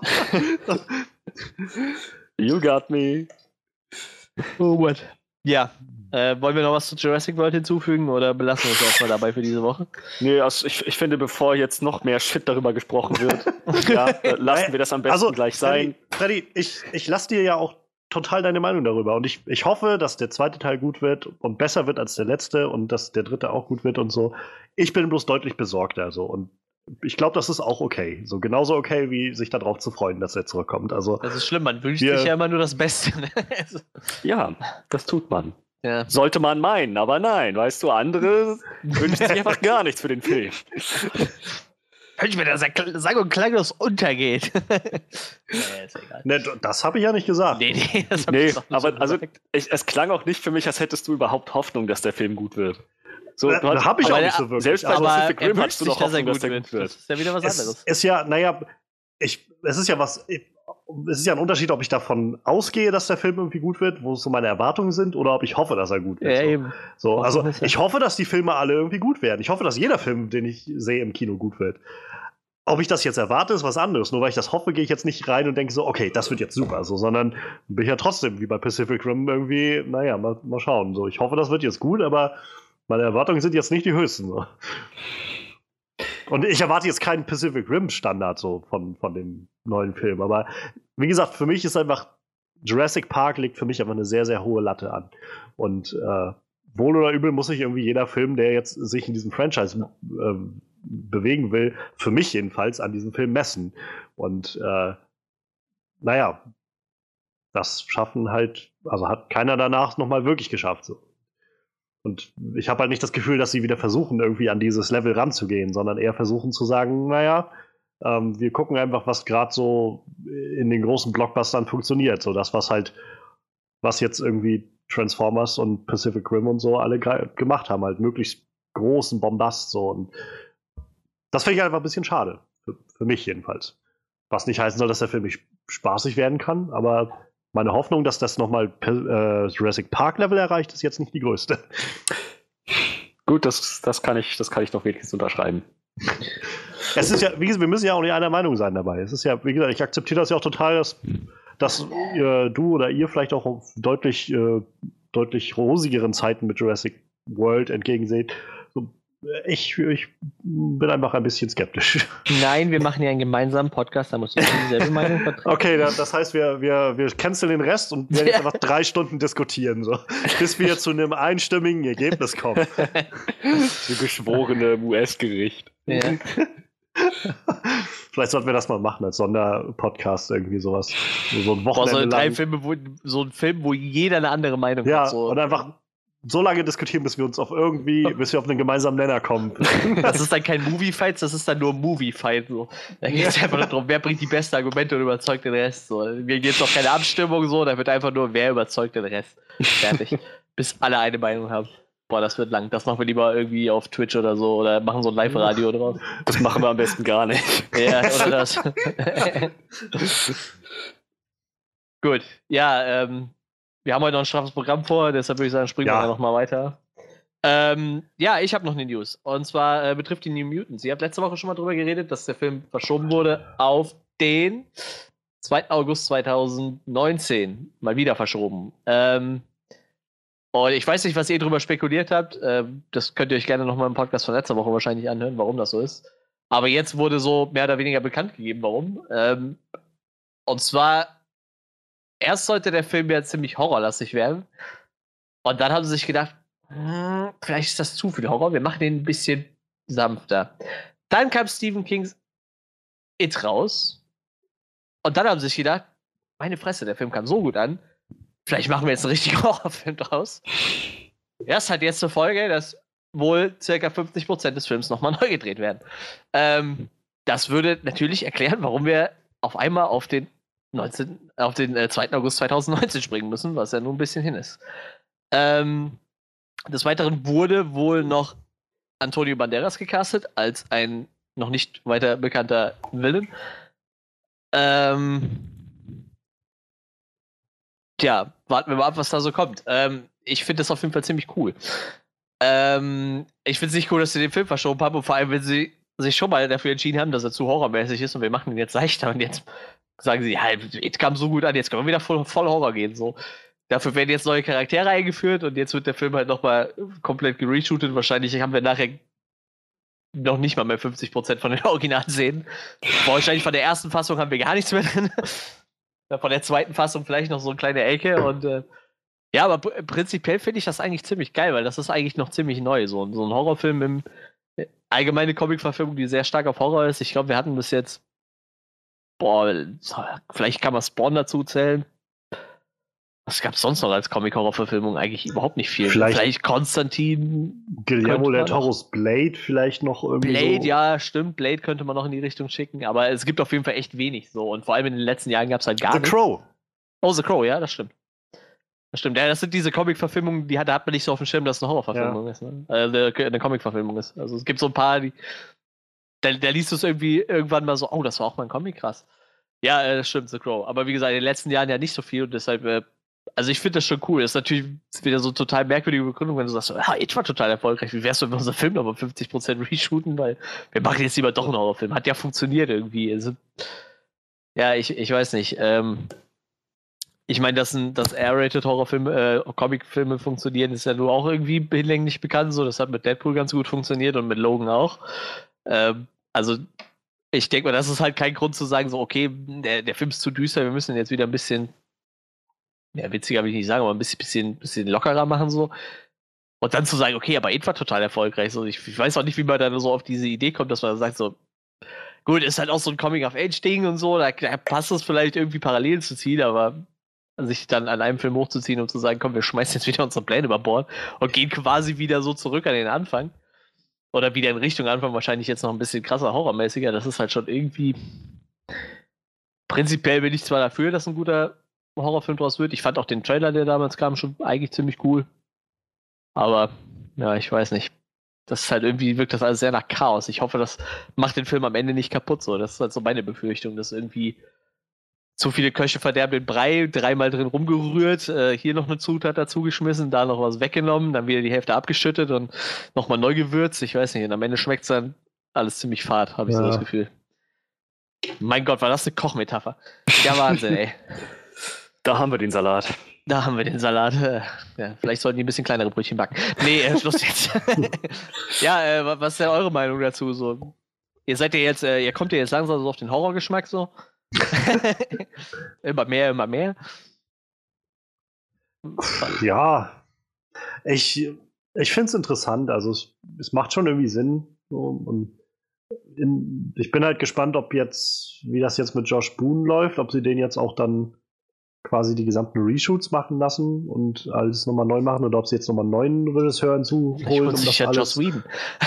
You got me. Oh, what? Ja. Äh, wollen wir noch was zu Jurassic World hinzufügen oder belassen wir uns erstmal dabei für diese Woche? Nee, also ich, ich finde, bevor jetzt noch mehr Shit darüber gesprochen wird, ja, äh, lassen wir das am besten Also, gleich sein. Freddy, Freddy, ich, ich lasse dir ja auch total deine Meinung darüber. Und ich, ich hoffe, dass der zweite Teil gut wird und besser wird als der letzte und dass der dritte auch gut wird und so. Ich bin bloß deutlich besorgter. So. Und ich glaube, das ist auch okay. So genauso okay, wie sich darauf zu freuen, dass er zurückkommt. Also, Das ist schlimm, man wünscht Wir- sich ja immer nur das Beste. Ne? Also, Ja, das tut man. ja. Sollte man meinen, aber nein, weißt du, andere wünschen sich einfach gar nichts für den Film. Wünsch mir, dass er kl- sang- und klanglos untergeht. Nee, ist egal. ne, das habe ich ja nicht gesagt. Nee, nee, das hab Nee, ich doch nicht so aber also, gesagt. ich, es klang auch nicht für mich, als hättest du überhaupt Hoffnung, dass der Film gut wird. So, Ne, du hast- habe ich aber auch der- nicht so wirklich. selbst bei aber Aber Pacific er Rim wünscht hast du sich, doch dass er Hoffnung, gut dass der wird. gut wird. Das ist ja wieder was es anderes. ist ja, naja, ich, es ist ja was, es ist ja ein Unterschied, ob ich davon ausgehe, dass der Film irgendwie gut wird, wo so meine Erwartungen sind, oder ob ich hoffe, dass er gut wird. Ja, so. eben. So, also ich hoffe, dass die Filme alle irgendwie gut werden. Ich hoffe, dass jeder Film, den ich sehe im Kino, gut wird. Ob ich das jetzt erwarte, ist was anderes. Nur weil ich das hoffe, gehe ich jetzt nicht rein und denke so, okay, das wird jetzt super. So, sondern bin ich ja trotzdem, wie bei Pacific Rim, irgendwie, naja, mal, mal schauen. So, ich hoffe, das wird jetzt gut, aber meine Erwartungen sind jetzt nicht die höchsten. So. Und ich erwarte jetzt keinen Pacific Rim-Standard so von, von dem neuen Film. Aber wie gesagt, für mich ist einfach Jurassic Park legt für mich einfach eine sehr, sehr hohe Latte an. Und äh, wohl oder übel muss sich irgendwie jeder Film, der jetzt sich in diesem Franchise äh, bewegen will, für mich jedenfalls an diesem Film messen. Und äh, naja, das schaffen halt, also hat keiner danach nochmal wirklich geschafft. So. Und ich habe halt nicht das Gefühl, dass sie wieder versuchen, irgendwie an dieses Level ranzugehen, sondern eher versuchen zu sagen, naja, ähm, wir gucken einfach, was gerade so in den großen Blockbustern funktioniert. So das, was halt, was jetzt irgendwie Transformers und Pacific Rim und so alle gemacht haben, halt möglichst großen Bombast. So. Und das finde ich einfach ein bisschen schade. Für, für mich jedenfalls. Was nicht heißen soll, dass der Film nicht spaßig werden kann, aber meine Hoffnung, dass das nochmal äh, Jurassic Park-Level erreicht, ist jetzt nicht die größte. Gut, das, das, kann ich, das kann ich doch wenigstens unterschreiben. Es ist ja, wie gesagt, wir müssen ja auch nicht einer Meinung sein dabei. Es ist ja, wie gesagt, ich akzeptiere das ja auch total, dass, dass äh, du oder ihr vielleicht auch auf deutlich, äh, deutlich rosigeren Zeiten mit Jurassic World entgegenseht. So, ich, ich bin einfach ein bisschen skeptisch. Nein, wir machen ja einen gemeinsamen Podcast, da musst du dieselbe Meinung vertreten. Okay, das heißt, wir, wir, wir canceln den Rest und werden jetzt einfach drei Stunden diskutieren, so, bis wir zu einem einstimmigen Ergebnis kommen. So geschworene U S-Gericht. Ja. Vielleicht sollten wir das mal machen als Sonderpodcast, irgendwie sowas. So ein Boah, so Wochenende drei lang. Filme, wo, so ein Film, wo jeder eine andere Meinung Ja, hat. So. und einfach so lange diskutieren, bis wir uns auf irgendwie, bis wir auf einen gemeinsamen Nenner kommen. Das ist dann kein Movie-Fight, das ist dann nur Movie-Fight. So. Da geht es einfach darum, wer bringt die besten Argumente und überzeugt den Rest. So. Mir geht es auch keine Abstimmung, so, da wird einfach nur, wer überzeugt den Rest. Fertig. Bis alle eine Meinung haben. Boah, das wird lang. Das machen wir lieber irgendwie auf Twitch oder so oder machen so ein Live-Radio draus. Das machen wir am besten gar nicht. Ja, oder das. Gut, ja, ähm, wir haben heute noch ein straffes Programm vor, deshalb würde ich sagen, springen Ja. wir noch mal weiter. Ähm, ja, ich habe noch eine News. Und zwar äh, betrifft die New Mutants. Ihr habt letzte Woche schon mal drüber geredet, dass der Film verschoben wurde auf den zweiten August zweitausendneunzehn. Mal wieder verschoben. Ähm, und ich weiß nicht, was ihr drüber spekuliert habt. Ähm, das könnt ihr euch gerne noch mal im Podcast von letzter Woche wahrscheinlich anhören, warum das so ist. Aber jetzt wurde so mehr oder weniger bekannt gegeben, warum. Ähm, und zwar erst sollte der Film ja ziemlich horrorlastig werden. Und dann haben sie sich gedacht, hm, vielleicht ist das zu viel Horror, wir machen den ein bisschen sanfter. Dann kam Stephen Kings It raus. Und dann haben sie sich gedacht, meine Fresse, der Film kam so gut an, vielleicht machen wir jetzt einen richtigen Horrorfilm draus. Das hat jetzt zur Folge, dass wohl ca. fünfzig Prozent des Films nochmal neu gedreht werden. Ähm, das würde natürlich erklären, warum wir auf einmal auf den neunzehnten auf den äh, zweiten August zweitausendneunzehn springen müssen, was ja nun ein bisschen hin ist. Ähm, des Weiteren wurde wohl noch Antonio Banderas gecastet als ein noch nicht weiter bekannter Villain. Ähm, tja, warten wir mal ab, was da so kommt. Ähm, ich finde das auf jeden Fall ziemlich cool. Ähm, ich finde es nicht cool, dass sie den Film verschoben haben und vor allem, wenn sie sich schon mal dafür entschieden haben, dass er zu horrormäßig ist und wir machen ihn jetzt leichter und jetzt sagen sie, ja, It kam so gut an, jetzt können wir wieder voll, voll Horror gehen. So. Dafür werden jetzt neue Charaktere eingeführt und jetzt wird der Film halt nochmal komplett gereshootet. Wahrscheinlich haben wir nachher noch nicht mal mehr fünfzig Prozent von den Originalszenen. Wahrscheinlich von der ersten Fassung haben wir gar nichts mehr drin. Von der zweiten Fassung vielleicht noch so eine kleine Ecke und äh, ja, aber pr- prinzipiell finde ich das eigentlich ziemlich geil, weil das ist eigentlich noch ziemlich neu. So, so ein Horrorfilm im äh, allgemeine Comic-Verfilmung, die sehr stark auf Horror ist. Ich glaube, wir hatten bis jetzt boah, vielleicht kann man Spawn dazu zählen. Was gab es sonst noch als Comic-Horror-Verfilmung? Eigentlich überhaupt nicht viel. Vielleicht, vielleicht Konstantin. Guillermo del könnte man Toros Blade vielleicht noch irgendwie Blade, so. ja, stimmt. Blade könnte man noch in die Richtung schicken, aber es gibt auf jeden Fall echt wenig so. Und vor allem in den letzten Jahren gab es halt gar The nichts. Crow. Oh, The Crow, ja, das stimmt. Das stimmt. Ja, das sind diese Comic-Verfilmungen, die hat, da hat man nicht so auf dem Schirm, dass es eine Horrorverfilmung Ja. ist. Ne? Äh, eine, eine Comic-Verfilmung ist. Also es gibt so ein paar, die. Da, da liest du es irgendwie irgendwann mal so, oh, das war auch mal ein Comic, krass. Ja, äh, das stimmt, The Crow. Aber wie gesagt, in den letzten Jahren ja nicht so viel und deshalb, äh, also ich finde das schon cool. Das ist natürlich wieder so total merkwürdige Begründung, wenn du sagst, ja, It war total erfolgreich. Wie wär's, wenn wir unseren Film nochmal fünfzig Prozent reshooten, weil wir machen jetzt lieber doch einen Horrorfilm. Hat ja funktioniert irgendwie. Also, ja, ich, ich weiß nicht. Ähm, ich meine, dass, ein, dass R-rated Horrorfilme, äh, Comicfilme funktionieren, ist ja nur auch irgendwie hinlänglich bekannt. So, das hat mit Deadpool ganz gut funktioniert und mit Logan auch. Ähm, also ich denke mal, das ist halt kein Grund zu sagen, so, okay, der, der Film ist zu düster, wir müssen jetzt wieder ein bisschen, ja, witziger will ich nicht sagen, aber ein bisschen, bisschen, bisschen lockerer machen, so. Und dann zu sagen, okay, aber It war total erfolgreich, so. Ich, ich weiß auch nicht, wie man dann so auf diese Idee kommt, dass man sagt, so, gut, ist halt auch so ein Coming-of-Age-Ding und so, da, da passt es vielleicht irgendwie parallel zu ziehen, aber sich dann an einem Film hochzuziehen und zu sagen, komm, wir schmeißen jetzt wieder unsere Pläne über Bord und gehen quasi wieder so zurück an den Anfang. Oder wieder in Richtung Anfang, wahrscheinlich jetzt noch ein bisschen krasser, horrormäßiger. Das ist halt schon irgendwie. Prinzipiell bin ich zwar dafür, dass ein guter Horrorfilm draus wird. Ich fand auch den Trailer, der damals kam, schon eigentlich ziemlich cool. Aber, ja, ich weiß nicht. Das ist halt irgendwie, wirkt das alles sehr nach Chaos. Ich hoffe, das macht den Film am Ende nicht kaputt. So. Das ist halt so meine Befürchtung, dass irgendwie zu viele Köche verderben den Brei, dreimal drin rumgerührt, äh, hier noch eine Zutat dazugeschmissen, da noch was weggenommen, dann wieder die Hälfte abgeschüttet und nochmal neu gewürzt. Ich weiß nicht, und am Ende schmeckt es dann alles ziemlich fad, habe ich ja. so das Gefühl. Mein Gott, war das eine Kochmetapher. Ja, Wahnsinn, ey. Da haben wir den Salat. Da haben wir den Salat. Ja, vielleicht sollten die ein bisschen kleinere Brötchen backen. Nee, äh, Schluss jetzt. Ja, äh, was ist denn eure Meinung dazu? So? Ihr seid ja jetzt, äh, ihr kommt ja jetzt langsam so auf den Horrorgeschmack so. Immer mehr, immer mehr. Ja, ich, ich finde es interessant. Also es, es macht schon irgendwie Sinn. So, und in, ich bin halt gespannt, ob jetzt, wie das jetzt mit Josh Boone läuft, ob sie den jetzt auch dann quasi die gesamten Reshoots machen lassen und alles nochmal neu machen oder ob sie jetzt nochmal einen neuen Regisseur hinzuholen. Um das alles Joss Whedon.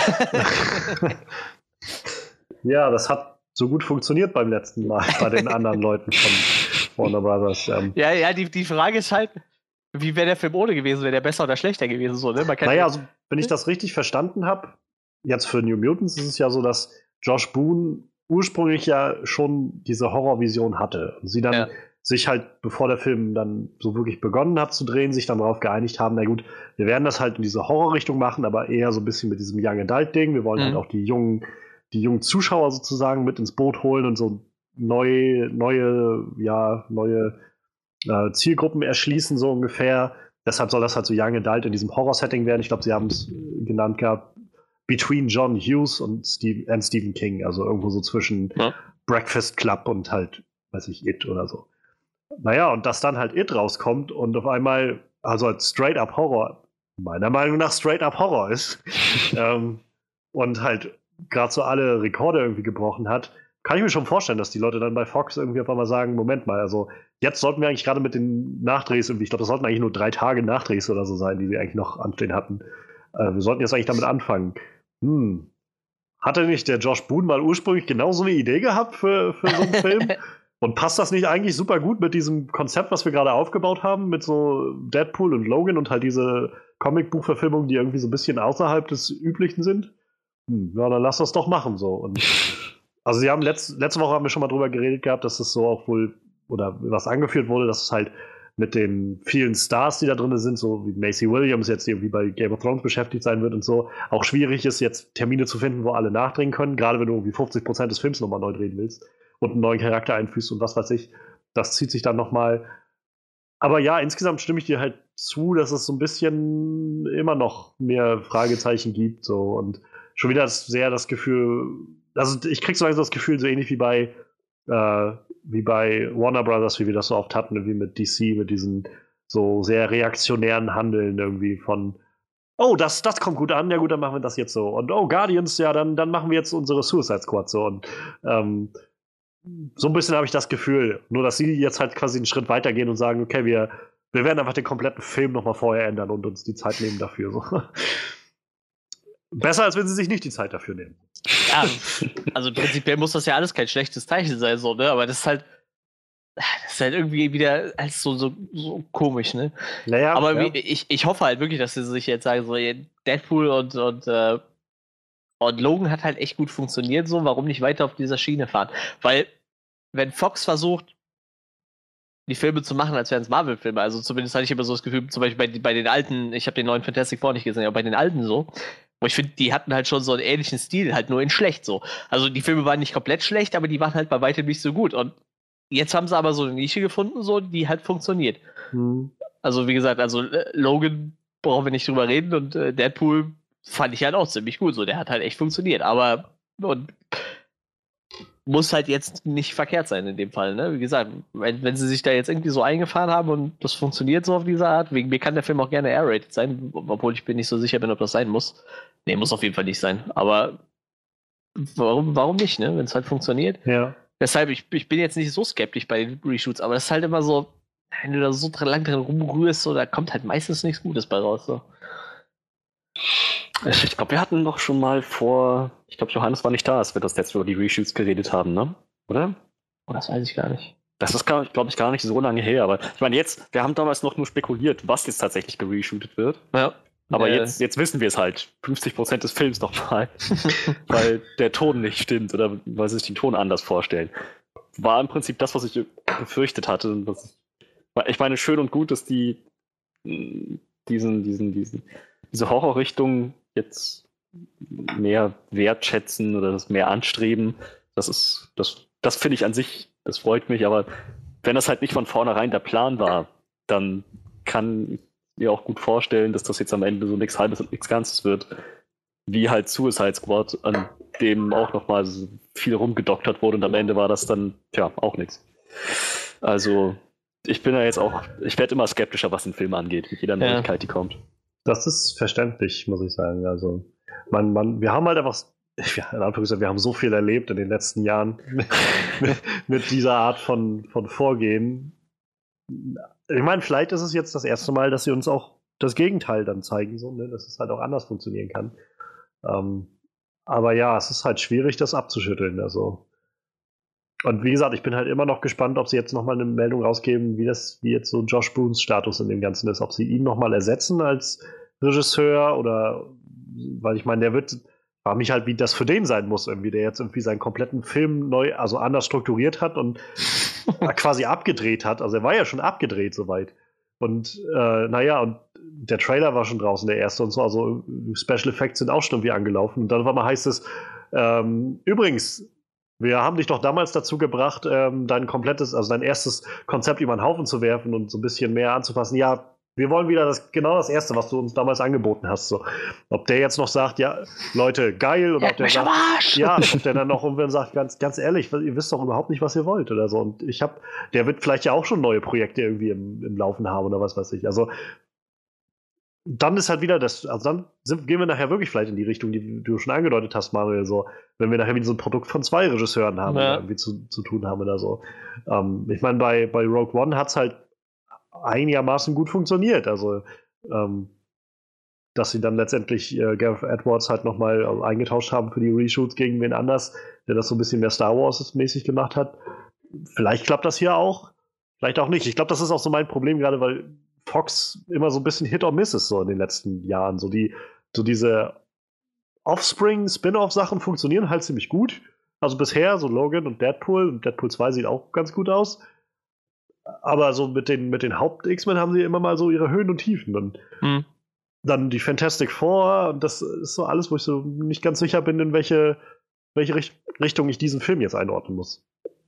Ja, das hat so gut funktioniert beim letzten Mal bei den anderen Leuten von Warner Brothers. Ähm. Ja, ja, die, die Frage ist halt, wie wäre der Film ohne gewesen? Wäre der besser oder schlechter gewesen? So, ne? Man kann naja, also, wenn ich das richtig verstanden habe, jetzt für New Mutants ist es ja so, dass Josh Boone ursprünglich ja schon diese Horrorvision hatte und sie dann ja. sich halt, bevor der Film dann so wirklich begonnen hat zu drehen, sich dann darauf geeinigt haben, na gut, wir werden das halt in diese Horrorrichtung machen, aber eher so ein bisschen mit diesem Young Adult Ding. Wir wollen mhm. halt auch die jungen die jungen Zuschauer sozusagen mit ins Boot holen und so neue, neue, ja, neue äh, Zielgruppen erschließen, so ungefähr. Deshalb soll das halt so Young Adult in diesem Horror-Setting werden. Ich glaube, sie haben es genannt gehabt, Between John Hughes und Steve, and Stephen King, also irgendwo so zwischen ja. Breakfast Club und halt, weiß ich, It oder so. Naja, und dass dann halt It rauskommt und auf einmal, also halt straight up Horror, meiner Meinung nach straight up Horror ist, ähm, und halt gerade so alle Rekorde irgendwie gebrochen hat, kann ich mir schon vorstellen, dass die Leute dann bei Fox irgendwie auf einmal sagen, Moment mal, also jetzt sollten wir eigentlich gerade mit den Nachdrehs irgendwie, ich glaube, das sollten eigentlich nur drei Tage Nachdrehs oder so sein, die wir eigentlich noch anstehen hatten. Äh, wir sollten jetzt eigentlich damit anfangen. Hm. Hatte nicht der Josh Boone mal ursprünglich genau so eine Idee gehabt für, für so einen Film? Und passt das nicht eigentlich super gut mit diesem Konzept, was wir gerade aufgebaut haben, mit so Deadpool und Logan und halt diese Comicbuchverfilmungen, die irgendwie so ein bisschen außerhalb des Üblichen sind? Hm, ja, dann lass das doch machen so. Und also sie haben letzt, letzte Woche haben wir schon mal drüber geredet gehabt, dass es so auch wohl, oder was angeführt wurde, dass es halt mit den vielen Stars, die da drin sind, so wie Macy Williams jetzt irgendwie bei Game of Thrones beschäftigt sein wird und so, auch schwierig ist, jetzt Termine zu finden, wo alle nachdrehen können, gerade wenn du irgendwie fünfzig Prozent des Films nochmal neu drehen willst und einen neuen Charakter einfügst und was weiß ich. Das zieht sich dann nochmal. Aber ja, insgesamt stimme ich dir halt zu, dass es so ein bisschen immer noch mehr Fragezeichen gibt, so, und schon wieder sehr das Gefühl, also ich krieg so langsam das Gefühl, so ähnlich wie bei äh, wie bei Warner Brothers, wie wir das so oft hatten, wie mit D C, mit diesen so sehr reaktionären Handeln irgendwie von, oh, das, das kommt gut an, ja gut, dann machen wir das jetzt so. Und oh, Guardians, ja, dann, dann machen wir jetzt unsere Suicide Squad so. Und ähm, so ein bisschen habe ich das Gefühl, nur dass sie jetzt halt quasi einen Schritt weitergehen und sagen, okay, wir, wir werden einfach den kompletten Film nochmal vorher ändern und uns die Zeit nehmen dafür. So. Besser, als wenn sie sich nicht die Zeit dafür nehmen. Ja, also prinzipiell muss das ja alles kein schlechtes Zeichen sein, so, ne? Aber das ist halt, das ist halt irgendwie wieder als so, so, so komisch, ne? Naja, aber ja. wie, ich, ich hoffe halt wirklich, dass sie sich jetzt sagen, so Deadpool und, und, äh, und Logan hat halt echt gut funktioniert, so, warum nicht weiter auf dieser Schiene fahren? Weil wenn Fox versucht, die Filme zu machen, als wären es Marvel-Filme, also zumindest hatte ich immer so das Gefühl, zum Beispiel bei, bei den alten, ich habe den neuen Fantastic Four nicht gesehen, aber bei den alten so, wo ich finde, die hatten halt schon so einen ähnlichen Stil, halt nur in schlecht so. Also die Filme waren nicht komplett schlecht, aber die waren halt bei weitem nicht so gut. Und jetzt haben sie aber so eine Nische gefunden, so, die halt funktioniert. Hm. Also wie gesagt, also äh, Logan brauchen wir nicht drüber reden und äh, Deadpool fand ich halt auch ziemlich gut, so, der hat halt echt funktioniert, aber und muss halt jetzt nicht verkehrt sein in dem Fall, ne? Wie gesagt, wenn, wenn sie sich da jetzt irgendwie so eingefahren haben und das funktioniert so auf diese Art, wegen mir kann der Film auch gerne R-rated sein, obwohl ich bin nicht so sicher bin, ob das sein muss. Nee, muss auf jeden Fall nicht sein, aber warum, warum nicht, ne? Wenn es halt funktioniert. Ja. Deshalb, ich, ich bin jetzt nicht so skeptisch bei den Reshoots, aber das ist halt immer so, wenn du da so dran, lang drin rumrührst, so, da kommt halt meistens nichts Gutes bei raus, so. Ich glaube, wir hatten doch schon mal vor, ich glaube, Johannes war nicht da, als wir das letzte über die Reshoots geredet haben, ne? Oder? Oh, das weiß ich gar nicht. Das ist, glaube ich, gar nicht so lange her, aber ich meine, jetzt, wir haben damals noch nur spekuliert, was jetzt tatsächlich gereshootet wird. Ja. Aber äh. jetzt, jetzt wissen wir es halt, fünfzig Prozent des Films nochmal, weil der Ton nicht stimmt oder weil sie sich den Ton anders vorstellen. War im Prinzip das, was ich befürchtet hatte. Und was ich, ich meine, schön und gut, dass die diesen, diesen, diesen, diese Horrorrichtung jetzt mehr wertschätzen oder das mehr anstreben. Das ist, das, das finde ich an sich, das freut mich, aber wenn das halt nicht von vornherein der Plan war, dann kann ich mir auch gut vorstellen, dass das jetzt am Ende so nichts Halbes und nichts Ganzes wird. Wie halt Suicide Squad, an dem auch nochmal so viel rumgedoktert wurde und am Ende war das dann, tja, auch nichts. Also, ich bin ja jetzt auch, ich werde immer skeptischer, was den Film angeht, mit jeder Neuigkeit, die kommt. Das ist verständlich, muss ich sagen. Also, man, man, wir haben halt einfach, ja, in Anführungszeichen, wir haben so viel erlebt in den letzten Jahren mit, mit dieser Art von, von Vorgehen. Ich meine, vielleicht ist es jetzt das erste Mal, dass sie uns auch das Gegenteil dann zeigen, so, ne? Dass es halt auch anders funktionieren kann. Ähm, aber ja, es ist halt schwierig, das abzuschütteln. Also. Und wie gesagt, ich bin halt immer noch gespannt, ob sie jetzt nochmal eine Meldung rausgeben, wie das, wie jetzt so Josh Boones Status in dem Ganzen ist. Ob sie ihn nochmal ersetzen als Regisseur oder, weil ich meine, der wird, frage mich halt, wie das für den sein muss, irgendwie, der jetzt irgendwie seinen kompletten Film neu, also anders strukturiert hat und quasi abgedreht hat. Also er war ja schon abgedreht soweit. Und äh, naja, und der Trailer war schon draußen, der erste und so, also Special Effects sind auch schon irgendwie angelaufen. Und dann war mal heißt es, ähm, übrigens, wir haben dich doch damals dazu gebracht, ähm, dein komplettes, also dein erstes Konzept über den Haufen zu werfen und so ein bisschen mehr anzupassen. Ja, wir wollen wieder das, genau das Erste, was du uns damals angeboten hast. So. Ob der jetzt noch sagt, ja, Leute, geil, oder ob der sagt, ja, ob der dann noch irgendwann sagt, ganz, ganz ehrlich, ihr wisst doch überhaupt nicht, was ihr wollt oder so. Und ich habe, der wird vielleicht ja auch schon neue Projekte irgendwie im, im Laufen haben oder was weiß ich. Also dann ist halt wieder das, also dann sind, gehen wir nachher wirklich vielleicht in die Richtung, die du schon angedeutet hast, Manuel, so, wenn wir nachher wieder so ein Produkt von zwei Regisseuren haben, ja. oder irgendwie zu, zu tun haben oder so. Ähm, ich meine, bei, bei Rogue One hat es halt einigermaßen gut funktioniert, also ähm, dass sie dann letztendlich äh, Gareth Edwards halt nochmal also, eingetauscht haben für die Reshoots gegen wen anders, der das so ein bisschen mehr Star Wars-mäßig gemacht hat. Vielleicht klappt das hier auch, vielleicht auch nicht. Ich glaube, das ist auch so mein Problem gerade, weil Fox immer so ein bisschen Hit or Miss ist so in den letzten Jahren. So, die, so diese Offspring-Spin-Off-Sachen funktionieren halt ziemlich gut. Also bisher, so Logan und Deadpool, und Deadpool zwei sieht auch ganz gut aus. Aber so mit den, mit den Haupt-X-Men haben sie immer mal so ihre Höhen und Tiefen. Und hm. dann die Fantastic Four, und das ist so alles, wo ich so nicht ganz sicher bin, in welche, welche Richt- Richtung ich diesen Film jetzt einordnen muss.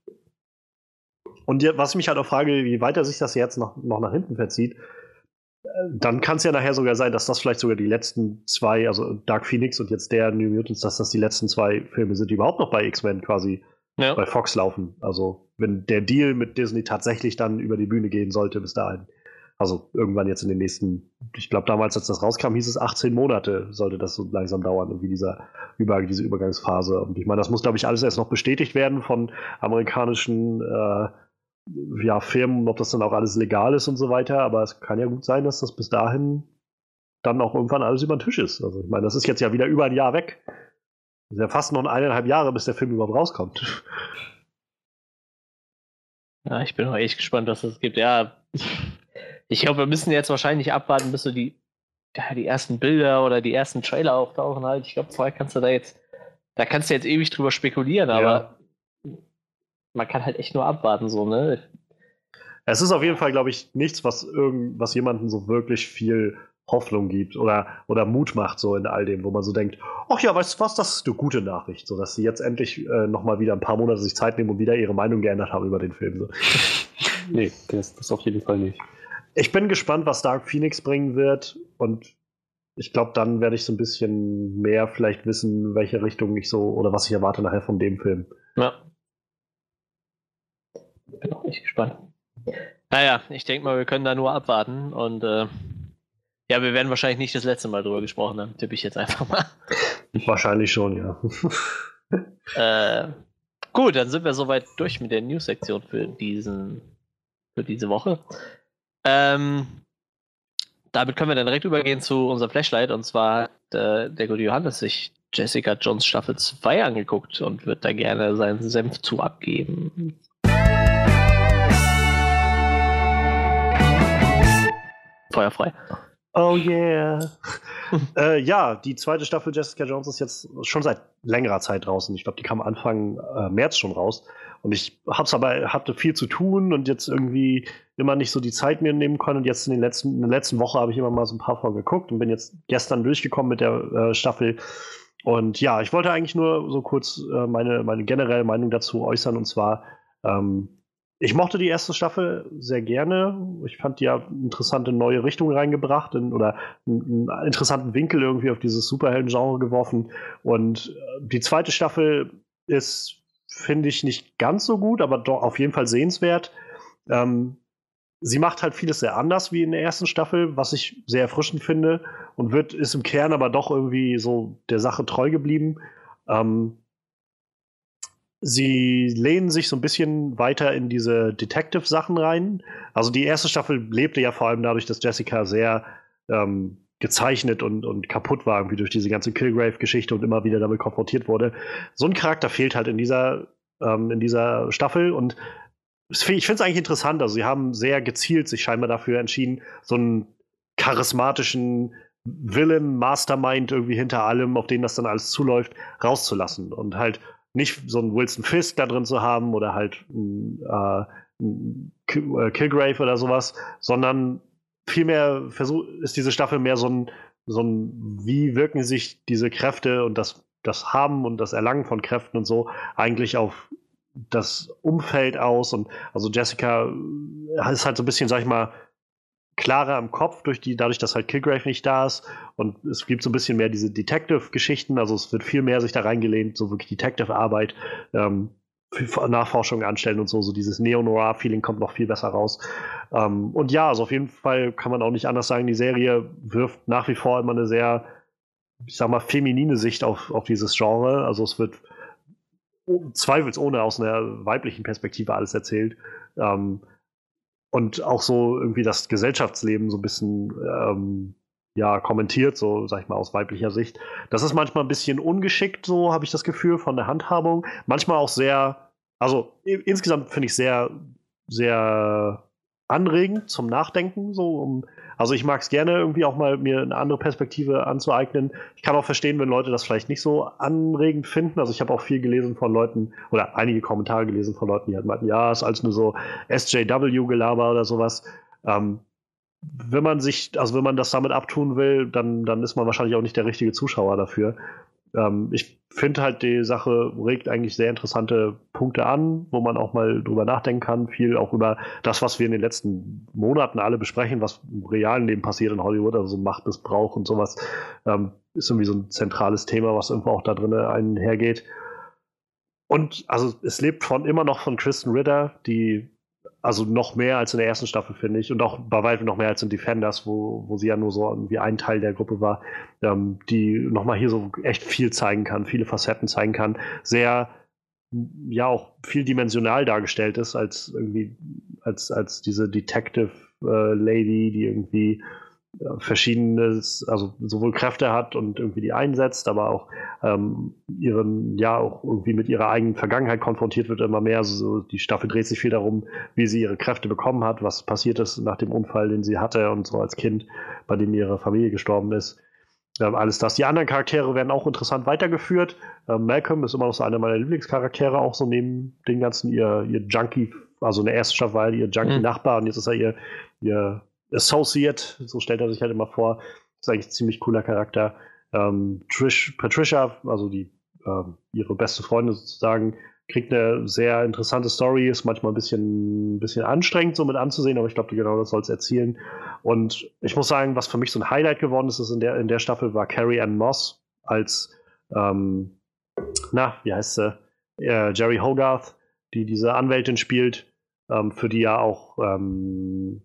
Und was ich mich halt auch frage, wie weiter sich das jetzt noch, noch nach hinten verzieht, dann kann es ja nachher sogar sein, dass das vielleicht sogar die letzten zwei, also Dark Phoenix und jetzt der New Mutants, dass das die letzten zwei Filme sind, die überhaupt noch bei X-Men quasi ja. bei Fox laufen. Also wenn der Deal mit Disney tatsächlich dann über die Bühne gehen sollte bis dahin. Also irgendwann jetzt in den nächsten, ich glaube damals, als das rauskam, hieß es achtzehn Monate sollte das so langsam dauern, irgendwie dieser Über, diese Übergangsphase. Und ich meine, das muss, glaube ich, alles erst noch bestätigt werden von amerikanischen äh, ja, Firmen, ob das dann auch alles legal ist und so weiter, aber es kann ja gut sein, dass das bis dahin dann auch irgendwann alles über den Tisch ist. Also ich meine, das ist jetzt ja wieder über ein Jahr weg. Das ist ja fast noch eineinhalb Jahre, bis der Film überhaupt rauskommt. Ja, ich bin auch echt gespannt, was es gibt. Ja, ich glaube, wir müssen jetzt wahrscheinlich abwarten, bis so die, ja, die ersten Bilder oder die ersten Trailer auftauchen halt. Ich glaube, vorher kannst du da jetzt, da kannst du jetzt ewig drüber spekulieren, aber ja. man kann halt echt nur abwarten, so, ne? Es ist auf jeden Fall, glaube ich, nichts, was irgend, was jemandem so wirklich viel Hoffnung gibt oder, oder Mut macht, so in all dem, wo man so denkt, ach ja, weißt du was, das ist eine gute Nachricht, so dass sie jetzt endlich äh, nochmal wieder ein paar Monate sich Zeit nehmen und wieder ihre Meinung geändert haben über den Film. So. Nee, das, das auf jeden Fall nicht. Ich bin gespannt, was Dark Phoenix bringen wird und ich glaube, dann werde ich so ein bisschen mehr vielleicht wissen, welche Richtung ich so oder was ich erwarte nachher von dem Film. Ja. Bin auch echt gespannt. Naja, ich denke mal, wir können da nur abwarten und äh, ja, wir werden wahrscheinlich nicht das letzte Mal drüber gesprochen haben, tippe ich jetzt einfach mal. Wahrscheinlich schon, ja. äh, gut, dann sind wir soweit durch mit der News-Sektion für diesen für diese Woche. Ähm, damit können wir dann direkt übergehen zu unserem Flashlight und zwar hat äh, der gute Johannes sich Jessica Jones Staffel zwei angeguckt und wird da gerne seinen Senf zu abgeben. Feuerfrei. Oh yeah. äh, ja, die zweite Staffel Jessica Jones ist jetzt schon seit längerer Zeit draußen. Ich glaube, die kam Anfang äh, März schon raus. Und ich hab's aber, hatte viel zu tun und jetzt irgendwie immer nicht so die Zeit mir nehmen können. Und jetzt in, den letzten, in der letzten Woche habe ich immer mal so ein paar Folgen geguckt und bin jetzt gestern durchgekommen mit der äh, Staffel. Und ja, ich wollte eigentlich nur so kurz äh, meine, meine generelle Meinung dazu äußern. Und zwar, ähm, ich mochte die erste Staffel sehr gerne. Ich fand, die hat interessante neue Richtungen reingebracht in, oder einen, einen interessanten Winkel irgendwie auf dieses Superhelden-Genre geworfen. Und die zweite Staffel ist, finde ich, nicht ganz so gut, aber doch auf jeden Fall sehenswert. Ähm, sie macht halt vieles sehr anders wie in der ersten Staffel, was ich sehr erfrischend finde und wird, ist im Kern aber doch irgendwie so der Sache treu geblieben. Ähm, Sie lehnen sich so ein bisschen weiter in diese Detective-Sachen rein. Also die erste Staffel lebte ja vor allem dadurch, dass Jessica sehr ähm, gezeichnet und, und kaputt war, irgendwie durch diese ganze Kilgrave-Geschichte und immer wieder damit konfrontiert wurde. So ein Charakter fehlt halt in dieser, ähm, in dieser Staffel und ich finde es eigentlich interessant. Also sie haben sehr gezielt sich scheinbar dafür entschieden, so einen charismatischen Villain, Mastermind irgendwie hinter allem, auf den das dann alles zuläuft, rauszulassen und halt nicht so einen Wilson Fisk da drin zu haben oder halt ein, äh, ein Kilgrave oder sowas, sondern vielmehr versuch, ist diese Staffel mehr so ein, so ein, wie wirken sich diese Kräfte und das, das Haben und das Erlangen von Kräften und so eigentlich auf das Umfeld aus. Und also Jessica ist halt so ein bisschen, sag ich mal, klarer im Kopf, durch die, dadurch, dass halt Kilgrave nicht da ist. Und es gibt so ein bisschen mehr diese Detective-Geschichten. Also es wird viel mehr sich da reingelehnt, so wirklich Detective-Arbeit, ähm, Nachforschung anstellen und so. So dieses Neo-Noir-Feeling kommt noch viel besser raus. Ähm, und ja, also auf jeden Fall kann man auch nicht anders sagen, die Serie wirft nach wie vor immer eine sehr, ich sag mal, feminine Sicht auf, auf dieses Genre. Also es wird zweifelsohne aus einer weiblichen Perspektive alles erzählt. Ähm, Und auch so irgendwie das Gesellschaftsleben so ein bisschen ähm, ja, kommentiert, so sag ich mal aus weiblicher Sicht. Das ist manchmal ein bisschen ungeschickt, so habe ich das Gefühl, von der Handhabung. Manchmal auch sehr, also insgesamt finde ich sehr, sehr anregend zum Nachdenken. So, um, also ich mag es gerne, irgendwie auch mal mir eine andere Perspektive anzueignen. Ich kann auch verstehen, wenn Leute das vielleicht nicht so anregend finden. Also ich habe auch viel gelesen von Leuten, oder einige Kommentare gelesen von Leuten, die halt meinten, ja, ist alles nur so S J W-Gelaber oder sowas. Ähm, wenn man sich, also wenn man das damit abtun will, dann, dann ist man wahrscheinlich auch nicht der richtige Zuschauer dafür. Ähm, ich finde halt, die Sache regt eigentlich sehr interessante Punkte an, wo man auch mal drüber nachdenken kann. Viel auch über das, was wir in den letzten Monaten alle besprechen, was im realen Leben passiert in Hollywood, also so Machtmissbrauch und sowas. Ähm, ist irgendwie so ein zentrales Thema, was irgendwo auch da drin einhergeht. Und also es lebt von immer noch von Kristen Ritter, die also noch mehr als in der ersten Staffel, finde ich. Und auch bei weitem noch mehr als in Defenders, wo, wo sie ja nur so irgendwie ein Teil der Gruppe war, ähm, die nochmal hier so echt viel zeigen kann, viele Facetten zeigen kann. Sehr, ja, auch vieldimensional dargestellt ist, als irgendwie, als, als diese Detective-Lady, äh, die irgendwie äh, verschiedenes, also sowohl Kräfte hat und irgendwie die einsetzt, aber auch ähm, ihren, ja, auch irgendwie mit ihrer eigenen Vergangenheit konfrontiert wird immer mehr. Also die Staffel dreht sich viel darum, wie sie ihre Kräfte bekommen hat, was passiert ist nach dem Unfall, den sie hatte und so als Kind, bei dem ihre Familie gestorben ist. Ähm, alles das. Die anderen Charaktere werden auch interessant weitergeführt. Ähm, Malcolm ist immer noch so einer meiner Lieblingscharaktere, auch so neben den ganzen, ihr, ihr Junkie, also in der ersten Staffel war er ihr Junkie-Nachbar und jetzt ist er ihr, ihr Associate, so stellt er sich halt immer vor. Ist eigentlich ein ziemlich cooler Charakter. Ähm, Trish, Patricia, also die, ähm, ihre beste Freundin sozusagen, kriegt eine sehr interessante Story, ist manchmal ein bisschen, ein bisschen anstrengend so mit anzusehen, aber ich glaube, genau das soll es erzählen. Und ich muss sagen, was für mich so ein Highlight geworden ist, ist in der, in der Staffel war Carrie Ann Moss als, ähm, na, wie heißt sie? Äh, Jerry Hogarth, die diese Anwältin spielt, ähm, für die ja auch ähm,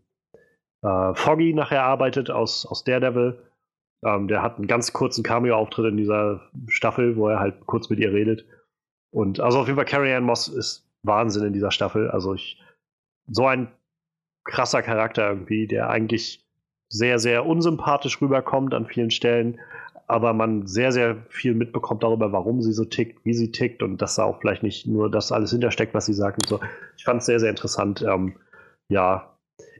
äh, Foggy nachher arbeitet aus, aus Daredevil. Ähm, der hat einen ganz kurzen Cameo-Auftritt in dieser Staffel, wo er halt kurz mit ihr redet. Und also auf jeden Fall Carrie Ann Moss ist Wahnsinn in dieser Staffel. Also ich, so ein krasser Charakter irgendwie, der eigentlich sehr, sehr unsympathisch rüberkommt an vielen Stellen, aber man sehr, sehr viel mitbekommt darüber, warum sie so tickt, wie sie tickt und dass da auch vielleicht nicht nur das alles hintersteckt, was sie sagt und so. Ich fand es sehr, sehr interessant. Ähm, ja,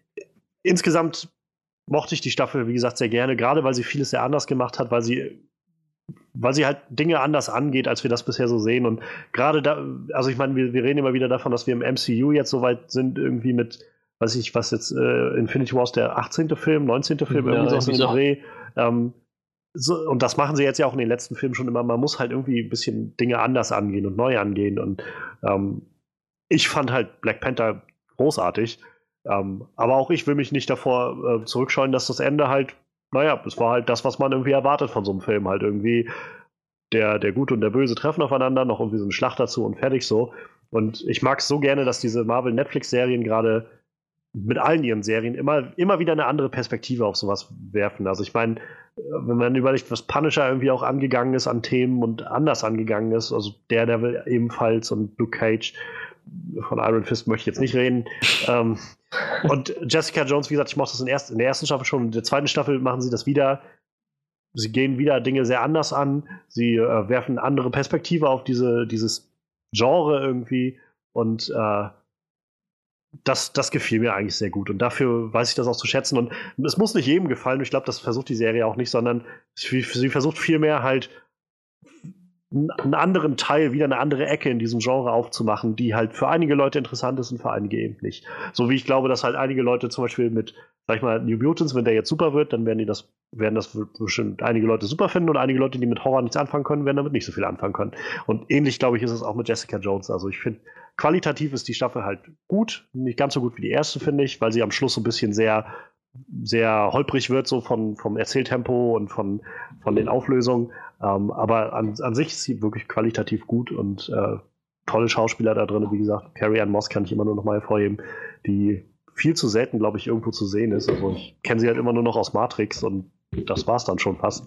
insgesamt mochte ich die Staffel, wie gesagt, sehr gerne, gerade weil sie vieles sehr anders gemacht hat, weil sie weil sie halt Dinge anders angeht, als wir das bisher so sehen. Und gerade da, also ich meine, wir, wir reden immer wieder davon, dass wir im M C U jetzt so weit sind, irgendwie mit, weiß ich, was jetzt, äh, Infinity War ist der achtzehnte Film, neunzehnte Film, Ja, irgendwie so in irgendwie dem so. Dreh. Ähm, so, und das machen sie jetzt ja auch in den letzten Filmen schon immer. Man muss halt irgendwie ein bisschen Dinge anders angehen und neu angehen. Und ähm, ich fand halt Black Panther großartig. Ähm, aber auch ich will mich nicht davor äh, zurückscheuen, dass das Ende halt, naja, es war halt das, was man irgendwie erwartet von so einem Film. Halt irgendwie der, der Gute und der Böse treffen aufeinander, noch irgendwie so eine Schlacht dazu und fertig so. Und ich mag es so gerne, dass diese Marvel-Netflix-Serien gerade mit allen ihren Serien immer, immer wieder eine andere Perspektive auf sowas werfen. Also ich meine, wenn man überlegt, was Punisher irgendwie auch angegangen ist an Themen und anders angegangen ist, also Daredevil ebenfalls und Luke Cage, von Iron Fist möchte ich jetzt nicht reden. ähm, und Jessica Jones, wie gesagt, ich mochte das in, erst, in der ersten Staffel schon, in der zweiten Staffel machen sie das wieder. Sie gehen wieder Dinge sehr anders an. Sie äh, werfen eine andere Perspektive auf diese, dieses Genre irgendwie. Und äh, das, das gefiel mir eigentlich sehr gut. Und dafür weiß ich das auch zu schätzen. Und es muss nicht jedem gefallen. Ich glaube, das versucht die Serie auch nicht, sondern sie, sie versucht vielmehr halt einen anderen Teil, wieder eine andere Ecke in diesem Genre aufzumachen, die halt für einige Leute interessant ist und für einige eben nicht. So wie ich glaube, dass halt einige Leute zum Beispiel mit, sag ich mal, New Mutants, wenn der jetzt super wird, dann werden die das, werden das bestimmt einige Leute super finden und einige Leute, die mit Horror nichts anfangen können, werden damit nicht so viel anfangen können. Und ähnlich, glaube ich, ist es auch mit Jessica Jones. Also ich finde, qualitativ ist die Staffel halt gut, nicht ganz so gut wie die erste, finde ich, weil sie am Schluss so ein bisschen sehr sehr holprig wird, so von, vom Erzähltempo und von, von den Auflösungen. Ähm, aber an, an sich ist sie wirklich qualitativ gut und äh, tolle Schauspieler da drin. Wie gesagt, Carrie Ann Moss kann ich immer nur noch mal hervorheben, die viel zu selten, glaube ich, irgendwo zu sehen ist. Also ich kenne sie halt immer nur noch aus Matrix und das war es dann schon fast.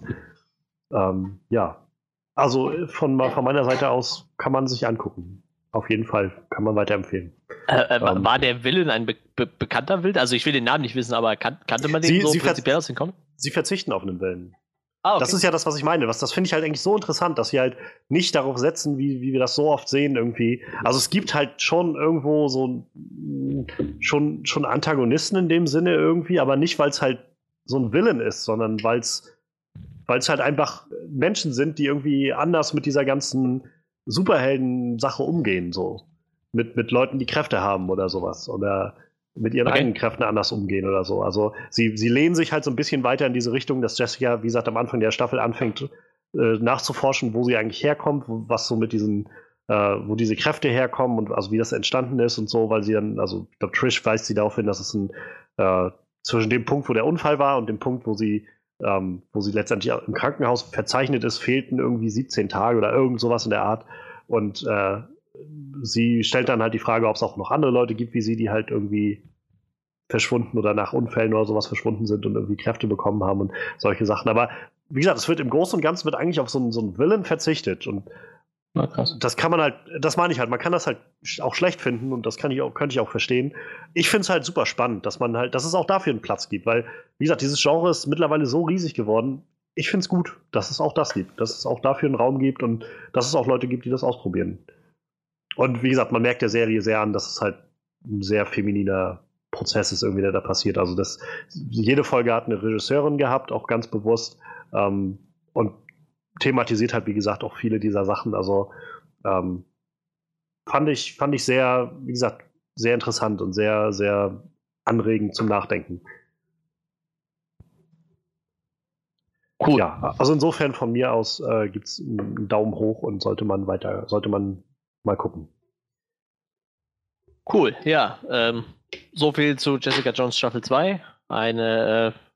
Ähm, ja, also von, von meiner Seite aus kann man sich angucken. Auf jeden Fall kann man weiterempfehlen. Äh, äh, Ähm, war der Villain ein be be bekannter Villain? Also ich will den Namen nicht wissen, aber kan kannte man den Sie- so sie prinzipiell aus den Comics? Sie verzichten auf einen Willen. Ah, okay. Das ist ja das, was ich meine. Was, das finde ich halt eigentlich so interessant, dass sie halt nicht darauf setzen, wie, wie wir das so oft sehen irgendwie. Also es gibt halt schon irgendwo so mm, schon, schon Antagonisten in dem Sinne irgendwie, aber nicht, weil es halt so ein Villain ist, sondern weil es weil es halt einfach Menschen sind, die irgendwie anders mit dieser ganzen Superhelden-Sache umgehen, so. Mit, mit Leuten, die Kräfte haben oder sowas. Oder mit ihren Okay. eigenen Kräften anders umgehen oder so. Also sie, sie lehnen sich halt so ein bisschen weiter in diese Richtung, dass Jessica, wie gesagt, am Anfang der Staffel anfängt äh, nachzuforschen, wo sie eigentlich herkommt, wo, was so mit diesen, äh, wo diese Kräfte herkommen und also wie das entstanden ist und so, weil sie dann, also ich glaube, Trish weist sie darauf hin, dass es ein äh, zwischen dem Punkt, wo der Unfall war und dem Punkt, wo sie ähm, wo sie letztendlich im Krankenhaus verzeichnet ist, fehlten irgendwie siebzehn Tage oder irgend sowas in der Art. Und äh, sie stellt dann halt die Frage, ob es auch noch andere Leute gibt wie sie, die halt irgendwie verschwunden oder nach Unfällen oder sowas verschwunden sind und irgendwie Kräfte bekommen haben und solche Sachen. Aber wie gesagt, es wird im Großen und Ganzen wird eigentlich auf so einen, so einen Villain verzichtet. Und Na, krass. das kann man halt, das meine ich halt, man kann das halt auch schlecht finden und das kann ich auch, könnte ich auch verstehen. Ich finde es halt super spannend, dass man halt, dass es auch dafür einen Platz gibt, weil, wie gesagt, dieses Genre ist mittlerweile so riesig geworden. Ich finde es gut, dass es auch das gibt, dass es auch dafür einen Raum gibt und dass es auch Leute gibt, die das ausprobieren. Und wie gesagt, man merkt der Serie sehr an, dass es halt ein sehr femininer Prozess ist irgendwie, der da passiert. Also das, jede Folge hat eine Regisseurin gehabt, auch ganz bewusst. Ähm, und thematisiert halt, wie gesagt, auch viele dieser Sachen. Also ähm, fand ich, fand ich sehr, wie gesagt, sehr interessant und sehr, sehr anregend zum Nachdenken. Cool. Ja, also insofern von mir aus äh, gibt es einen Daumen hoch und sollte man weiter, sollte man mal gucken. Cool, ja. Ähm, so viel zu Jessica Jones Staffel zwei. Eine äh,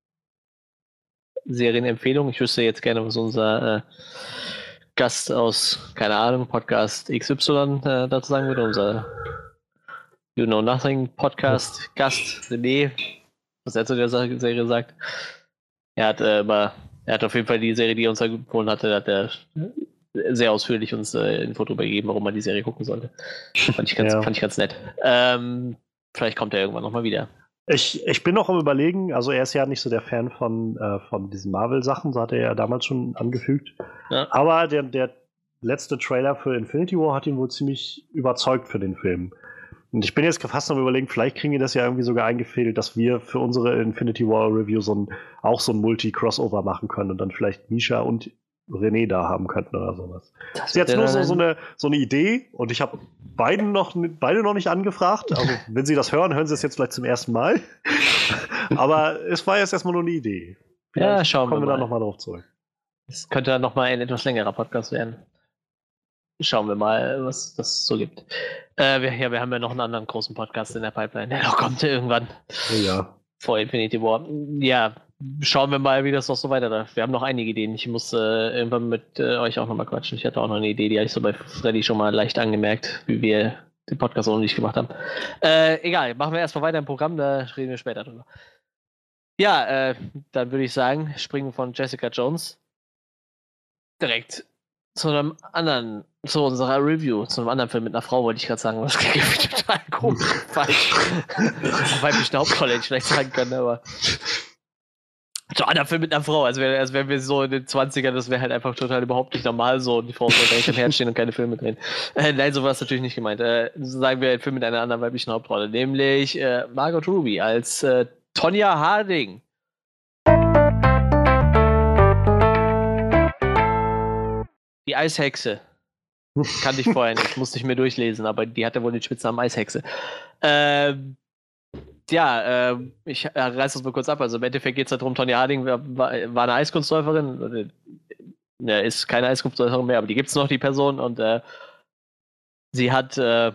Serienempfehlung. Ich wüsste jetzt gerne, was unser äh, Gast aus, keine Ahnung, Podcast X Y äh, dazu sagen würde. Unser You Know Nothing Podcast Gast René, was er zu der Serie sagt. Er hat äh, immer, er hat auf jeden Fall die Serie, die er uns empfohlen hatte, hat er sehr ausführlich uns äh, Info darüber gegeben, warum man die Serie gucken sollte. Fand ich ganz, Ja. fand ich ganz nett. Ähm, vielleicht kommt er irgendwann nochmal wieder. Ich, ich bin noch am Überlegen, also er ist ja nicht so der Fan von, äh, von diesen Marvel-Sachen, so hat er ja damals schon angefügt. Ja. Aber der, der letzte Trailer für Infinity War hat ihn wohl ziemlich überzeugt für den Film. Und ich bin jetzt fast am Überlegen, vielleicht kriegen wir das ja irgendwie sogar eingefädelt, dass wir für unsere Infinity War Review so ein, auch so ein Multi-Crossover machen können und dann vielleicht Misha und René da haben könnten oder sowas. Das ist jetzt nur so, so, eine, so eine Idee und ich habe beiden noch, beide noch nicht angefragt. Also, wenn Sie das hören, hören Sie es jetzt vielleicht zum ersten Mal. Aber es war jetzt erstmal nur eine Idee. Vielleicht ja, schauen kommen wir wir mal. da nochmal drauf zurück. Es könnte dann nochmal ein etwas längerer Podcast werden. Schauen wir mal, was das so gibt. Äh, wir, ja, wir haben ja noch einen anderen großen Podcast in der Pipeline. Der noch kommt irgendwann. Oh ja. Vor Infinity War. Ja, schauen wir mal, wie das noch so weiterläuft. Wir haben noch einige Ideen. Ich muss äh, irgendwann mit äh, euch auch nochmal quatschen. Ich hatte auch noch eine Idee, die hatte ich so bei Freddy schon mal leicht angemerkt, wie wir den Podcast ohne dich gemacht haben. Äh, egal, machen wir erstmal weiter im Programm, da reden wir später drüber. Ja, äh, dann würde ich sagen, springen wir von Jessica Jones direkt zu einem anderen, zu unserer Review, zu einem anderen Film mit einer Frau, wollte ich gerade sagen, was klingt total komisch, falsch. Weibliche Hauptrolle hätte ich vielleicht sagen können, aber zu einem anderen Film mit einer Frau, also wären als wär wir so in den zwanzigern, das wäre halt einfach total überhaupt nicht normal so, und die Frau sollte eigentlich am Herd stehen und keine Filme drehen. Äh, nein, so war es natürlich nicht gemeint. Äh, sagen wir einen Film mit einer anderen weiblichen Hauptrolle, nämlich äh, Margot Robbie als äh, Tonya Harding. Die Eishexe. Kannte ich vorher nicht, musste ich mir durchlesen, aber die hatte wohl den Spitznamen Eishexe. Ähm, ja, äh, ich äh, reiß das mal kurz ab. Also im Endeffekt geht es darum, Tonya Harding war, war eine Eiskunstläuferin. Ne, ist keine Eiskunstläuferin mehr, aber die gibt es noch, die Person. Und äh, sie hat, äh,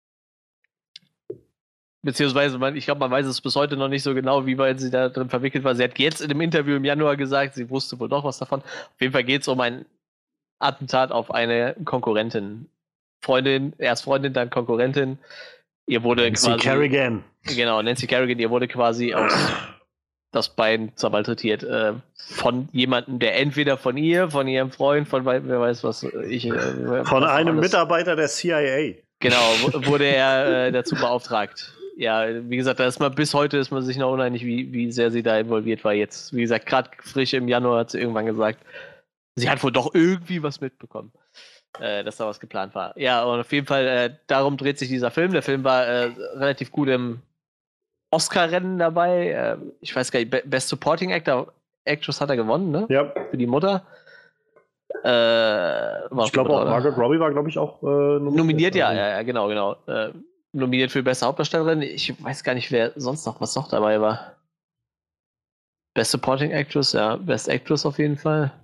beziehungsweise, man, ich glaube, man weiß es bis heute noch nicht so genau, wie weit sie da drin verwickelt war. Sie hat jetzt in dem Interview im Januar gesagt, sie wusste wohl doch was davon. Auf jeden Fall geht es um ein Attentat auf eine Konkurrentin. Freundin, erst Freundin, dann Konkurrentin. Ihr wurde Nancy quasi. Kerrigan. Genau, Nancy Kerrigan, ihr wurde quasi aus das Bein zermalträtiert äh, von jemandem, der entweder von ihr, von ihrem Freund, von wer weiß was ich. Äh, von was einem alles. Mitarbeiter der C I A. Genau, wurde er äh, dazu beauftragt. Ja, wie gesagt, da ist man bis heute ist man sich noch uneinig, wie, wie sehr sie da involviert war. Jetzt, wie gesagt, gerade frisch im Januar hat sie irgendwann gesagt, sie hat wohl doch irgendwie was mitbekommen, äh, dass da was geplant war. Ja, und auf jeden Fall, äh, darum dreht sich dieser Film. Der Film war äh, relativ gut im Oscar-Rennen dabei. Äh, ich weiß gar nicht, Best Supporting Actor, Actress hat er gewonnen, ne? Ja. Für die Mutter. Äh, war Ich glaube auch, Margot Robbie war, glaube ich, auch äh, nominiert. Nominiert, ja, ja, ja, genau, genau. Äh, nominiert für beste Hauptdarstellerin. Ich weiß gar nicht, wer sonst noch was noch dabei war. Best Supporting Actress, ja, Best Actress auf jeden Fall.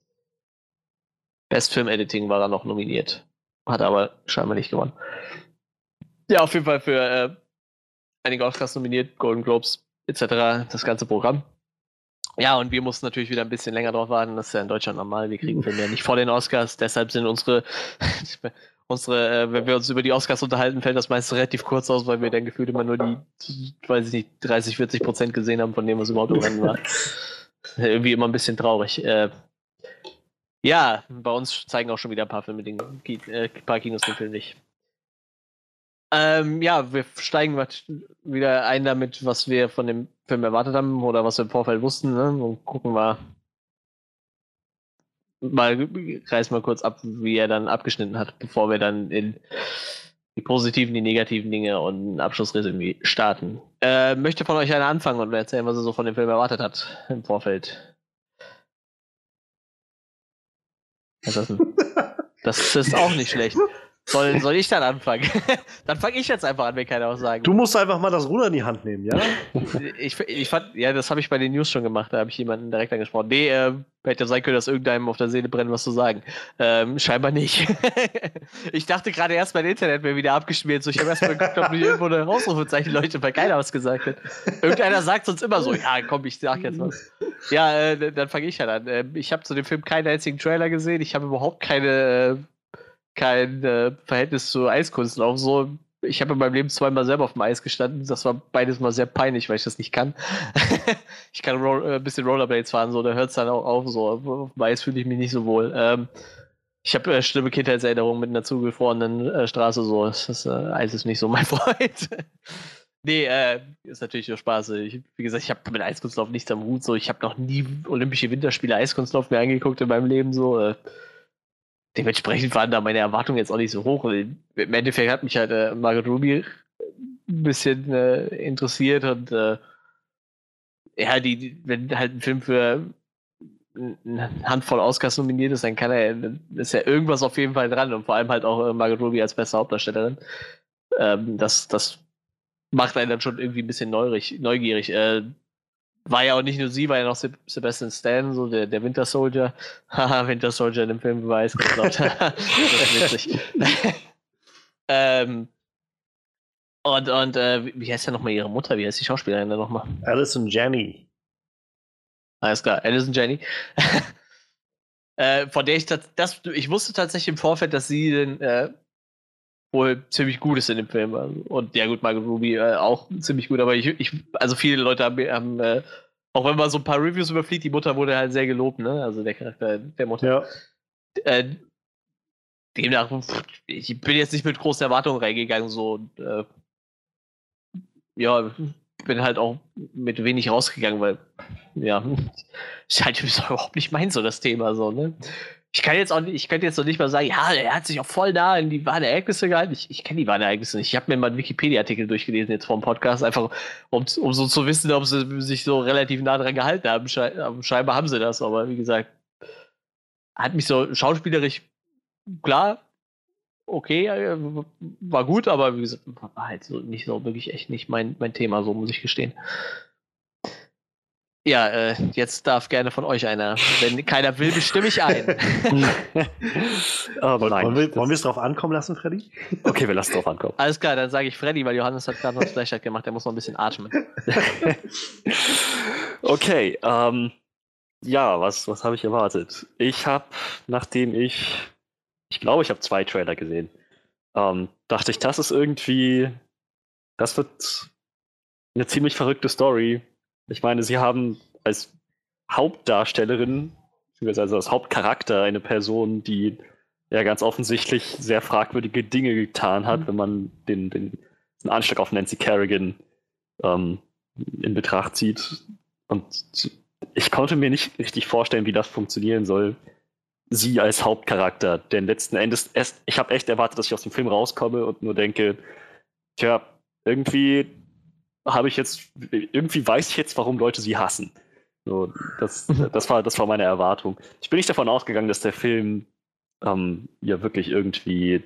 Best Film Editing war er noch nominiert. Hat aber scheinbar nicht gewonnen. Ja, auf jeden Fall für äh, einige Oscars nominiert, Golden Globes et cetera. Das ganze Programm. Ja, und wir mussten natürlich wieder ein bisschen länger drauf warten. Das ist ja in Deutschland normal. Wir kriegen Filme ja nicht vor den Oscars. Deshalb sind unsere, unsere äh, wenn wir uns über die Oscars unterhalten, fällt das meist relativ kurz aus, weil wir dann gefühlt immer nur die, weiß ich nicht, dreißig, vierzig Prozent gesehen haben, von dem, was überhaupt im Rennen war. Irgendwie immer ein bisschen traurig. Äh, ja, bei uns zeigen auch schon wieder ein paar Filme, den, äh, ein paar Kinos den Film nicht. Ähm, ja, wir steigen wieder ein damit, was wir von dem Film erwartet haben oder was wir im Vorfeld wussten, ne? Und gucken wir mal, reißen mal kurz ab, wie er dann abgeschnitten hat, bevor wir dann in die positiven, die negativen Dinge und ein Abschlussresümee starten. Äh, möchte von euch einer anfangen und erzählen, was er so von dem Film erwartet hat im Vorfeld? Das ist, das ist auch nicht schlecht. Soll, soll ich dann anfangen? Dann fange ich jetzt einfach an, wenn keiner was sagen. Du musst einfach mal das Ruder in die Hand nehmen, ja? Ich, ich fand, ja, das habe ich bei den News schon gemacht, da habe ich jemanden direkt angesprochen. Nee, äh, hätte ja sein können, dass irgendeinem auf der Seele brennt, was zu sagen. Ähm, scheinbar nicht. Ich dachte gerade erst, mein Internet wäre wieder abgeschmiert. So, ich habe erst mal geguckt, ob nicht irgendwo eine Ausrufezeichen Leute, weil keiner was gesagt hat. Irgendeiner sagt sonst immer so, ja, komm, ich sag jetzt was. Ja, äh, dann fange ich halt an. Äh, ich habe zu dem Film keinen einzigen Trailer gesehen. Ich habe überhaupt keine... Äh, kein äh, Verhältnis zu Eiskunstlauf. So, ich habe in meinem Leben zweimal selber auf dem Eis gestanden. Das war beides mal sehr peinlich, weil ich das nicht kann. Ich kann Roll, äh, ein bisschen Rollerblades fahren, so, da hört es dann auch auf. So. Auf dem Eis fühle ich mich nicht so wohl. Ähm, ich habe äh, schlimme Kindheitserinnerungen mit einer zugefrorenen äh, Straße. So. Das, das äh, Eis ist nicht so mein Freund. Nee, äh, ist natürlich nur Spaß. Ich, wie gesagt, ich habe mit Eiskunstlauf nichts am Hut. So. Ich habe noch nie Olympische Winterspiele Eiskunstlauf mir angeguckt in meinem Leben. So. Äh, Dementsprechend waren da meine Erwartungen jetzt auch nicht so hoch. Im Endeffekt hat mich halt äh, Margot Robbie ein bisschen äh, interessiert und äh, ja, die, die, wenn halt ein Film für eine Handvoll Oscars nominiert ist, dann kann er, ist ja irgendwas auf jeden Fall dran und vor allem halt auch äh, Margot Robbie als beste Hauptdarstellerin. Ähm, das, das macht einen dann schon irgendwie ein bisschen neurig, neugierig. Äh, War ja auch nicht nur sie, war ja noch Sebastian Stan, so der, der Winter Soldier. Haha, Winter Soldier in dem Film beweist. Das ist witzig. ähm, und und äh, wie heißt ja nochmal ihre Mutter? Wie heißt die Schauspielerin denn nochmal? Alison Janney. Alles klar, Alison Janney. äh, von der ich das, das, ich wusste tatsächlich im Vorfeld, dass sie denn, äh, wohl ziemlich gut ist in dem Film. Und ja gut, Margot Robbie äh, auch ziemlich gut, aber ich, ich also viele Leute haben, haben äh, auch wenn man so ein paar Reviews überfliegt, die Mutter wurde halt sehr gelobt, ne? Also der Charakter der Mutter. Ja. Äh, demnach, ich bin jetzt nicht mit großen Erwartungen reingegangen, so und, äh, ja, bin halt auch mit wenig rausgegangen, weil ja, ist halt überhaupt nicht meins, so das Thema, so, ne? Ich kann jetzt auch nicht, ich könnte jetzt noch nicht mal sagen, ja, er hat sich auch voll nah in die wahren Ereignisse gehalten. Ich, ich kenne die wahren Ereignisse nicht. Ich habe mir mal einen Wikipedia-Artikel durchgelesen jetzt vor dem Podcast, einfach um, um so zu wissen, ob sie sich so relativ nah dran gehalten haben. Sche scheinbar haben sie das, aber wie gesagt, hat mich so schauspielerisch, klar, okay, war gut, aber wie gesagt, war halt so nicht so wirklich echt nicht mein, mein Thema, so muss ich gestehen. Ja, äh, jetzt darf gerne von euch einer. Wenn keiner will, bestimme ich ein. Aber nein. Wollen wir, wollen wir es drauf ankommen lassen, Freddy? Okay, wir lassen es drauf ankommen. Alles klar, dann sage ich Freddy, weil Johannes hat gerade noch das Flashlight gemacht, der muss noch ein bisschen atmen. Okay, ähm, ja, was, was habe ich erwartet? Ich habe, nachdem ich, ich glaube, ich habe zwei Trailer gesehen, ähm, dachte ich, das ist irgendwie, das wird eine ziemlich verrückte Story. Ich meine, sie haben als Hauptdarstellerin, also als Hauptcharakter eine Person, die ja ganz offensichtlich sehr fragwürdige Dinge getan hat, mhm. wenn man den, den, den Anschlag auf Nancy Kerrigan ähm, in Betracht zieht. Und ich konnte mir nicht richtig vorstellen, wie das funktionieren soll, sie als Hauptcharakter. Denn letzten Endes, erst, ich habe echt erwartet, dass ich aus dem Film rauskomme und nur denke, tja, irgendwie habe ich jetzt, irgendwie weiß ich jetzt, warum Leute sie hassen. So, das, das, war, das war meine Erwartung. Ich bin nicht davon ausgegangen, dass der Film ähm, ja wirklich irgendwie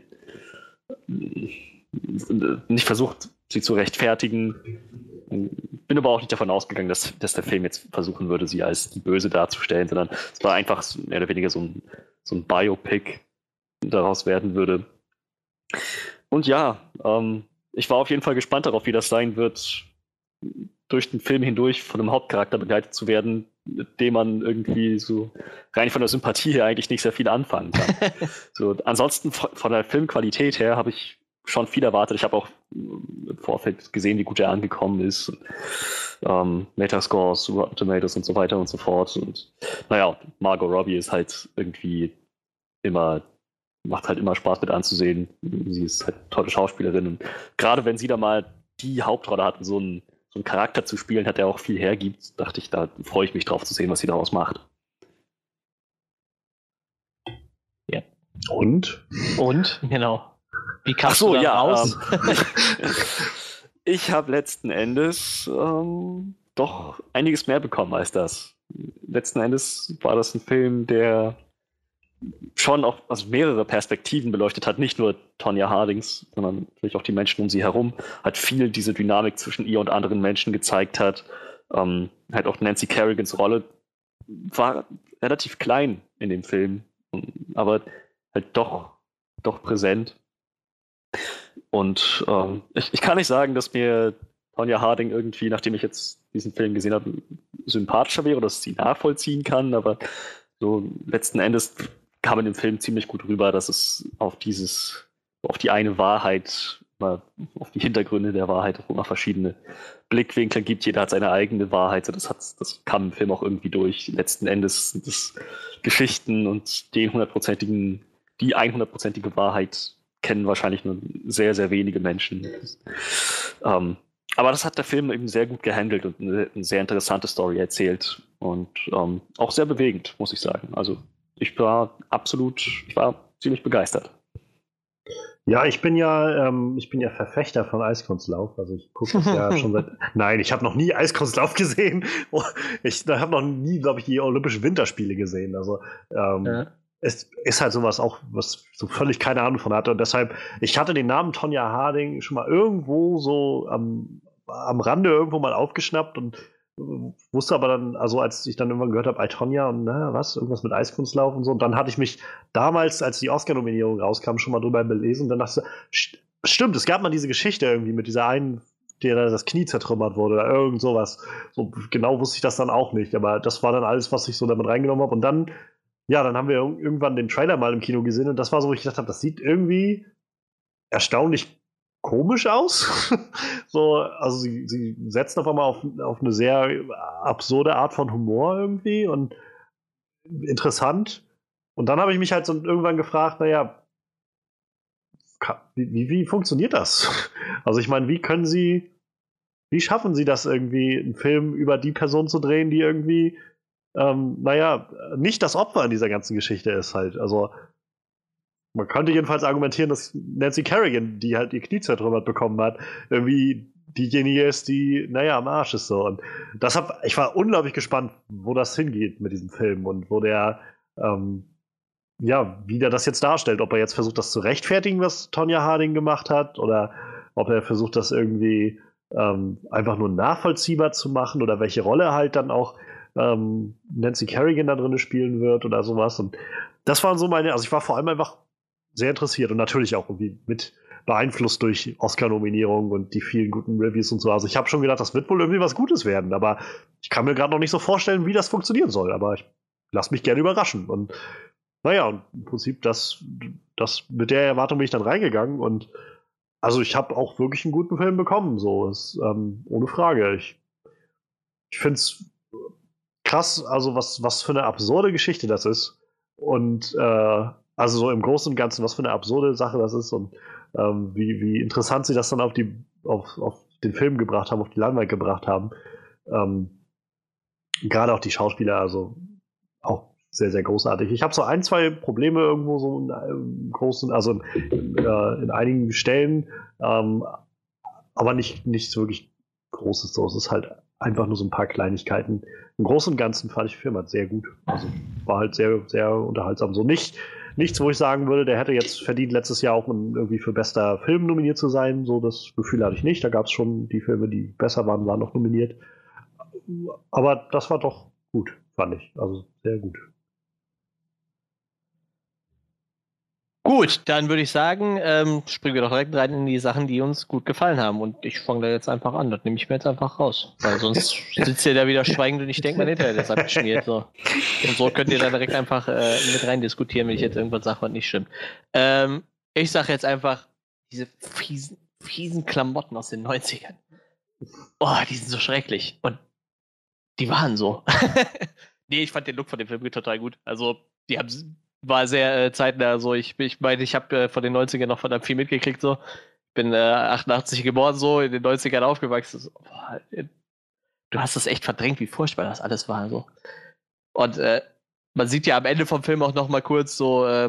nicht versucht, sie zu rechtfertigen. Bin aber auch nicht davon ausgegangen, dass, dass der Film jetzt versuchen würde, sie als die Böse darzustellen, sondern es war einfach mehr oder weniger so ein, so ein Biopic daraus werden würde. Und ja, ähm, ich war auf jeden Fall gespannt darauf, wie das sein wird, durch den Film hindurch von einem Hauptcharakter begleitet zu werden, mit dem man irgendwie so rein von der Sympathie her eigentlich nicht sehr viel anfangen kann. So, ansonsten von der Filmqualität her habe ich schon viel erwartet. Ich habe auch im Vorfeld gesehen, wie gut er angekommen ist. Ähm, Metascores, Rotten Tomatoes und so weiter und so fort. Und naja, Margot Robbie ist halt irgendwie immer, macht halt immer Spaß mit anzusehen. Sie ist halt eine tolle Schauspielerin. Und gerade wenn sie da mal die Hauptrolle hat, so einen, so einen Charakter zu spielen hat, der auch viel hergibt, dachte ich, da freue ich mich drauf zu sehen, was sie daraus macht. Ja. Und? Und, genau. Wie kamst Ach so, du da ja, raus? Ähm, ich habe letzten Endes ähm, doch einiges mehr bekommen als das. Letzten Endes war das ein Film, der schon auch also mehrere Perspektiven beleuchtet hat, nicht nur Tonya Hardings, sondern natürlich auch die Menschen um sie herum, hat viel diese Dynamik zwischen ihr und anderen Menschen gezeigt hat. Ähm, halt auch Nancy Kerrigans Rolle war relativ klein in dem Film, aber halt doch, doch präsent. Und ähm, ich, ich kann nicht sagen, dass mir Tonya Harding irgendwie, nachdem ich jetzt diesen Film gesehen habe, sympathischer wäre oder dass ich sie nachvollziehen kann, aber so letzten Endes kam in dem Film ziemlich gut rüber, dass es auf dieses, auf die eine Wahrheit, auf die Hintergründe der Wahrheit auch immer verschiedene Blickwinkel gibt. Jeder hat seine eigene Wahrheit. Das, hat, das kam im Film auch irgendwie durch. Letzten Endes sind es Geschichten und den hundertprozentigen, die hundertprozentige Wahrheit kennen wahrscheinlich nur sehr, sehr wenige Menschen. Ähm, aber das hat der Film eben sehr gut gehandelt und eine, eine sehr interessante Story erzählt und ähm, auch sehr bewegend, muss ich sagen. Also ich war absolut, ich war ziemlich begeistert. Ja, ich bin ja, ähm, ich bin ja Verfechter von Eiskunstlauf. Also ich gucke das ja schon seit. Nein, ich habe noch nie Eiskunstlauf gesehen. Ich habe noch nie, glaube ich, die Olympischen Winterspiele gesehen. Also ähm, ja. Es ist halt sowas auch, was so völlig keine Ahnung von hatte. Und deshalb, ich hatte den Namen Tonya Harding schon mal irgendwo so am, am Rande irgendwo mal aufgeschnappt und wusste aber dann, also als ich dann irgendwann gehört habe, I, Tonya und na, was, irgendwas mit Eiskunstlauf und so, und dann hatte ich mich damals, als die Oscar-Nominierung rauskam, schon mal drüber belesen und dann dachte ich, stimmt, es gab mal diese Geschichte irgendwie mit dieser einen, der da das Knie zertrümmert wurde oder irgend sowas. So genau wusste ich das dann auch nicht, aber das war dann alles, was ich so damit reingenommen habe und dann, ja, dann haben wir irgendwann den Trailer mal im Kino gesehen und das war so, wo ich gedacht habe, das sieht irgendwie erstaunlich komisch aus. So, also sie, sie setzen auf einmal auf, auf eine sehr absurde Art von Humor irgendwie und interessant. Und dann habe ich mich halt so irgendwann gefragt, naja, wie, wie funktioniert das? Also ich meine, wie können sie, wie schaffen sie das irgendwie, einen Film über die Person zu drehen, die irgendwie, ähm, naja, nicht das Opfer in dieser ganzen Geschichte ist halt. Also man könnte jedenfalls argumentieren, dass Nancy Kerrigan, die halt ihr Knie zertrümmert bekommen hat, irgendwie diejenige ist, die, naja, am Arsch ist so. Und das hab, ich war unglaublich gespannt, wo das hingeht mit diesem Film und wo der, ähm, ja, wie der das jetzt darstellt. Ob er jetzt versucht, das zu rechtfertigen, was Tonya Harding gemacht hat, oder ob er versucht, das irgendwie ähm, einfach nur nachvollziehbar zu machen oder welche Rolle halt dann auch ähm, Nancy Kerrigan da drin spielen wird oder sowas. Und das waren so meine, also ich war vor allem einfach sehr interessiert und natürlich auch irgendwie mit beeinflusst durch Oscar-Nominierungen und die vielen guten Reviews und so. Also ich habe schon gedacht, das wird wohl irgendwie was Gutes werden, aber ich kann mir gerade noch nicht so vorstellen, wie das funktionieren soll. Aber ich lasse mich gerne überraschen. Und naja, und im Prinzip das, das mit der Erwartung bin ich dann reingegangen und also ich habe auch wirklich einen guten Film bekommen, so ist, ähm, ohne Frage. Ich, ich finde es krass, also was, was für eine absurde Geschichte das ist und äh, also so im Großen und Ganzen, was für eine absurde Sache das ist und ähm, wie, wie interessant sie das dann auf, die, auf, auf den Film gebracht haben, auf die Leinwand gebracht haben. Ähm, Gerade auch die Schauspieler, also auch sehr, sehr großartig. Ich habe so ein, zwei Probleme irgendwo so in, im großen, also in, äh, in einigen Stellen, ähm, aber nicht nichts wirklich Großes. So. Es ist halt einfach nur so ein paar Kleinigkeiten. Im Großen und Ganzen fand ich den Film halt sehr gut. Also war halt sehr, sehr unterhaltsam. So nicht Nichts, wo ich sagen würde, der hätte jetzt verdient, letztes Jahr auch irgendwie für bester Film nominiert zu sein. So, das Gefühl hatte ich nicht. Da gab es schon die Filme, die besser waren, waren noch nominiert. Aber das war doch gut, fand ich. Also sehr gut. Gut, dann würde ich sagen, ähm, springen wir doch direkt rein in die Sachen, die uns gut gefallen haben. Und ich fange da jetzt einfach an. Das nehme ich mir jetzt einfach raus. Weil sonst sitzt ihr da wieder schweigend und ich denke, mein Internet ist abgeschmiert. So. Und so könnt ihr da direkt einfach äh, mit rein diskutieren, wenn ich jetzt irgendwas sage, was nicht stimmt. Ähm, ich sage jetzt einfach, diese fiesen, fiesen Klamotten aus den neunzigern. Oh, die sind so schrecklich. Und die waren so. Nee, ich fand den Look von dem Film total gut. Also, die haben war sehr äh, zeitnah so. Ich ich meine, ich habe äh, von den neunzigern noch verdammt viel mitgekriegt. So. Ich bin äh, achtundachtzig geboren, so in den neunzigern aufgewachsen. So. Boah, du hast das echt verdrängt, wie furchtbar das alles war. So. Und äh, man sieht ja am Ende vom Film auch noch mal kurz so äh,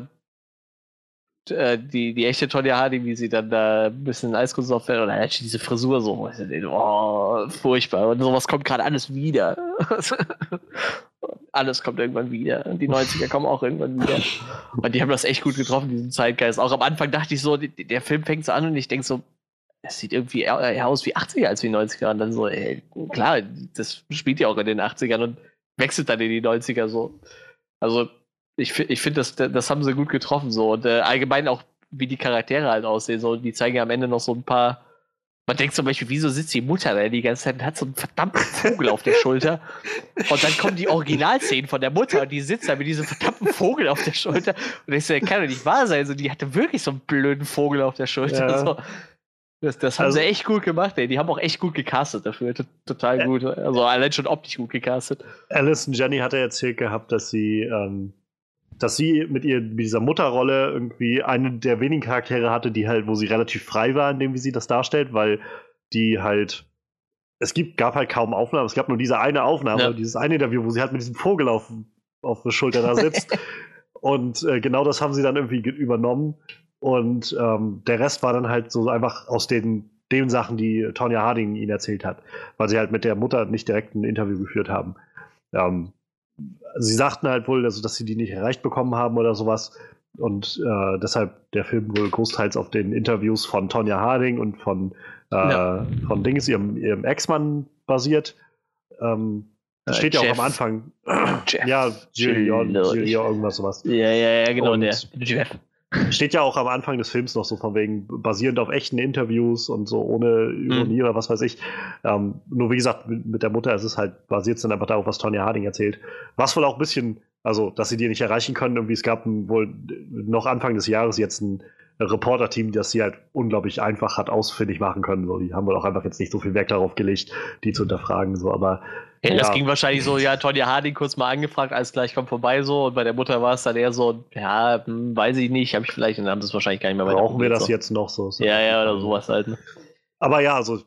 die, die echte Tonya Harding, wie sie dann da ein bisschen Eiskunstlauf fällt und dann hat sie diese Frisur so. Oh, furchtbar. Und sowas kommt gerade alles wieder. alles kommt irgendwann wieder. Und die neunziger kommen auch irgendwann wieder. Und die haben das echt gut getroffen, diesen Zeitgeist. Auch am Anfang dachte ich so, die, der Film fängt so an und ich denke so, es sieht irgendwie eher aus wie achtziger als wie neunziger. Und dann so, ey, klar, das spielt ja auch in den achtzigern und wechselt dann in die neunziger so. Also, ich, ich finde, das, das haben sie gut getroffen so. Und äh, allgemein auch, wie die Charaktere halt aussehen. So, die zeigen ja am Ende noch so ein paar. Man denkt zum Beispiel, wieso sitzt die Mutter da die ganze Zeit und hat so einen verdammten Vogel auf der Schulter? Und dann kommen die Originalszenen von der Mutter und die sitzt da mit diesem verdammten Vogel auf der Schulter. Und ich so, das kann doch nicht wahr sein. Also, die hatte wirklich so einen blöden Vogel auf der Schulter. Ja. So. Das, das haben Also, sie echt gut gemacht, ey. Die haben auch echt gut gecastet dafür. T- total gut. Also allein schon optisch gut gecastet. Alison Janney hatte erzählt gehabt, dass sie, ähm, dass sie mit ihr mit dieser Mutterrolle irgendwie eine der wenigen Charaktere hatte, die halt, wo sie relativ frei war, in dem, wie sie das darstellt, weil die halt, es gibt, gab halt kaum Aufnahmen, es gab nur diese eine Aufnahme, Ja. dieses eine Interview, wo sie halt mit diesem Vogel auf, auf der Schulter da sitzt. Und äh, genau das haben sie dann irgendwie ge- übernommen. Und ähm, der Rest war dann halt so einfach aus den, den Sachen, die Tonya Harding ihnen erzählt hat, weil sie halt mit der Mutter nicht direkt ein Interview geführt haben. Ähm, sie sagten halt wohl, also, dass sie die nicht erreicht bekommen haben oder sowas. Und äh, deshalb der Film wohl großteils auf den Interviews von Tonya Harding und von, äh, Ja. von Dings, ihrem, ihrem Ex-Mann basiert. Ähm, das Äh, steht ja Jeff. auch am Anfang. Jeff. Ja, Gillian, Gillian. Gillian, irgendwas sowas. Ja, ja, ja, genau, Und- der Jeff. Steht ja auch am Anfang des Films noch so von wegen basierend auf echten Interviews und so ohne Ironie oder was weiß ich. Ähm, nur wie gesagt, mit, mit der Mutter ist es halt basiert dann einfach darauf, was Tonya Harding erzählt. Was wohl auch ein bisschen, also dass sie die nicht erreichen können, irgendwie es gab ein, wohl noch Anfang des Jahres jetzt ein Reporter-Team, das sie halt unglaublich einfach hat ausfindig machen können. So, die haben wohl auch einfach jetzt nicht so viel Wert darauf gelegt, die zu hinterfragen. So, aber Ja, das ja. ging wahrscheinlich so, ja, Tonya Harding kurz mal angefragt, alles gleich, kommt vorbei so. Und bei der Mutter war es dann eher so, ja, hm, weiß ich nicht, habe ich vielleicht, und dann haben sie es wahrscheinlich gar nicht mehr weiter brauchen wir probiert, das so. jetzt noch so? so. Ja, ja, oder sowas halt. Ne? Aber ja, also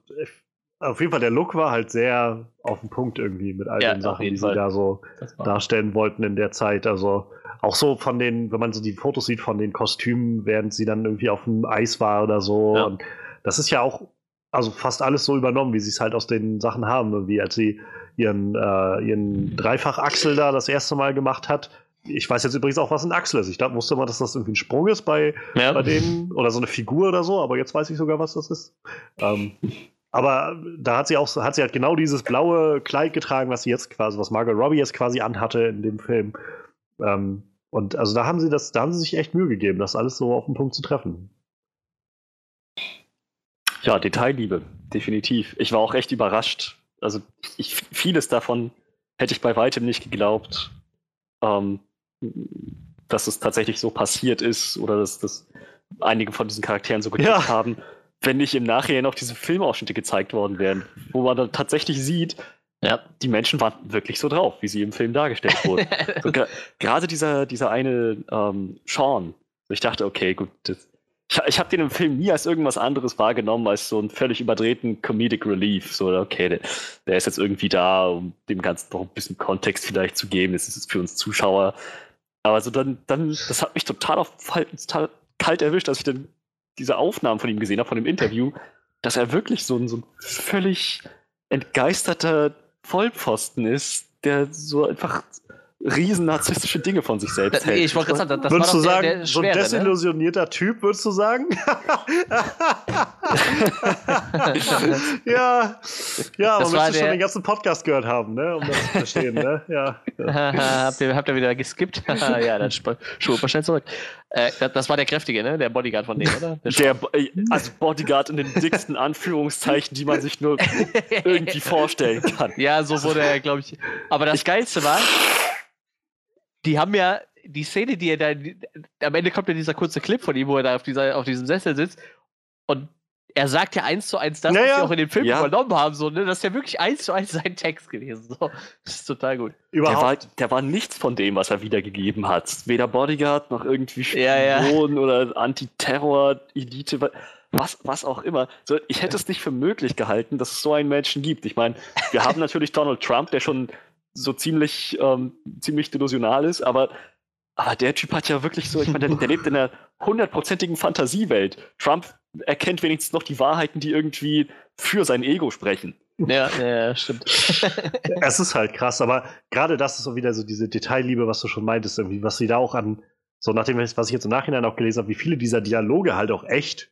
auf jeden Fall, der Look war halt sehr auf den Punkt irgendwie mit all Ja, den auf Sachen, jeden die Fall. sie da so Das war- darstellen wollten in der Zeit. Also auch so von den, wenn man so die Fotos sieht von den Kostümen, während sie dann irgendwie auf dem Eis war oder so. Ja. Und das ist ja auch, also fast alles so übernommen, wie sie es halt aus den Sachen haben. Irgendwie, als sie ihren, äh, ihren Dreifach-Achsel da das erste Mal gemacht hat. Ich weiß jetzt übrigens auch, was ein Achsel ist. Ich glaub, wusste mal, dass das irgendwie ein Sprung ist bei, Ja. bei denen oder so eine Figur oder so, aber jetzt weiß ich sogar, was das ist. Ähm, aber da hat sie auch hat sie halt genau dieses blaue Kleid getragen, was sie jetzt quasi, was Margot Robbie jetzt quasi anhatte in dem Film. Ähm, und also da haben sie das, da haben sie sich echt Mühe gegeben, das alles so auf den Punkt zu treffen. Ja, Detailliebe, definitiv. Ich war auch echt überrascht. Also ich, vieles davon hätte ich bei weitem nicht geglaubt, ähm, dass es tatsächlich so passiert ist oder dass, dass einige von diesen Charakteren so gedacht Ja. haben, wenn nicht im Nachhinein auch diese Filmausschnitte gezeigt worden wären, wo man dann tatsächlich sieht, ja, die Menschen waren wirklich so drauf, wie sie im Film dargestellt wurden. so, gra- Gerade dieser, dieser eine ähm, Sean, ich dachte, okay, gut, das, ich, ich habe den im Film nie als irgendwas anderes wahrgenommen, als so einen völlig überdrehten Comedic Relief. So, okay, der, der ist jetzt irgendwie da, um dem Ganzen noch ein bisschen Kontext vielleicht zu geben. Das ist jetzt für uns Zuschauer. Aber so dann, dann, das hat mich total auf total kalt erwischt, als ich dann diese Aufnahmen von ihm gesehen habe, von dem Interview, dass er wirklich so ein, so ein völlig entgeisterter Vollpfosten ist, der so einfach riesen narzisstische Dinge von sich selbst Das, nee, hält. ich wollte gerade sagen, das Würdest war du doch sagen, der, der so ein Schwere, ne? desillusionierter Typ, würdest du sagen? ja, ja, man Das war müsste schon der- den ganzen Podcast gehört haben, ne, um das zu verstehen, ne? Ja. habt, ihr, habt ihr wieder geskippt? ja, dann sp- spult mal schnell zurück. Äh, das, das war der Kräftige, ne? Der Bodyguard von dem, oder? Der Der, Bo- äh, also Bodyguard in den dicksten Anführungszeichen, die man sich nur irgendwie vorstellen kann. Ja, so wurde er, glaube ich. Aber das Geilste war, die haben ja die Szene, die er da. Die, am Ende kommt ja dieser kurze Clip von ihm, wo er da auf, dieser, auf diesem Sessel sitzt. Und er sagt ja eins zu eins das, Ja, was ja. sie auch in dem Film Ja. übernommen haben. So, ne? Das ist ja wirklich eins zu eins sein Text gewesen. So. Das ist total gut. Der war, Überhaupt. der war nichts von dem, was er wiedergegeben hat. Weder Bodyguard noch irgendwie Ja, ja. Spion oder Antiterror-Elite, wa- was, was auch immer. So, ich hätte es nicht für möglich gehalten, dass es so einen Menschen gibt. Ich meine, wir haben natürlich Donald Trump, der schon so ziemlich, ähm, ziemlich delusional ist, aber, aber der Typ hat ja wirklich so, ich meine, der, der lebt in einer hundertprozentigen Fantasiewelt. Trump erkennt wenigstens noch die Wahrheiten, die irgendwie für sein Ego sprechen. Ja, ja, stimmt. Es ist halt krass, aber gerade das ist so wieder so diese Detailliebe, was du schon meintest, irgendwie, was sie da auch an, so nachdem, was ich jetzt im Nachhinein auch gelesen habe, wie viele dieser Dialoge halt auch echt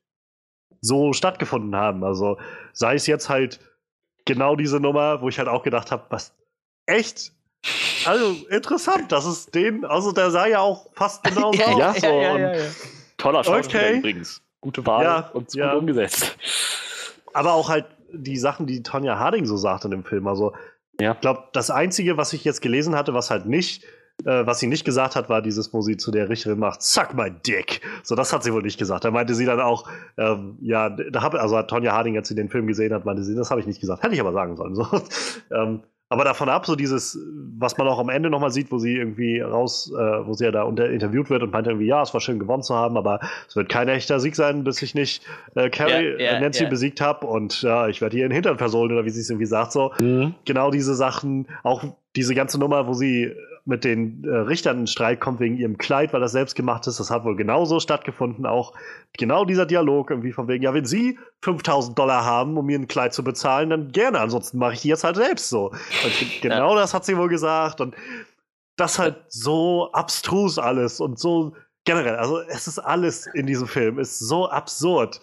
so stattgefunden haben. Also sei es jetzt halt genau diese Nummer, wo ich halt auch gedacht habe, was echt, also interessant, dass es den, also der sah ja auch fast genau so Ja, aus. ja, so, ja, und- ja, ja. Toller Schauspieler Okay. übrigens. Gute Wahl Ja, und ja. gut umgesetzt. Aber auch halt die Sachen, die Tonya Harding so sagt in dem Film. Also, Ja. ich glaube, das Einzige, was ich jetzt gelesen hatte, was halt nicht, äh, was sie nicht gesagt hat, war dieses, wo sie zu der Richterin macht, suck my dick. So, das hat sie wohl nicht gesagt. Da meinte sie dann auch, ähm, ja, da hab, also hat Tonya Harding, als sie den Film gesehen hat, meinte sie, das habe ich nicht gesagt. Hätte ich aber sagen sollen. So. ähm, aber davon ab, so dieses, was man auch am Ende nochmal sieht, wo sie irgendwie raus, äh, wo sie ja da unter, interviewt wird und meinte irgendwie, ja, es war schön gewonnen zu haben, aber es wird kein echter Sieg sein, bis ich nicht äh, Carrie, Ja, ja, äh, Nancy ja. besiegt habe und ja, ich werde hier in den Hintern versohlen oder wie sie es irgendwie sagt, so. Mhm. Genau diese Sachen, auch diese ganze Nummer, wo sie mit den äh, Richtern in Streit kommt wegen ihrem Kleid, weil das selbst gemacht ist, das hat wohl genauso stattgefunden, auch genau dieser Dialog irgendwie von wegen, ja, wenn sie fünftausend Dollar haben, um mir ein Kleid zu bezahlen, dann gerne, ansonsten mache ich die jetzt halt selbst so. Und ge- genau das hat sie wohl gesagt und das halt so abstrus alles und so generell, also es ist alles in diesem Film, ist so absurd.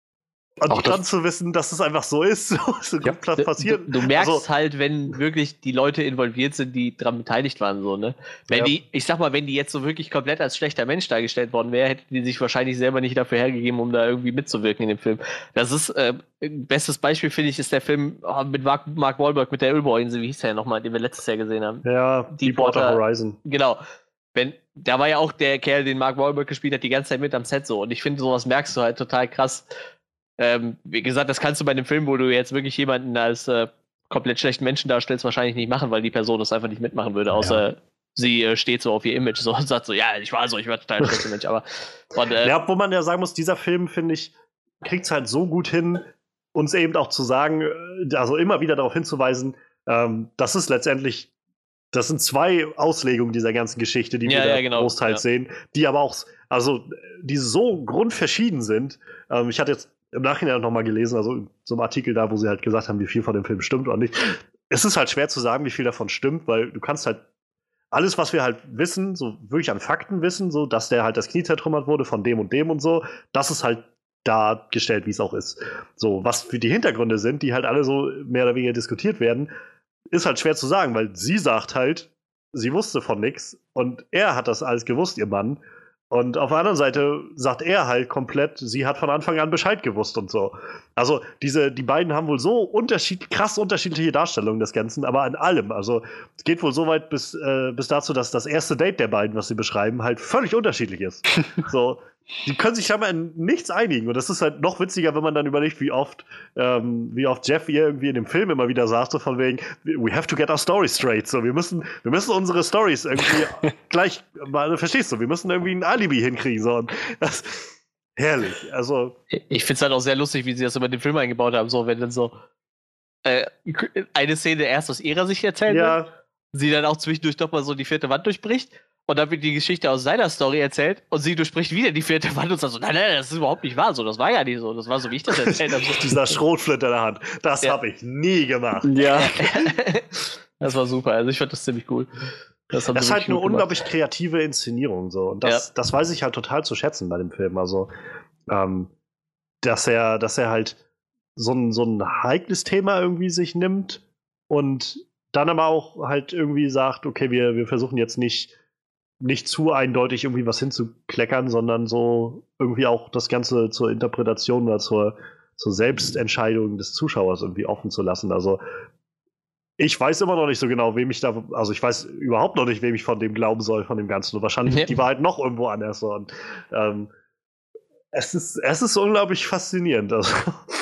Und Auch das- dann zu wissen, dass es einfach so ist, so, so Ja. platt passiert. Du, du merkst Also, halt, wenn wirklich die Leute involviert sind, die daran beteiligt waren, so, ne? Wenn Ja. die, ich sag mal, wenn die jetzt so wirklich komplett als schlechter Mensch dargestellt worden wäre, hätten die sich wahrscheinlich selber nicht dafür hergegeben, um da irgendwie mitzuwirken in dem Film. Das ist, äh, ein bestes Beispiel, finde ich, ist der Film oh, mit Mark, Mark Wahlberg, mit der Ölbohrinsel, wie hieß der nochmal, den wir letztes Jahr gesehen haben. ja, Deepwater- Deepwater Horizon. Genau. Wenn, da war ja auch der Kerl, den Mark Wahlberg gespielt hat, die ganze Zeit mit am Set so. Und ich finde, sowas merkst du halt total krass. Ähm, wie gesagt, das kannst du bei einem Film, wo du jetzt wirklich jemanden als äh, komplett schlechten Menschen darstellst, wahrscheinlich nicht machen, weil die Person das einfach nicht mitmachen würde, außer sie äh, steht so auf ihr Image so und sagt so, ja, ich war so, ich war total ein schlechter Mensch. Aber und, äh, Ja, wo man ja sagen muss, dieser Film, finde ich, kriegt es halt so gut hin, uns eben auch zu sagen, äh, also immer wieder darauf hinzuweisen, ähm, das ist letztendlich, das sind zwei Auslegungen dieser ganzen Geschichte, die Ja, wir da ja, genau, großteils ja. sehen, die aber auch, also die so grundverschieden sind. Ähm, ich hatte jetzt im Nachhinein noch mal gelesen, also in so einem Artikel da, wo sie halt gesagt haben, wie viel von dem Film stimmt oder nicht. Es ist halt schwer zu sagen, wie viel davon stimmt, weil du kannst halt alles, was wir halt wissen, so wirklich an Fakten wissen, so dass der halt das Knie zertrümmert wurde von dem und dem und so, das ist halt dargestellt, wie es auch ist. So, was für die Hintergründe sind, die halt alle so mehr oder weniger diskutiert werden, ist halt schwer zu sagen, weil sie sagt halt, sie wusste von nichts und er hat das alles gewusst, ihr Mann. Und auf der anderen Seite sagt er halt komplett, sie hat von Anfang an Bescheid gewusst und so. Also diese, die beiden haben wohl so unterschied, krass unterschiedliche Darstellungen des Ganzen, aber an allem. Also es geht wohl so weit bis, äh, bis dazu, dass das erste Date der beiden, was sie beschreiben, halt völlig unterschiedlich ist. So, die können sich scheinbar in nichts einigen. Und das ist halt noch witziger, wenn man dann überlegt, wie oft, ähm, wie oft Jeff ihr irgendwie in dem Film immer wieder sagt, so von wegen, we have to get our story straight. So, wir müssen, wir müssen unsere Stories irgendwie gleich, mal, verstehst du, wir müssen irgendwie ein Alibi hinkriegen. So. Und das, herrlich. Also, ich finde es halt auch sehr lustig, wie sie das über den Film eingebaut haben, so, wenn dann so äh, eine Szene erst aus ihrer Sicht erzählt wird, ja, sie dann auch zwischendurch doch mal so die vierte Wand durchbricht und dann wird die Geschichte aus seiner Story erzählt und sie durchbricht wieder die vierte Wand und sagt so, nein, nein, das ist überhaupt nicht wahr, so, das war ja nicht so, das war so, wie ich das erzählt habe. So. dieser Schrotflinte in der Hand, das Ja. habe ich nie gemacht. Ja. Das war super, also ich fand das ziemlich cool. Das, haben Das sie ist halt wirklich eine gut gemacht. unglaublich kreative Inszenierung so und das, Ja. das weiß ich halt total zu schätzen bei dem Film. Also, ähm, dass er, dass er halt so ein, so ein heikles Thema irgendwie sich nimmt und dann aber auch halt irgendwie sagt, okay, wir, wir versuchen jetzt nicht, nicht zu eindeutig irgendwie was hinzukleckern, sondern so irgendwie auch das Ganze zur Interpretation oder zur, zur Selbstentscheidung des Zuschauers irgendwie offen zu lassen. Also ich weiß immer noch nicht so genau, wem ich da, also ich weiß überhaupt noch nicht, wem ich von dem glauben soll, von dem Ganzen. Und wahrscheinlich Ja. liegt die Wahrheit noch irgendwo anders. So. Und ähm, es ist, es ist unglaublich faszinierend. Also.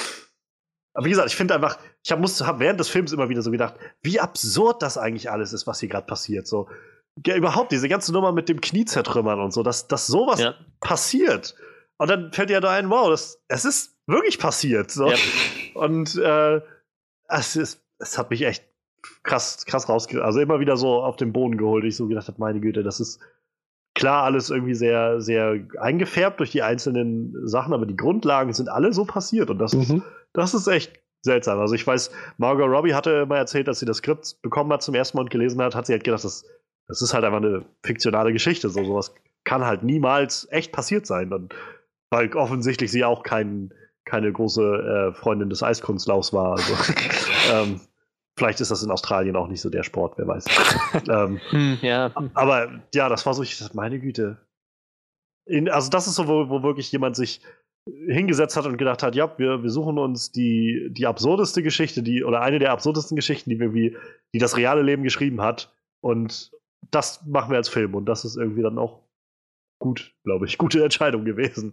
Aber wie gesagt, ich finde einfach, ich habe hab während des Films immer wieder so gedacht, wie absurd das eigentlich alles ist, was hier gerade passiert. So. Ja, überhaupt, diese ganze Nummer mit dem Knie zertrümmern und so, dass, dass sowas Ja. passiert. Und dann fällt dir da ein, wow, das, es ist wirklich passiert. So. Ja. Und äh, es, ist, es hat mich echt krass, krass rausge... Also immer wieder so auf den Boden geholt. Ich so gedacht habe, meine Güte, das ist klar alles irgendwie sehr, sehr eingefärbt durch die einzelnen Sachen, aber die Grundlagen sind alle so passiert. Und das, Mhm. das ist echt seltsam. Also ich weiß, Margot Robbie hatte mal erzählt, dass sie das Skript bekommen hat zum ersten Mal und gelesen hat, hat sie halt gedacht, das, das ist halt einfach eine fiktionale Geschichte. So sowas kann halt niemals echt passiert sein. Und weil offensichtlich sie auch kein, keine große äh, Freundin des Eiskunstlaufs war. Also, ähm, vielleicht ist das in Australien auch nicht so der Sport, wer weiß. ähm, hm, ja. Aber ja, das war so, ich dachte, meine Güte. In, also das ist so, wo, wo wirklich jemand sich hingesetzt hat und gedacht hat, ja, wir, wir suchen uns die, die absurdeste Geschichte, die, oder eine der absurdesten Geschichten, die, wir wie, die das reale Leben geschrieben hat. Und das machen wir als Film. Und das ist irgendwie dann auch gut, glaube ich. Gute Entscheidung gewesen.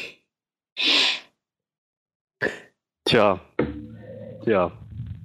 Tja. Ja.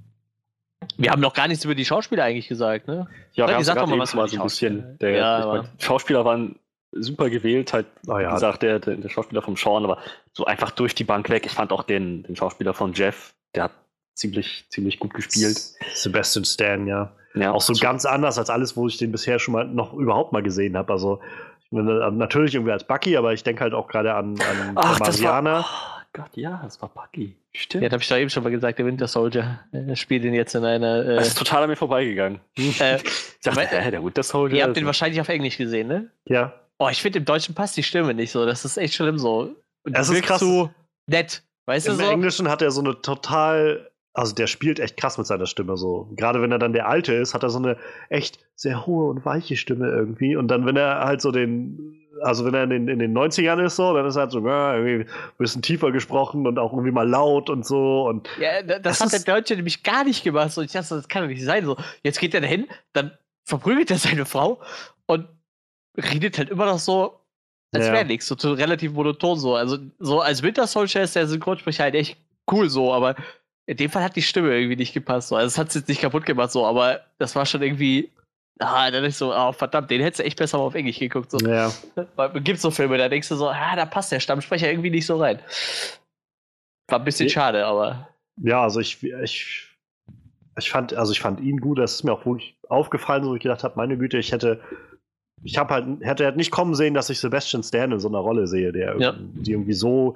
Wir haben noch gar nichts über die Schauspieler eigentlich gesagt, ne? Ja, Sag- wir haben sag sogar doch mal eben was mal über so die ein bisschen. Der, Ja, ich aber- mein, Schauspieler waren super gewählt, halt, Oh ja. wie gesagt, der, der, der Schauspieler vom Sean, aber so einfach durch die Bank weg. Ich fand auch den, den Schauspieler von Jeff, der hat ziemlich, ziemlich gut gespielt. Sebastian Stan, ja. Ja, Auch so ganz anders als alles, wo ich den bisher schon mal noch überhaupt mal gesehen habe. Also ich meine, natürlich irgendwie als Bucky, aber ich denke halt auch gerade an, an Ach, das war, Mariana. oh Gott, ja, das war Bucky. Stimmt. Ja, das habe ich doch eben schon mal gesagt, der Winter Soldier äh, spielt ihn jetzt in einer. Äh, das ist total an mir vorbeigegangen. äh, Ich dachte, weil- hä, der Winter Soldier. ihr habt den also- wahrscheinlich auf Englisch gesehen, ne? Ja. Oh, ich finde, im Deutschen passt die Stimme nicht so. Das ist echt schlimm so. Und Es ist wirkt krass. so nett. Weißt du Im so? Englischen hat er so eine total, also der spielt echt krass mit seiner Stimme so. Gerade wenn er dann der Alte ist, hat er so eine echt sehr hohe und weiche Stimme irgendwie. Und dann, wenn er halt so den, also wenn er in den, in den neunzigern ist so, dann ist er halt so ja, irgendwie ein bisschen tiefer gesprochen und auch irgendwie mal laut und so. Und Ja, da- das, Das hat ist- der Deutsche nämlich gar nicht gemacht. So, ich dachte, das kann doch nicht sein. So, jetzt geht er dahin, dann verprügelt er seine Frau und redet halt immer noch so, als Ja. wäre nichts. So, so relativ monoton so. Also, so als Winter Soldier ist der Synchronsprecher halt echt cool so, aber in dem Fall hat die Stimme irgendwie nicht gepasst. So. Also, es hat es jetzt nicht kaputt gemacht, so, aber das war schon irgendwie. Ah, dann ist so, oh, verdammt, den hättest du echt besser mal auf Englisch geguckt. So. ja. Weil es gibt so Filme, da denkst du so, ah, da passt der Stammsprecher irgendwie nicht so rein. War ein bisschen Ja. schade, aber. Ja, also ich, ich, ich fand, also ich fand ihn gut, das ist mir auch wirklich aufgefallen, so ich gedacht habe, meine Güte, ich hätte, ich habe halt, hätte halt nicht kommen sehen, dass ich Sebastian Stan in so einer Rolle sehe, der Ja. die irgendwie so,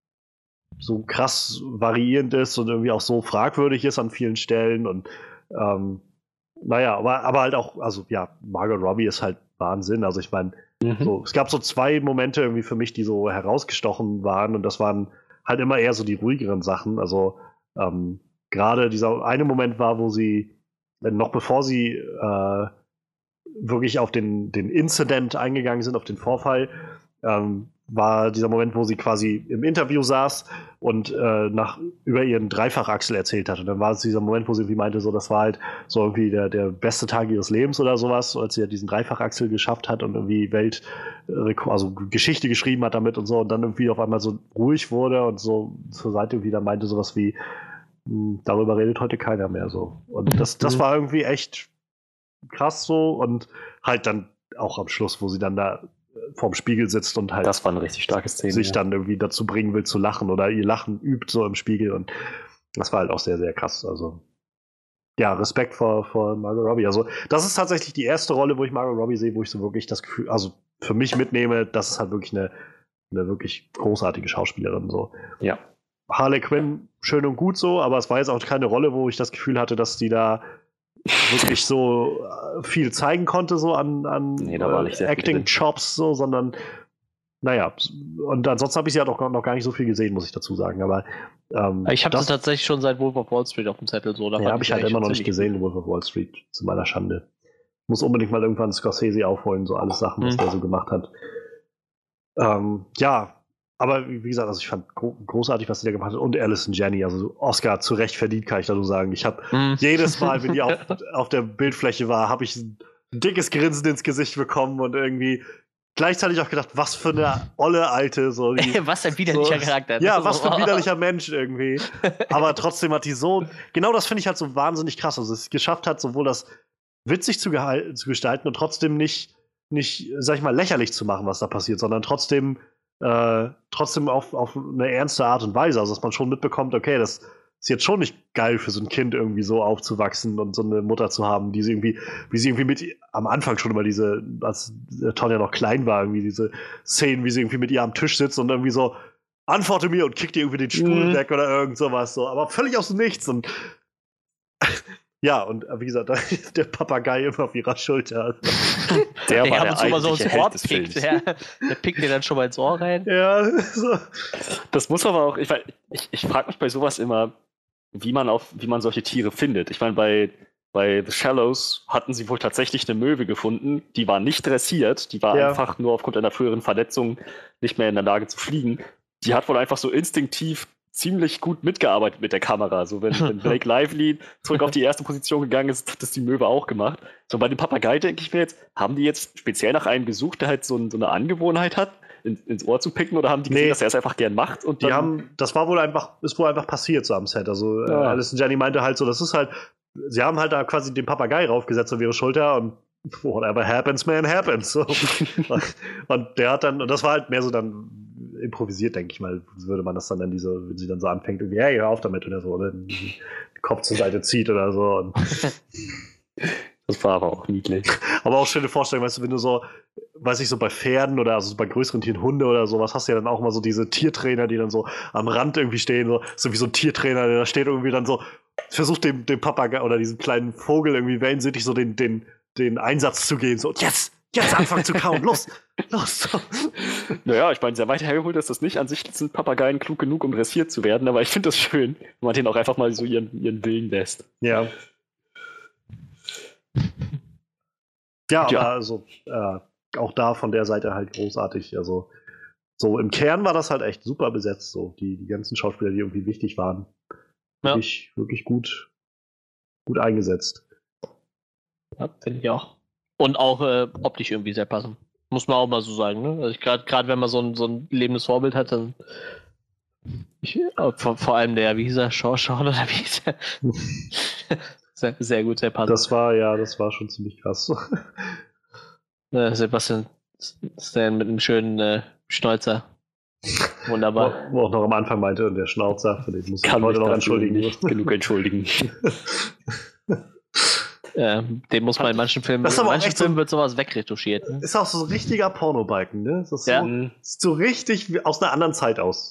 so krass variierend ist und irgendwie auch so fragwürdig ist an vielen Stellen und ähm, naja, aber, aber halt auch, also ja, Margot Robbie ist halt Wahnsinn, also ich meine, Mhm. so, es gab so zwei Momente irgendwie für mich, die so herausgestochen waren und das waren halt immer eher so die ruhigeren Sachen. Also ähm, gerade dieser eine Moment war, wo sie, äh, noch bevor sie äh, wirklich auf den, den Incident eingegangen sind, auf den Vorfall, ähm, war dieser Moment, wo sie quasi im Interview saß und äh, nach, über ihren Dreifachachsel erzählt hat. Und dann war es dieser Moment, wo sie irgendwie meinte, so, das war halt so irgendwie der, der beste Tag ihres Lebens oder sowas, als sie ja diesen Dreifachachsel geschafft hat und irgendwie Welt, also Geschichte geschrieben hat damit und so. Und dann irgendwie auf einmal so ruhig wurde und so zur Seite wieder meinte sowas wie, "Hm, darüber redet heute keiner mehr so." Und das, das war irgendwie echt krass so und halt dann auch am Schluss, wo sie dann da vorm Spiegel sitzt und halt Das war eine richtig starke Szene. sich ja. dann irgendwie dazu bringen will zu lachen oder ihr Lachen übt so im Spiegel und das war halt auch sehr, sehr krass. Also ja, Respekt vor, vor Margot Robbie. Also das ist tatsächlich die erste Rolle, wo ich Margot Robbie sehe, wo ich so wirklich das Gefühl, also für mich mitnehme, das ist halt wirklich eine, eine wirklich großartige Schauspielerin. So. Ja. Harley Quinn, schön und gut so, aber es war jetzt auch keine Rolle, wo ich das Gefühl hatte, dass die da wirklich so äh, viel zeigen konnte, so an, an Nee, da war nicht sehr viel drin. Acting-Chops, so, sondern naja, und ansonsten habe ich sie halt auch noch gar nicht so viel gesehen, muss ich dazu sagen. Aber ähm, Ich habe das das tatsächlich schon seit Wolf of Wall Street auf dem Zettel. So, da ja, fand habe ich die halt eigentlich immer noch nicht ziemlich gesehen, Wolf of Wall Street, zu meiner Schande. Muss unbedingt mal irgendwann Scorsese aufholen, so alles Sachen, was Mhm. der so gemacht hat. Ähm, ja, aber wie gesagt, also ich fand gro großartig, was sie da gemacht hat. Und Alison Janney, also Oscar zu Recht verdient, kann ich da nur sagen. Ich habe gut. Mhm. jedes Mal, wenn die auf, auf der Bildfläche war, habe ich ein dickes Grinsen ins Gesicht bekommen und irgendwie gleichzeitig auch gedacht, was für eine olle Alte. So, die, Was ein widerlicher so, Charakter. Ja, Das was ist für ein so- widerlicher Mensch irgendwie. Aber trotzdem hat die so, genau das finde ich halt so wahnsinnig krass. Also es geschafft hat, sowohl das witzig zu, gehal- zu gestalten und trotzdem nicht, nicht, sag ich mal, lächerlich zu machen, was da passiert, sondern trotzdem, äh, trotzdem auf, auf eine ernste Art und Weise. Also dass man schon mitbekommt, okay, das ist jetzt schon nicht geil für so ein Kind irgendwie so aufzuwachsen und so eine Mutter zu haben, die sie irgendwie, wie sie irgendwie mit am Anfang schon immer diese, als Tonja noch klein war, irgendwie diese Szenen, wie sie irgendwie mit ihr am Tisch sitzt und irgendwie so antworte mir und kickt dir irgendwie den Stuhl Mhm. weg oder irgend sowas. So. Aber völlig aus dem Nichts. Und ja, und wie gesagt, der Papagei immer auf ihrer Schulter. Der Der war ab der und zu mal so eigentliche ins Ohr Held des pickt. Films. Ja. Der pickt dir dann schon mal ins Ohr rein. Ja, so. Das muss aber auch, ich, mein, ich, ich frage mich bei sowas immer, wie man auf, wie man solche Tiere findet. Ich meine, bei, bei The Shallows hatten sie wohl tatsächlich eine Möwe gefunden, die war nicht dressiert, die war Ja. einfach nur aufgrund einer früheren Verletzung nicht mehr in der Lage zu fliegen. Die hat wohl einfach so instinktiv ziemlich gut mitgearbeitet mit der Kamera. So, wenn, wenn Blake Lively zurück auf die erste Position gegangen ist, hat das die Möwe auch gemacht. So, bei dem Papagei denke ich mir jetzt, haben die jetzt speziell nach einem gesucht, der halt so, ein, so eine Angewohnheit hat, in, ins Ohr zu picken, oder haben die gesehen, Nee. dass er es einfach gern macht? Und Die dann, haben, das war wohl einfach, ist wohl einfach passiert so am Set. Also äh, Ja. Alice und Jenny meinte halt so, das ist halt, sie haben halt da quasi den Papagei raufgesetzt auf ihre Schulter und whatever happens, man, happens. So. Und der hat dann, und das war halt mehr so dann improvisiert, denke ich mal, würde man das dann dann diese, wenn sie dann so anfängt, irgendwie, hey, hör auf damit oder so, oder den Kopf zur Seite zieht oder so. Und das war aber auch niedlich. aber auch schöne Vorstellung, weißt du, wenn du so, weiß ich, so bei Pferden oder also so bei größeren Tieren, Hunde oder sowas, hast du ja dann auch mal so diese Tiertrainer, die dann so am Rand irgendwie stehen, so, so wie so ein Tiertrainer, der da steht irgendwie dann so, versucht dem, dem Papagei oder diesem kleinen Vogel irgendwie wellensittlich so den, den, den Einsatz zu gehen, so, jetzt, jetzt anfangen zu kauen, los, los. So. Naja, ich meine, sehr weit hergeholt ist das nicht. An sich sind Papageien klug genug, um dressiert zu werden, aber ich finde das schön, wenn man denen auch einfach mal so ihren, ihren Willen lässt. Ja. Ja, Ja. aber also, äh, auch da von der Seite halt großartig. Also, so im Kern war das halt echt super besetzt. So, die, die ganzen Schauspieler, die irgendwie wichtig waren. Ja. Wirklich, wirklich gut, gut eingesetzt. Ja, finde ich auch. Und auch äh, optisch irgendwie sehr passend. Muss man auch mal so sagen, ne? Also gerade gerade wenn man so ein, so ein lebendes Vorbild hat, dann ich, äh, vor, vor allem der, wie hieß er, Shaw Shaw oder wie hieß er? sehr, sehr gut, sehr passend. Das war, ja, das war schon ziemlich krass. Äh, Sebastian Stan mit einem schönen äh, Schnäuzer. Wunderbar. Wo, wo auch noch am Anfang meinte, und der Schnauzer, für den muss ich Kann mich heute noch dafür entschuldigen. nicht genug entschuldigen. Äh, den muss man in manchen Filmen, Das ist in aber auch manchen echt so- Filmen wird sowas wegretuschiert. Ne? Ist auch so ein richtiger Pornobalken, ne? Das ist so, Ja. ist so richtig wie aus einer anderen Zeit aus.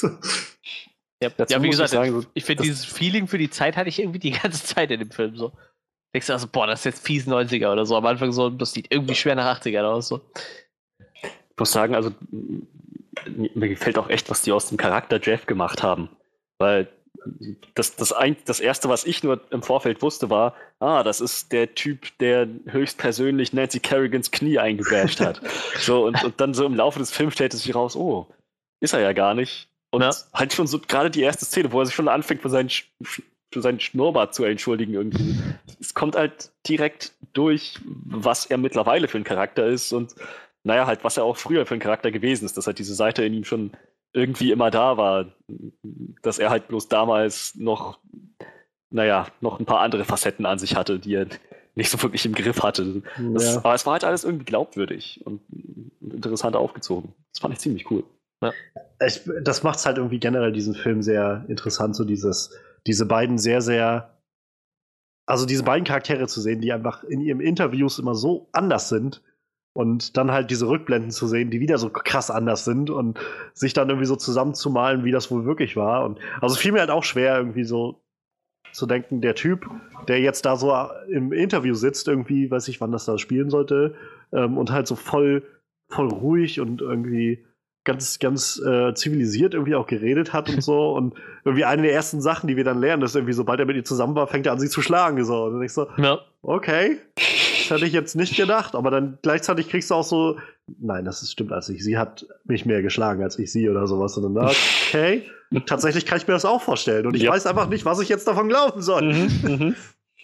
Ja, Dazu ja, wie muss gesagt, ich sagen, so- ich finde das- dieses Feeling für die Zeit hatte ich irgendwie die ganze Zeit in dem Film so. Denkst du also, boah, das ist jetzt fies neunziger oder so. Am Anfang so, das sieht irgendwie schwer nach achtzigern aus. So. Ich muss sagen, also m- mir gefällt auch echt, was die aus dem Charakter Jeff gemacht haben. Weil das, das, ein, das Erste, was ich nur im Vorfeld wusste, war, ah, das ist der Typ, der höchstpersönlich Nancy Kerrigans Knie eingebasht hat. so, und, und dann so im Laufe des Films stellt es sich raus, oh, ist er ja gar nicht. Und Ja. halt schon so gerade die erste Szene, wo er sich schon anfängt, für seinen, Sch- für seinen Schnurrbart zu entschuldigen irgendwie. Es kommt halt direkt durch, was er mittlerweile für ein Charakter ist und naja, halt, was er auch früher für ein Charakter gewesen ist, dass halt diese Seite in ihm schon irgendwie immer da war, dass er halt bloß damals noch, naja, noch ein paar andere Facetten an sich hatte, die er nicht so wirklich im Griff hatte. Das, Ja. Aber es war halt alles irgendwie glaubwürdig und interessant aufgezogen. Das fand ich ziemlich cool. Ich, das macht es halt irgendwie generell diesen Film sehr interessant, so dieses, diese beiden sehr, sehr, also diese beiden Charaktere zu sehen, die einfach in ihren Interviews immer so anders sind und dann halt diese Rückblenden zu sehen, die wieder so krass anders sind und sich dann irgendwie so zusammenzumalen, wie das wohl wirklich war. Und also fiel mir halt auch schwer, irgendwie so zu denken, der Typ, der jetzt da so im Interview sitzt, irgendwie, weiß ich, wann das da spielen sollte, ähm, und halt so voll, voll ruhig und irgendwie ganz, ganz äh, zivilisiert irgendwie auch geredet hat und so. Und irgendwie eine der ersten Sachen, die wir dann lernen, ist irgendwie, sobald er mit ihr zusammen war, fängt er an, sie zu schlagen. So. Und dann denk ich so, Ja. okay, das hätte ich jetzt nicht gedacht. Aber dann gleichzeitig kriegst du auch so, nein, das ist, stimmt als ich. Sie hat mich mehr geschlagen als ich sie oder sowas. Und dann, okay, tatsächlich kann ich mir das auch vorstellen. Und ich Ja. weiß einfach nicht, was ich jetzt davon glauben soll. Mhm.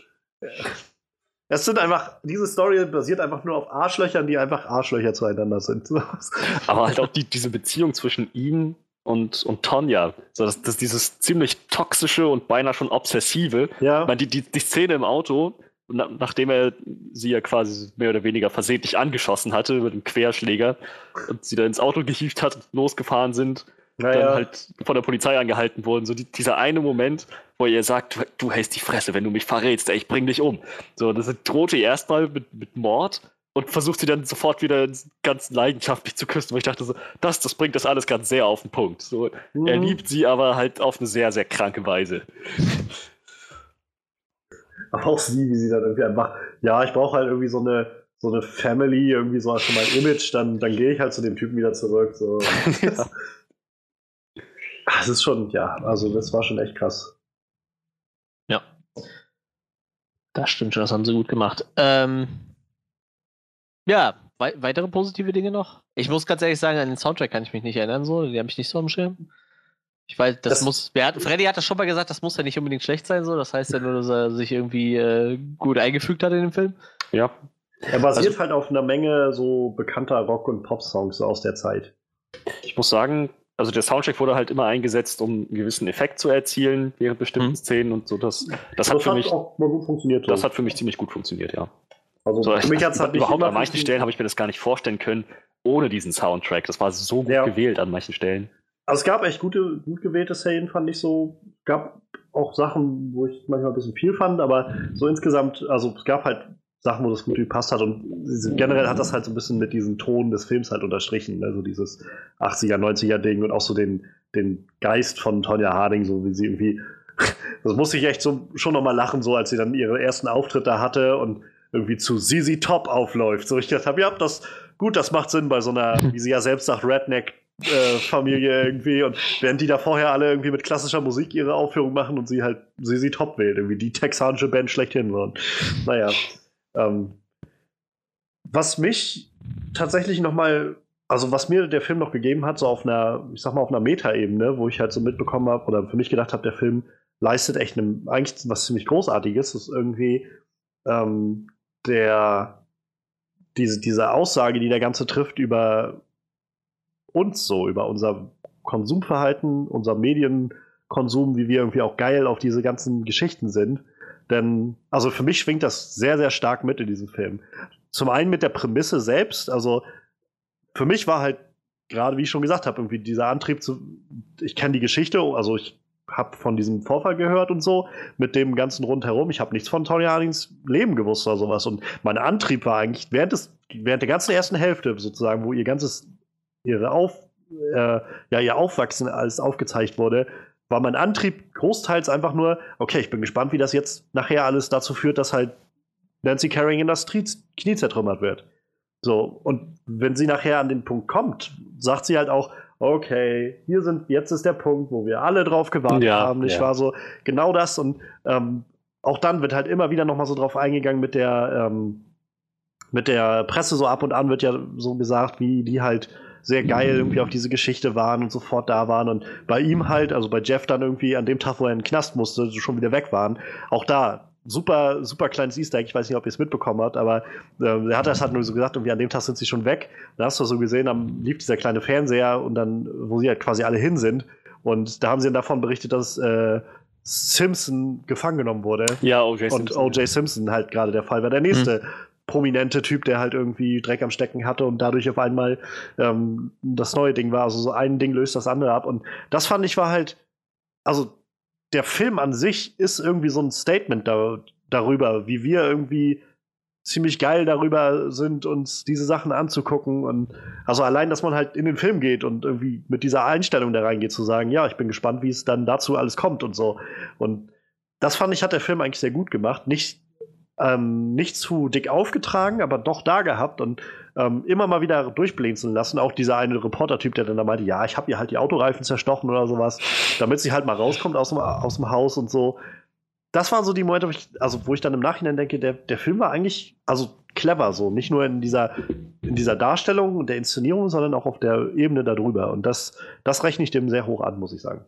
Es sind einfach, diese Story basiert einfach nur auf Arschlöchern, die einfach Arschlöcher zueinander sind. Aber halt auch die, diese Beziehung zwischen ihm und, und Tonja. So, das, das dieses ziemlich toxische und beinahe schon obsessive. Ja. Ich meine, die, die, die Szene im Auto, na, nachdem er sie ja quasi mehr oder weniger versehentlich angeschossen hatte mit einem Querschläger und sie da ins Auto gehievt hat und losgefahren sind, Naja. dann halt von der Polizei angehalten wurden. So die, dieser eine Moment, wo ihr sagt, du, du hältst die Fresse, wenn du mich verrätst, ey, ich bring dich um. So, das drohte erstmal mit, mit Mord und versucht sie dann sofort wieder ganz leidenschaftlich zu küssen, wo ich dachte so, das, das bringt das alles ganz sehr auf den Punkt. So, mhm. Er liebt sie aber halt auf eine sehr, sehr kranke Weise. Aber auch sie, wie sie dann irgendwie einfach, ja, ich brauche halt irgendwie so eine, so eine Family, irgendwie so als mein Image, dann, dann gehe ich halt zu dem Typen wieder zurück. So. Das, das ist schon, ja, also das war schon echt krass. Ja. Das stimmt schon, das haben sie gut gemacht. Ähm, ja, wei- weitere positive Dinge noch? Ich muss ganz ehrlich sagen, an den Soundtrack kann ich mich nicht erinnern, so, die habe ich nicht so am Schirm. Ich weiß, das, das muss, wer hat, Freddy hat das schon mal gesagt, das muss ja nicht unbedingt schlecht sein, so, das heißt ja nur, dass er sich irgendwie äh, gut eingefügt hat in den Film. Ja. Er basiert also, halt auf einer Menge so bekannter Rock- und Pop-Songs so aus der Zeit. Ich muss sagen, also der Soundtrack wurde halt immer eingesetzt, um einen gewissen Effekt zu erzielen während bestimmten hm. Szenen und so. Das, das, das hat für mich auch mal gut funktioniert. Das so. hat für mich ziemlich gut funktioniert, ja. Also so, für mich hat's halt überhaupt an manchen Stellen habe ich mir das gar nicht vorstellen können ohne diesen Soundtrack. Das war so gut ja. gewählt an manchen Stellen. Also es gab echt gute, gut gewählte Szenen, fand ich so. Es gab auch Sachen, wo ich manchmal ein bisschen viel fand, aber so insgesamt, also es gab halt Sachen, wo das gut gepasst hat und generell hat das halt so ein bisschen mit diesem Ton des Films halt unterstrichen, also dieses achtziger, neunziger Ding und auch so den, den Geist von Tonya Harding, so wie sie irgendwie, das musste ich echt so schon nochmal lachen, so als sie dann ihre ersten Auftritte hatte und irgendwie zu Z Z Top aufläuft, so ich gedacht habe, ja, das, gut, das macht Sinn bei so einer, wie sie ja selbst sagt, Redneck Äh, Familie irgendwie und während die da vorher alle irgendwie mit klassischer Musik ihre Aufführung machen und sie halt Z Z Top wählt, irgendwie die texanische Band schlechthin waren. Naja. Ähm, was mich tatsächlich nochmal, also was mir der Film noch gegeben hat, so auf einer, ich sag mal auf einer Meta-Ebene, wo ich halt so mitbekommen habe oder für mich gedacht habe, der Film leistet echt einem, eigentlich was ziemlich Großartiges, ist irgendwie ähm, der diese, diese Aussage, die der Ganze trifft über uns so, über unser Konsumverhalten, unser Medienkonsum, wie wir irgendwie auch geil auf diese ganzen Geschichten sind. Denn, also für mich schwingt das sehr, sehr stark mit in diesem Film. Zum einen mit der Prämisse selbst, also für mich war halt, gerade wie ich schon gesagt habe, irgendwie dieser Antrieb zu, ich kenne die Geschichte, also ich habe von diesem Vorfall gehört und so, mit dem ganzen rundherum, ich habe nichts von Tonya Hardings Leben gewusst oder sowas und mein Antrieb war eigentlich während, des, während der ganzen ersten Hälfte sozusagen, wo ihr ganzes ihre Auf, äh, ja, ihr Aufwachsen alles aufgezeigt wurde, war mein Antrieb großteils einfach nur, okay, ich bin gespannt, wie das jetzt nachher alles dazu führt, dass halt Nancy Kerrigan das Knie zertrümmert wird. So, und wenn sie nachher an den Punkt kommt, sagt sie halt auch, okay, hier sind, jetzt ist der Punkt, wo wir alle drauf gewartet ja, haben. Ich ja. war so, genau das und ähm, auch dann wird halt immer wieder nochmal so drauf eingegangen mit der ähm, mit der Presse so ab und an wird ja so gesagt, wie die halt sehr geil irgendwie auf diese Geschichte waren und sofort da waren und bei ihm halt, also bei Jeff dann irgendwie an dem Tag, wo er in den Knast musste, schon wieder weg waren. Auch da, super, super kleines Easter Egg, ich weiß nicht, ob ihr es mitbekommen habt, aber äh, er hat das halt nur so gesagt, irgendwie an dem Tag sind sie schon weg. Da hast du so gesehen, dann lief dieser kleine Fernseher und dann, wo sie halt quasi alle hin sind und da haben sie dann davon berichtet, dass äh, Simpson gefangen genommen wurde. Ja, O J Simpson. Und O J Simpson halt gerade der Fall war, der nächste hm. prominente Typ, der halt irgendwie Dreck am Stecken hatte und dadurch auf einmal ähm, das neue Ding war. Also so ein Ding löst das andere ab. Und das fand ich war halt, also der Film an sich ist irgendwie so ein Statement da, darüber, wie wir irgendwie ziemlich geil darüber sind, uns diese Sachen anzugucken. Und also allein, dass man halt in den Film geht und irgendwie mit dieser Einstellung da reingeht, zu sagen, ja, ich bin gespannt, wie es dann dazu alles kommt und so. Und das fand ich, hat der Film eigentlich sehr gut gemacht. Nicht Ähm, nicht zu dick aufgetragen, aber doch da gehabt und ähm, immer mal wieder durchblinzeln lassen. Auch dieser eine Reporter-Typ, der dann da meinte, ja, ich habe ihr halt die Autoreifen zerstochen oder sowas, damit sie halt mal rauskommt aus dem, aus dem Haus und so. Das waren so die Momente, wo ich, also, wo ich dann im Nachhinein denke, der, der Film war eigentlich also clever so. Nicht nur in dieser, in dieser Darstellung und der Inszenierung, sondern auch auf der Ebene darüber. Und das, das rechne ich dem sehr hoch an, muss ich sagen.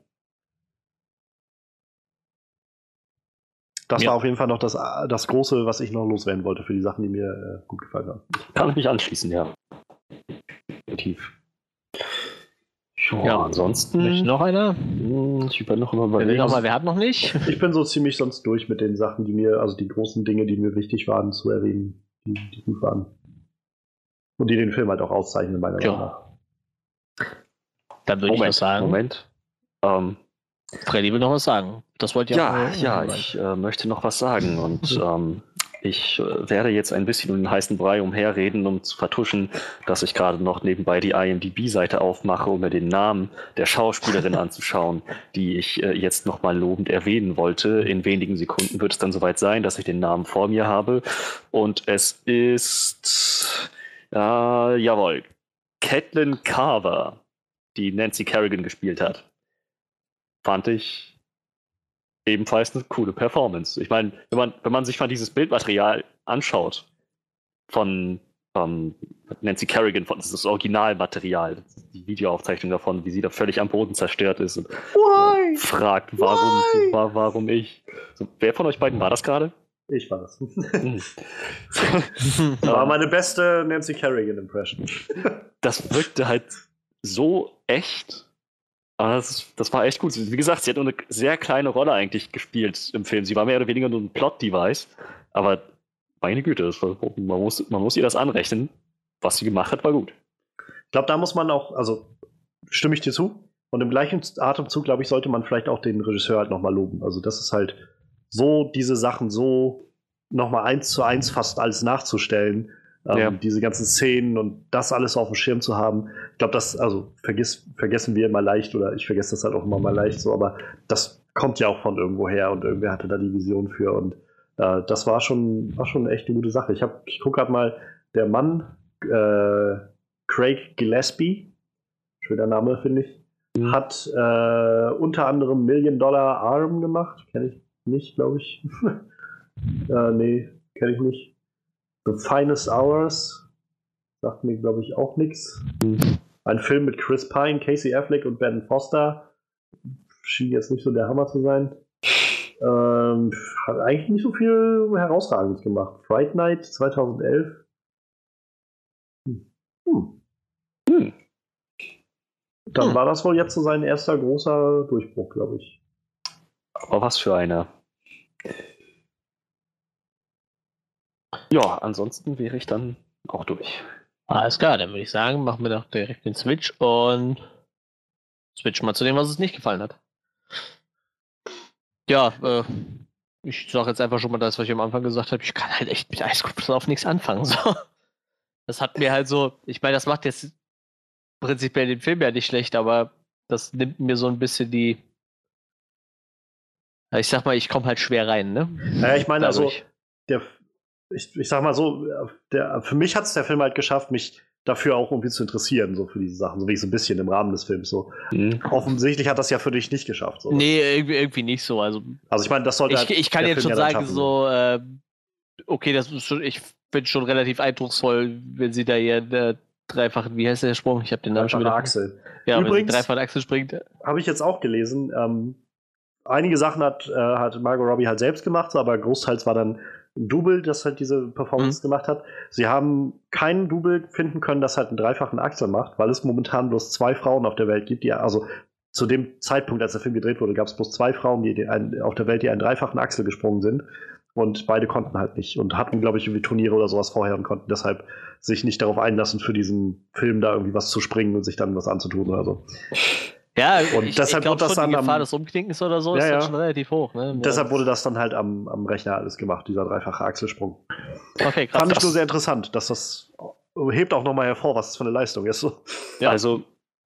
Das ja. war auf jeden Fall noch das, das Große, was ich noch loswerden wollte für die Sachen, die mir äh, gut gefallen haben. Kann ich mich anschließen, ja. Definitiv. Ja, ja, ansonsten. Möchte noch einer? Ich über noch immer wer, noch mal, wer hat noch nicht? Ich bin so ziemlich sonst durch mit den Sachen, die mir, also die großen Dinge, die mir wichtig waren zu erwähnen, die, die gut waren. Und die den Film halt auch auszeichnen, meiner Meinung nach. Dann würde ich noch sagen. Moment. Ähm. Freddy will noch was sagen. Das wollte ich ja. auch Ja, ja, ich äh, möchte noch was sagen. Und ähm, Ich äh, werde jetzt ein bisschen um den heißen Brei umherreden, um zu vertuschen, dass ich gerade noch nebenbei die I M D B-Seite aufmache, um mir den Namen der Schauspielerin anzuschauen, die ich äh, jetzt nochmal lobend erwähnen wollte. In wenigen Sekunden wird es dann soweit sein, dass ich den Namen vor mir habe. Und es ist, äh, jawohl, Caitlin Carver, die Nancy Kerrigan gespielt hat. Fand ich ebenfalls eine coole Performance. Ich meine, wenn man, wenn man sich mal dieses Bildmaterial anschaut von, von Nancy Kerrigan, von, das ist das Originalmaterial, die Videoaufzeichnung davon, wie sie da völlig am Boden zerstört ist und Why? fragt, warum, war, warum ich. So, wer von euch beiden war das gerade? Ich war das. Hm. War meine beste Nancy Kerrigan-Impression. Das wirkte halt so echt. Aber das, das war echt gut. Wie gesagt, sie hat nur eine sehr kleine Rolle eigentlich gespielt im Film. Sie war mehr oder weniger nur ein Plot-Device. Aber meine Güte, das war, man, muss, man muss ihr das anrechnen. Was sie gemacht hat, war gut. Ich glaube, da muss man auch, also stimme ich dir zu. Und im gleichen Atemzug, glaube ich, sollte man vielleicht auch den Regisseur halt nochmal loben. Also das ist halt so, diese Sachen so nochmal eins zu eins fast alles nachzustellen. Ähm, Ja. Diese ganzen Szenen und das alles auf dem Schirm zu haben. Ich glaube, das, also vergiss, vergessen wir immer leicht oder ich vergesse das halt auch immer mal leicht so, aber das kommt ja auch von irgendwo her und irgendwer hatte da die Vision für und äh, das war schon, war schon echt eine gute Sache. Ich, hab- ich gucke gerade mal, der Mann, äh, Craig Gillespie, schöner Name, finde ich, Mhm. hat äh, unter anderem Million Dollar Arm gemacht. Kenne ich nicht, glaube ich. äh, nee, kenne ich nicht. The Finest Hours sagt mir, glaube ich, auch nichts. Ein Film mit Chris Pine, Casey Affleck und Ben Foster. Schien jetzt nicht so der Hammer zu sein. Ähm, hat eigentlich nicht so viel herausragendes gemacht. Fright Night zweitausendelf. Hm. Hm. Hm. Dann Hm. war das wohl jetzt so sein erster großer Durchbruch, glaube ich. Aber was für einer. Ja, ansonsten wäre ich dann auch durch. Alles klar, dann würde ich sagen, machen wir doch direkt den Switch und switchen mal zu dem, was uns nicht gefallen hat. Ja, äh, ich sage jetzt einfach schon mal das, was ich am Anfang gesagt habe. Ich kann halt echt mit Ice Cube auf nichts anfangen. So. Das hat mir halt so, ich meine, das macht jetzt prinzipiell den Film ja nicht schlecht, aber das nimmt mir so ein bisschen die. Ich sag mal, ich komme halt schwer rein, ne? Naja, ich meine, also, Dadurch. der, ich, ich sag mal so, der, für mich hat es der Film halt geschafft, mich dafür auch irgendwie zu interessieren, so für diese Sachen, so wie ich so ein bisschen im Rahmen des Films. So. Hm. Offensichtlich hat das ja für dich nicht geschafft. So. Nee, irgendwie, irgendwie nicht so. Also, Also ich meine, das sollte ich, halt ich kann der jetzt Film schon ja dann sagen, schaffen. so, äh, okay, das ist schon, ich finde schon relativ eindrucksvoll, wenn sie da ihren äh, dreifachen, wie heißt der Sprung? Ich habe den Namen schon wieder. Axel. Ja, wenn sie Übrigens- dreifachen Achsel springt. Habe ich jetzt auch gelesen. Ähm, einige Sachen hat, äh, hat Margot Robbie halt selbst gemacht, aber großteils war dann ein Double, das halt diese Performance gemacht hat. Sie haben keinen Double finden können, das halt einen dreifachen Axel macht, weil es momentan bloß zwei Frauen auf der Welt gibt, die, also zu dem Zeitpunkt, als der Film gedreht wurde, gab es bloß zwei Frauen die, die ein, auf der Welt, die einen dreifachen Axel gesprungen sind. Und beide konnten halt nicht und hatten, glaube ich, irgendwie Turniere oder sowas vorher und konnten deshalb sich nicht darauf einlassen, für diesen Film da irgendwie was zu springen und sich dann was anzutun oder so. Ja, Und ich, deshalb ich glaube wird das schon, die dann am- Gefahr des Umknickens oder so Ja, ist dann ja. schon relativ hoch. Ne? Und deshalb wurde das dann halt am, am Rechner alles gemacht, dieser dreifache Achselsprung. Okay, krass. Fand ich nur sehr interessant, dass das hebt auch nochmal hervor, was das für eine Leistung ist. So. Ja. Also,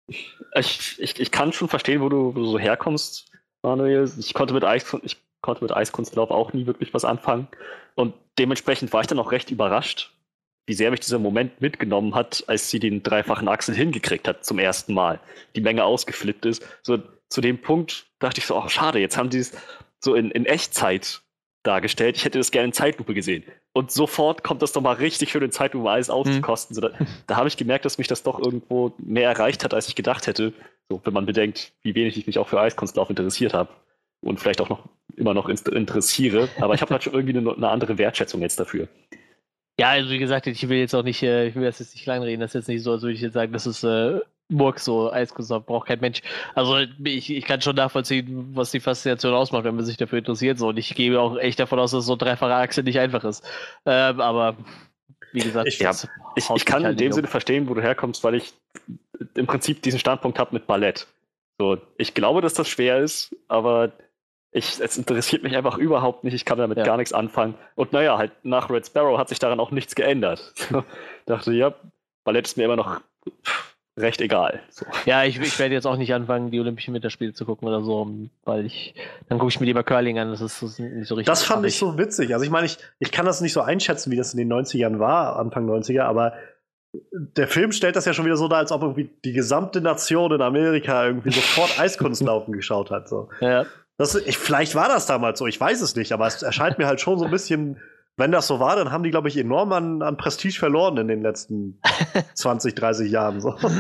ich, ich, ich kann schon verstehen, wo du, wo du so herkommst, Manuel. Ich konnte mit Eis, ich konnte mit Eiskunstlauf auch nie wirklich was anfangen. Und dementsprechend war ich dann auch recht überrascht, wie sehr mich dieser Moment mitgenommen hat, als sie den dreifachen Achsel hingekriegt hat zum ersten Mal. Die Menge ausgeflippt ist. So zu dem Punkt dachte ich so, oh, schade, jetzt haben die es so in, in Echtzeit dargestellt. Ich hätte das gerne in Zeitlupe gesehen. Und sofort kommt das nochmal richtig schön in Zeitlupe alles auszukosten. So, da da habe ich gemerkt, dass mich das doch irgendwo mehr erreicht hat, als ich gedacht hätte. So, wenn man bedenkt, wie wenig ich mich auch für Eiskunstlauf interessiert habe. Und vielleicht auch noch immer noch inst- interessiere. Aber ich habe halt schon irgendwie eine, eine andere Wertschätzung jetzt dafür. Ja, also wie gesagt, ich will jetzt auch nicht, äh, ich will das jetzt nicht kleinreden, das ist jetzt nicht so, als würde ich jetzt sagen, das ist äh, Murks, so Eiskunstlauf braucht kein Mensch. Also ich, ich kann schon nachvollziehen, was die Faszination ausmacht, wenn man sich dafür interessiert. So. Und ich gehe auch echt davon aus, dass so ein dreifacher Achse nicht einfach ist. Ähm, aber wie gesagt, Ich- das Ich, haut ich kann mich halt in dem nicht Sinne um. verstehen, wo du herkommst, weil ich im Prinzip diesen Standpunkt habe mit Ballett. So, ich glaube, dass das schwer ist, aber Ich, es interessiert mich einfach überhaupt nicht, ich kann damit Ja. gar nichts anfangen. Und naja, halt nach Red Sparrow hat sich daran auch nichts geändert. So, dachte, ja, Ballett ist mir immer noch recht egal. So. Ja, ich, ich werde jetzt auch nicht anfangen, die Olympischen Winterspiele zu gucken oder so, weil ich, dann gucke ich mir lieber Curling an, das ist, das ist nicht so richtig. Das fand ich spaßig. so witzig. Also ich meine, ich, ich kann das nicht so einschätzen, wie das in den neunzigern war, Anfang neunziger, aber der Film stellt das ja schon wieder so dar, als ob irgendwie die gesamte Nation in Amerika irgendwie sofort Eiskunstlaufen geschaut hat. So. Ja. Das, ich, vielleicht war das damals so, ich weiß es nicht, aber es erscheint mir halt schon so ein bisschen, wenn das so war, dann haben die, glaube ich, enorm an, an Prestige verloren in den letzten zwanzig, dreißig Jahren. So. Das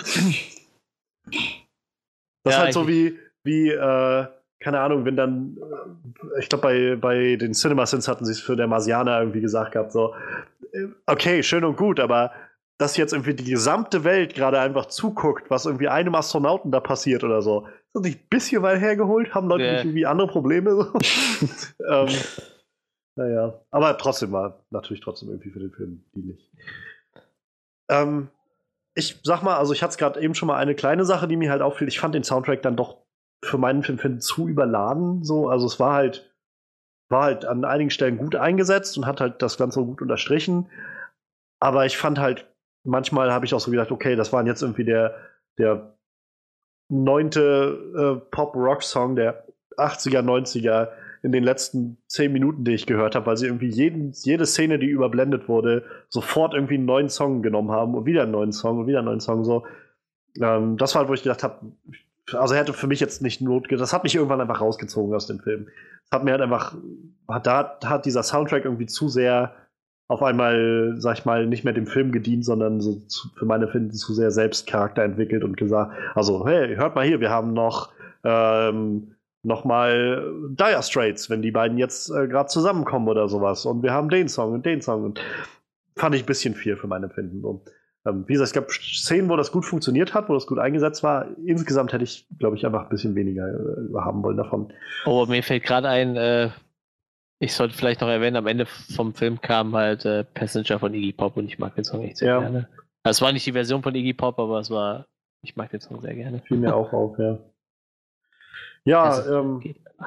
Ja, ist halt ich- so wie, wie äh, keine Ahnung, wenn dann, äh, ich glaube, bei, bei den CinemaSins hatten sie es für der Marsianer irgendwie gesagt gehabt, so, äh, okay, schön und gut, aber dass jetzt irgendwie die gesamte Welt gerade einfach zuguckt, was irgendwie einem Astronauten da passiert oder so, ist das nicht ein bisschen weit hergeholt? Haben Leute Ja. nicht irgendwie andere Probleme? So? ähm, naja, aber trotzdem war natürlich trotzdem irgendwie für den Film dienlich. Ähm, ich sag mal, also ich hatte es gerade eben schon mal eine kleine Sache, die mir halt auffiel. Ich fand den Soundtrack dann doch für meinen Film zu überladen. So, also es war halt, war halt an einigen Stellen gut eingesetzt und hat halt das Ganze gut unterstrichen. Aber ich fand halt, manchmal habe ich auch so gedacht, okay, das war jetzt irgendwie der, der neunte äh, Pop-Rock-Song der achtziger, neunziger in den letzten zehn Minuten, die ich gehört habe, weil sie irgendwie jeden, jede Szene, die überblendet wurde, sofort irgendwie einen neuen Song genommen haben und wieder einen neuen Song und wieder einen neuen Song. So. Ähm, das war halt, wo ich gedacht habe, also er hätte für mich jetzt nicht Not, das hat mich irgendwann einfach rausgezogen aus dem Film. Das hat mir halt einfach, hat, da hat dieser Soundtrack irgendwie zu sehr auf einmal, sag ich mal, nicht mehr dem Film gedient, sondern so zu, für meine Finden zu sehr selbst Charakter entwickelt und gesagt, also, hey, hört mal hier, wir haben noch ähm, noch mal Dire Straits, wenn die beiden jetzt äh, gerade zusammenkommen oder sowas. Und wir haben den Song und den Song. Und fand ich ein bisschen viel für mein Empfinden. Und, ähm, wie gesagt, es gab Szenen, wo das gut funktioniert hat, wo das gut eingesetzt war. Insgesamt hätte ich, glaube ich, einfach ein bisschen weniger äh, haben wollen davon. Oh, mir fällt gerade ein, äh, ich sollte vielleicht noch erwähnen, am Ende vom Film kam halt äh, Passenger von Iggy Pop und ich mag den Song echt sehr Ja. gerne. Also es war nicht die Version von Iggy Pop, aber es war, ich mag den Song sehr gerne. Fiel mir auch auf, ja. Ja, Also, ähm,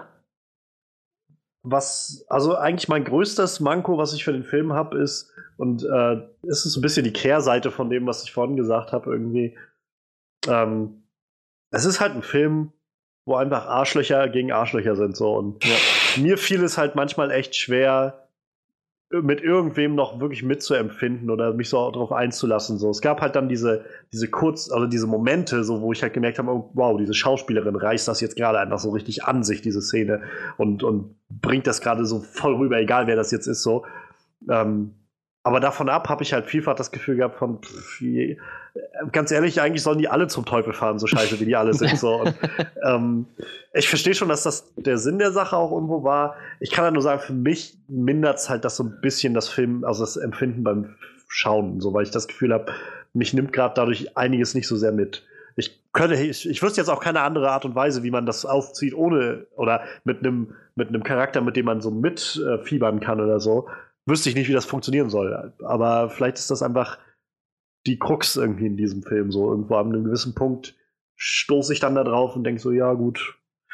was, also eigentlich mein größtes Manko, was ich für den Film habe, ist, und äh, es ist so ein bisschen die Kehrseite von dem, was ich vorhin gesagt habe, irgendwie. Ähm, es ist halt ein Film, wo einfach Arschlöcher gegen Arschlöcher sind, so. Und Ja. mir fiel es halt manchmal echt schwer, mit irgendwem noch wirklich mitzuempfinden oder mich so darauf einzulassen. So. Es gab halt dann diese, diese kurz, also diese Momente, so, wo ich halt gemerkt habe, oh, wow, diese Schauspielerin reißt das jetzt gerade einfach so richtig an sich, diese Szene, und, und bringt das gerade so voll rüber, egal wer das jetzt ist, so. Ähm, aber davon ab habe ich halt vielfach das Gefühl gehabt von, pff, je, ganz ehrlich, eigentlich sollen die alle zum Teufel fahren, so scheiße wie die alle sind. So. Und, ähm, ich verstehe schon, dass das der Sinn der Sache auch irgendwo war. Ich kann halt nur sagen, für mich mindert es halt das so ein bisschen das Film, also das Empfinden beim Schauen, so, weil ich das Gefühl habe, mich nimmt gerade dadurch einiges nicht so sehr mit. Ich könnte, ich, ich wüsste jetzt auch keine andere Art und Weise, wie man das aufzieht, ohne oder mit einem mit einem Charakter, mit dem man so mitfiebern äh, kann oder so. Wüsste ich nicht, wie das funktionieren soll. Aber vielleicht ist das einfach die Krux irgendwie in diesem Film. So irgendwo an einem gewissen Punkt stoße ich dann da drauf und denke so, ja gut,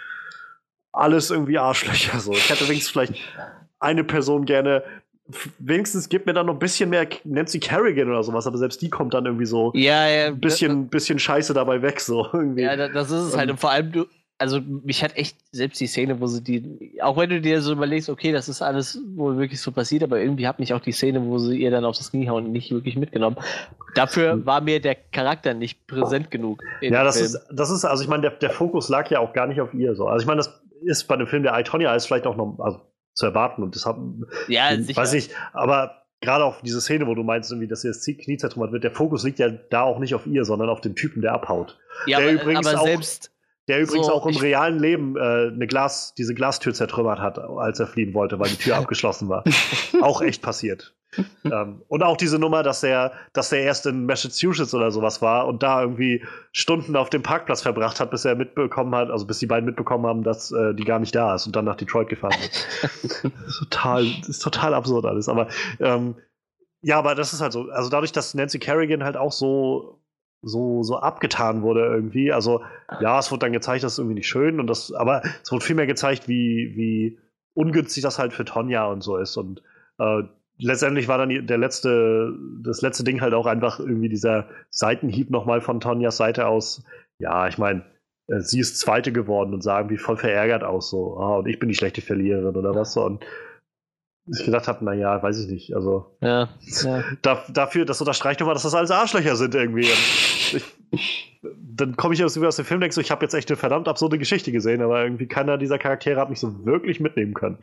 alles irgendwie Arschlöcher. So. Ich hätte wenigstens vielleicht eine Person gerne, wenigstens gibt mir dann noch ein bisschen mehr Nancy Kerrigan oder sowas, aber selbst die kommt dann irgendwie so Ja, ja. ein bisschen, bisschen Scheiße dabei weg. So, irgendwie. Ja, da- das ist es halt. Und vor allem, du, also mich hat echt selbst die Szene, wo sie die, auch wenn du dir so überlegst, okay, das ist alles wohl wirklich so passiert, aber irgendwie hat mich auch die Szene, wo sie ihr dann aufs Knie hauen, nicht wirklich mitgenommen. Dafür war mir der Charakter nicht präsent genug. in Ja, dem das Film. ist, das ist, also ich meine, der, der Fokus lag ja auch gar nicht auf ihr. So. Also ich meine, das ist bei dem Film der I, Tonya ist vielleicht auch noch also, zu erwarten und das haben, Ja, sicher. weiß ich, aber gerade auf diese Szene, wo du meinst, irgendwie, dass sie das Knie zertrümmert wird, der Fokus liegt ja da auch nicht auf ihr, sondern auf den Typen, der abhaut. Ja, der aber, übrigens aber auch- selbst. Der übrigens So, auch im ich- realen Leben äh, eine Glas, diese Glastür zertrümmert hat, als er fliehen wollte, weil die Tür abgeschlossen war. Auch echt passiert. ähm, und auch diese Nummer, dass er, dass er erst in Massachusetts oder sowas war und da irgendwie Stunden auf dem Parkplatz verbracht hat, bis er mitbekommen hat, also bis die beiden mitbekommen haben, dass äh, die gar nicht da ist und dann nach Detroit gefahren ist. das ist total, das ist total absurd alles. Aber ähm, ja, aber das ist halt so. Also dadurch, dass Nancy Kerrigan halt auch so so, so abgetan wurde irgendwie. Also, ja, es wurde dann gezeigt, das ist irgendwie nicht schön, und das, aber es wurde vielmehr gezeigt, wie, wie ungünstig das halt für Tonja und so ist. Und äh, letztendlich war dann die, der letzte, das letzte Ding halt auch einfach irgendwie dieser Seitenhieb nochmal von Tonjas Seite aus. Ja, ich meine, äh, sie ist Zweite geworden und sah irgendwie voll verärgert aus, so, ah, und ich bin die schlechte Verliererin oder was so. Und ich gedacht habe, naja, weiß ich nicht. Also Ja, ja. da, dafür, das unterstreicht immer, dass das alles Arschlöcher sind irgendwie. Und ich, dann komme ich aus, aus dem Film und denke so, ich habe jetzt echt eine verdammt absurde Geschichte gesehen, aber irgendwie keiner dieser Charaktere hat mich so wirklich mitnehmen können.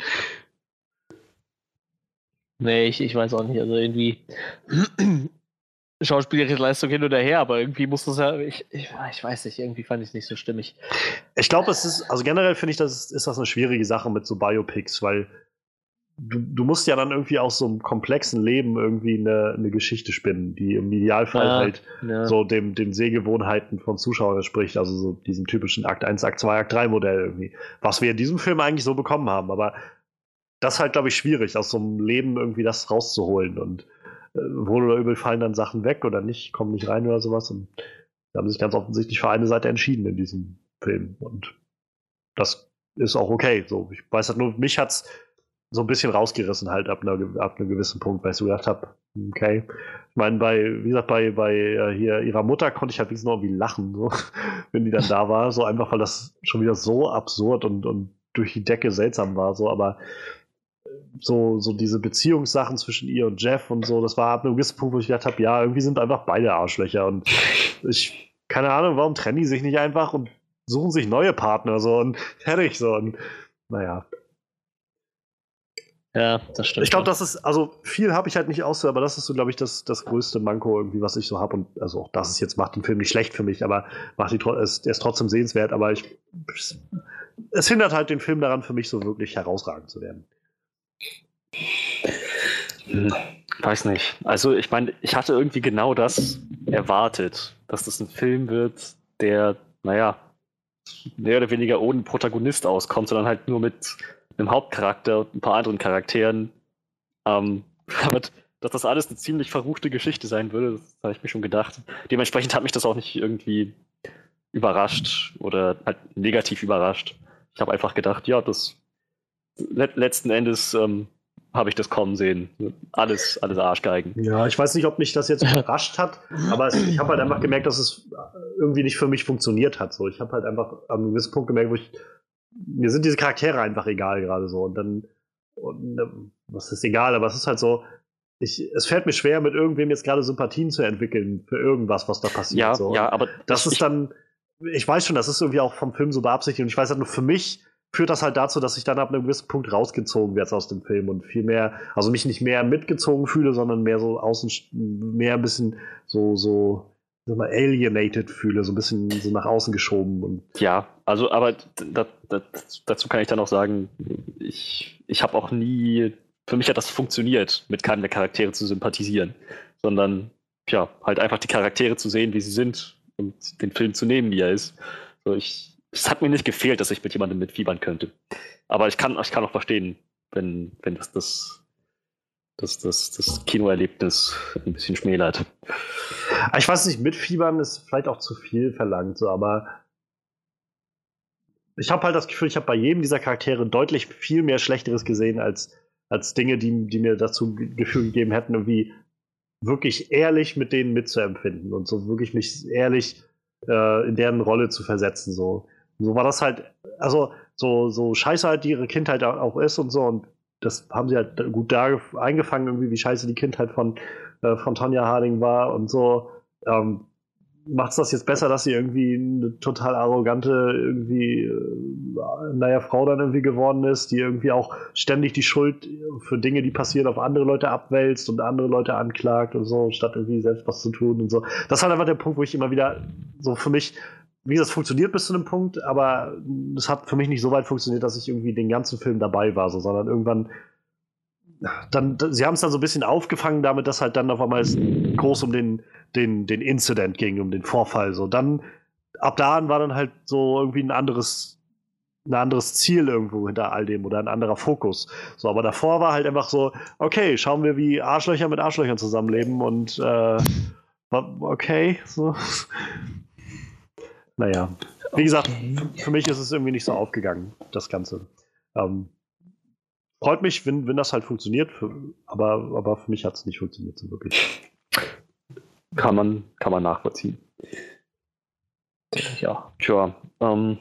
Nee, ich, ich weiß auch nicht. Also irgendwie schauspielerische Leistung hin oder her, aber irgendwie muss das ja. Ich, ich, ich weiß nicht, irgendwie fand ich es nicht so stimmig. Ich glaube, es ist, also generell finde ich, das ist das eine schwierige Sache mit so Biopics, weil du, du musst ja dann irgendwie aus so einem komplexen Leben irgendwie eine, eine Geschichte spinnen, die im Idealfall Ja, halt ja. so dem, dem Sehgewohnheiten von Zuschauern entspricht, also so diesem typischen Akt eins, Akt zwei, Akt drei Modell irgendwie. Was wir in diesem Film eigentlich so bekommen haben, aber das ist halt, glaube ich, schwierig, aus so einem Leben irgendwie das rauszuholen, und äh, wohl oder übel fallen dann Sachen weg oder nicht, kommen nicht rein oder sowas, und da haben sich ganz offensichtlich für eine Seite entschieden in diesem Film, und das ist auch okay. So, ich weiß halt nur, mich hat's so ein bisschen rausgerissen halt ab, einer, ab einem gewissen Punkt, weil ich so gedacht habe, okay. Ich meine, bei, wie gesagt, bei, bei äh, hier ihrer Mutter konnte ich halt wenigstens noch irgendwie lachen, so, wenn die dann da war, so einfach, weil das schon wieder so absurd und, und durch die Decke seltsam war, so, aber so, so diese Beziehungssachen zwischen ihr und Jeff und so, das war ab einem gewissen Punkt, wo ich gedacht habe, ja, irgendwie sind einfach beide Arschlöcher, und ich, keine Ahnung, warum trennen die sich nicht einfach und suchen sich neue Partner, so, und fertig, so, und naja. Ja, das stimmt. Ich glaube, das ist, also viel habe ich halt nicht aus, aber das ist so, glaube ich, das, das größte Manko irgendwie, was ich so habe. Und also auch das ist jetzt, macht den Film nicht schlecht für mich, aber macht die, er ist, er ist trotzdem sehenswert, aber ich, es hindert halt den Film daran, für mich so wirklich herausragend zu werden. Hm, weiß nicht. Also ich meine, ich hatte irgendwie genau das erwartet, dass das ein Film wird, der, naja, mehr oder weniger ohne Protagonist auskommt, sondern halt nur mit einem Hauptcharakter und ein paar anderen Charakteren. Ähm, aber dass das alles eine ziemlich verruchte Geschichte sein würde, das habe ich mir schon gedacht. Dementsprechend hat mich das auch nicht irgendwie überrascht oder halt negativ überrascht. Ich habe einfach gedacht, ja, das le- letzten Endes ähm, habe ich das kommen sehen. Alles, alles Arschgeigen. Ja, ich weiß nicht, ob mich das jetzt überrascht hat, aber es, ich habe halt einfach gemerkt, dass es irgendwie nicht für mich funktioniert hat. So, ich habe halt einfach an einem gewissen Punkt gemerkt, wo ich mir sind diese Charaktere einfach egal gerade so, und dann und, was ist egal, aber es ist halt so, ich, es fällt mir schwer, mit irgendwem jetzt gerade Sympathien zu entwickeln für irgendwas, was da passiert. Ja, so. ja, aber das ich, ist dann, ich weiß schon, das ist irgendwie auch vom Film so beabsichtigt, und ich weiß halt nur, für mich führt das halt dazu, dass ich dann ab einem gewissen Punkt rausgezogen werde aus dem Film und viel mehr, also mich nicht mehr mitgezogen fühle, sondern mehr so außen, mehr ein bisschen so, so mal alienated fühle, so ein bisschen so nach außen geschoben. Und ja, also, aber da, da, dazu kann ich dann auch sagen, ich, ich habe auch nie, für mich hat das funktioniert, mit keinem der Charaktere zu sympathisieren, sondern, ja, halt einfach die Charaktere zu sehen, wie sie sind, und den Film zu nehmen, wie er ist. So, ich, es hat mir nicht gefehlt, dass ich mit jemandem mitfiebern könnte. Aber ich kann, ich kann auch verstehen, wenn, wenn das das Das, das, das Kinoerlebnis ein bisschen schmälert. Ich weiß nicht, mitfiebern ist vielleicht auch zu viel verlangt, so, aber ich habe halt das Gefühl, ich habe bei jedem dieser Charaktere deutlich viel mehr Schlechteres gesehen als, als Dinge, die, die mir dazu Gefühl gegeben hätten, irgendwie wirklich ehrlich mit denen mitzuempfinden und so wirklich mich ehrlich äh, in deren Rolle zu versetzen. So, so war das halt, also so, so scheiße halt die ihre Kindheit auch ist und so, und das haben sie halt gut da eingefangen, irgendwie, wie scheiße die Kindheit von, äh, von Tonja Harding war und so. Ähm, Macht es das jetzt besser, dass sie irgendwie eine total arrogante, irgendwie, äh, naja, Frau dann irgendwie geworden ist, die irgendwie auch ständig die Schuld für Dinge, die passieren, auf andere Leute abwälzt und andere Leute anklagt und so, statt irgendwie selbst was zu tun und so. Das ist halt einfach der Punkt, wo ich immer wieder so für mich, wie gesagt, es funktioniert bis zu einem Punkt, aber es hat für mich nicht so weit funktioniert, dass ich irgendwie den ganzen Film dabei war, so, sondern irgendwann dann, sie haben es dann so ein bisschen aufgefangen damit, dass halt dann auf einmal es groß um den, den, den Incident ging, um den Vorfall. So, dann, ab da an war dann halt so irgendwie ein anderes, ein anderes Ziel irgendwo hinter all dem oder ein anderer Fokus. So, aber davor war halt einfach so, okay, schauen wir, wie Arschlöcher mit Arschlöchern zusammenleben, und äh, okay, so. Naja. Wie gesagt, für mich ist es irgendwie nicht so aufgegangen, das Ganze. Ähm, freut mich, wenn, wenn das halt funktioniert, für, aber, aber für mich hat es nicht funktioniert, so wirklich. Kann man, kann man nachvollziehen. Ja. Tja, ähm,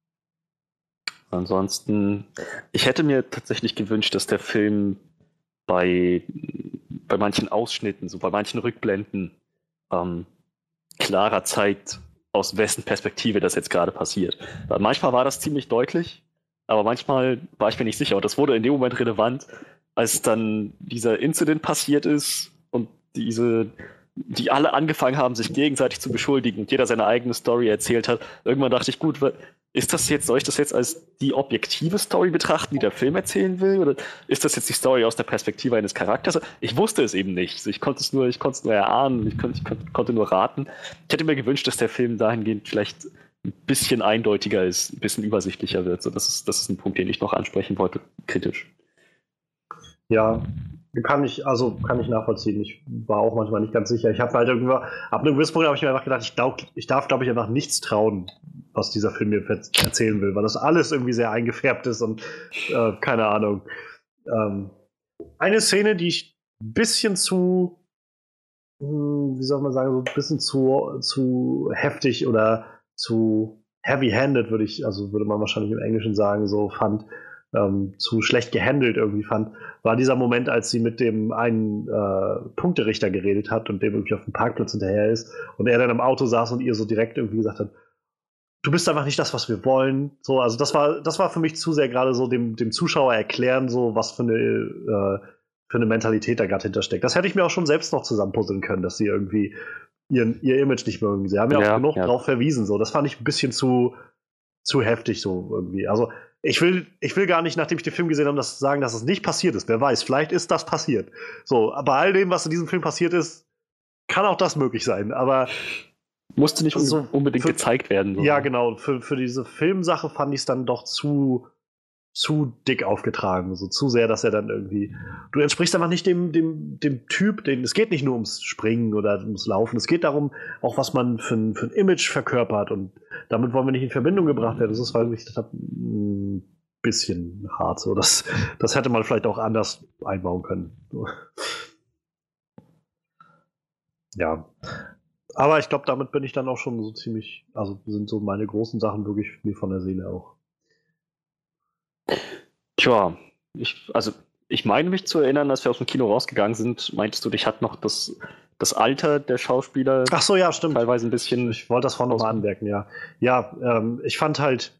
ansonsten, ich hätte mir tatsächlich gewünscht, dass der Film bei, bei manchen Ausschnitten, so bei manchen Rückblenden, ähm, klarer zeigt, aus wessen Perspektive das jetzt gerade passiert. Weil manchmal war das ziemlich deutlich, aber manchmal war ich mir nicht sicher. Und das wurde in dem Moment relevant, als dann dieser Incident passiert ist und diese, die alle angefangen haben, sich gegenseitig zu beschuldigen und jeder seine eigene Story erzählt hat. Irgendwann dachte ich, gut, ist das jetzt, soll ich das jetzt als die objektive Story betrachten, die der Film erzählen will? Oder ist das jetzt die Story aus der Perspektive eines Charakters? Ich wusste es eben nicht. Ich konnte es nur, ich konnte es nur erahnen, ich konnte, ich konnte, konnte nur raten. Ich hätte mir gewünscht, dass der Film dahingehend vielleicht ein bisschen eindeutiger ist, ein bisschen übersichtlicher wird. So, das ist, das ist ein Punkt, den ich noch ansprechen wollte, kritisch. Ja, kann ich, also kann ich nachvollziehen. Ich war auch manchmal nicht ganz sicher. Ich habe halt irgendwann, ab einem gewissen Punkt habe ich mir einfach gedacht, ich, glaub, ich darf, glaube ich, einfach nichts trauen, was dieser Film mir erzählen will, weil das alles irgendwie sehr eingefärbt ist und äh, keine Ahnung. Ähm, eine Szene, die ich ein bisschen zu, mh, wie soll man sagen, so ein bisschen zu, zu heftig oder zu heavy-handed, würde ich, also würde man wahrscheinlich im Englischen sagen, so fand, ähm, zu schlecht gehandelt irgendwie fand, war dieser Moment, als sie mit dem einen äh, Punkterichter geredet hat und dem irgendwie auf dem Parkplatz hinterher ist und er dann im Auto saß und ihr so direkt irgendwie gesagt hat, du bist einfach nicht das, was wir wollen. So, also das war, das war für mich zu sehr gerade so dem, dem Zuschauer erklären, so was für eine, äh, für eine Mentalität da gerade hintersteckt. Das hätte ich mir auch schon selbst noch zusammenpuzzeln können, dass sie irgendwie ihren, ihr Image nicht mögen. Sie haben ja, ja auch genug ja. drauf verwiesen. So. Das fand ich ein bisschen zu, zu heftig so irgendwie. Also ich will, ich will gar nicht, nachdem ich den Film gesehen habe, das sagen, dass es nicht passiert ist. Wer weiß, vielleicht ist das passiert. So, bei all dem, was in diesem Film passiert ist, kann auch das möglich sein. Aber musste nicht so unbedingt für, gezeigt werden. So. Ja, genau. Für, für diese Filmsache fand ich es dann doch zu, zu dick aufgetragen. So zu sehr, dass er dann irgendwie. Du entsprichst einfach nicht dem, dem, dem Typ, den, es geht nicht nur ums Springen oder ums Laufen. Es geht darum, auch was man für ein, für ein Image verkörpert. Und damit wollen wir nicht in Verbindung gebracht werden. Das ist, weil ich das ein bisschen hart. So. Das, das hätte man vielleicht auch anders einbauen können. So. Ja. Aber ich glaube, damit bin ich dann auch schon so ziemlich, also sind so meine großen Sachen wirklich mir von der Seele auch. Tja, ich, also ich meine mich zu erinnern, als wir aus dem Kino rausgegangen sind, meintest du, dich hat noch das, das Alter der Schauspieler Ach so, ja, stimmt. teilweise ein bisschen. Ich wollte das vorhin nochmal anmerken, ja. Ja, ähm, ich fand halt,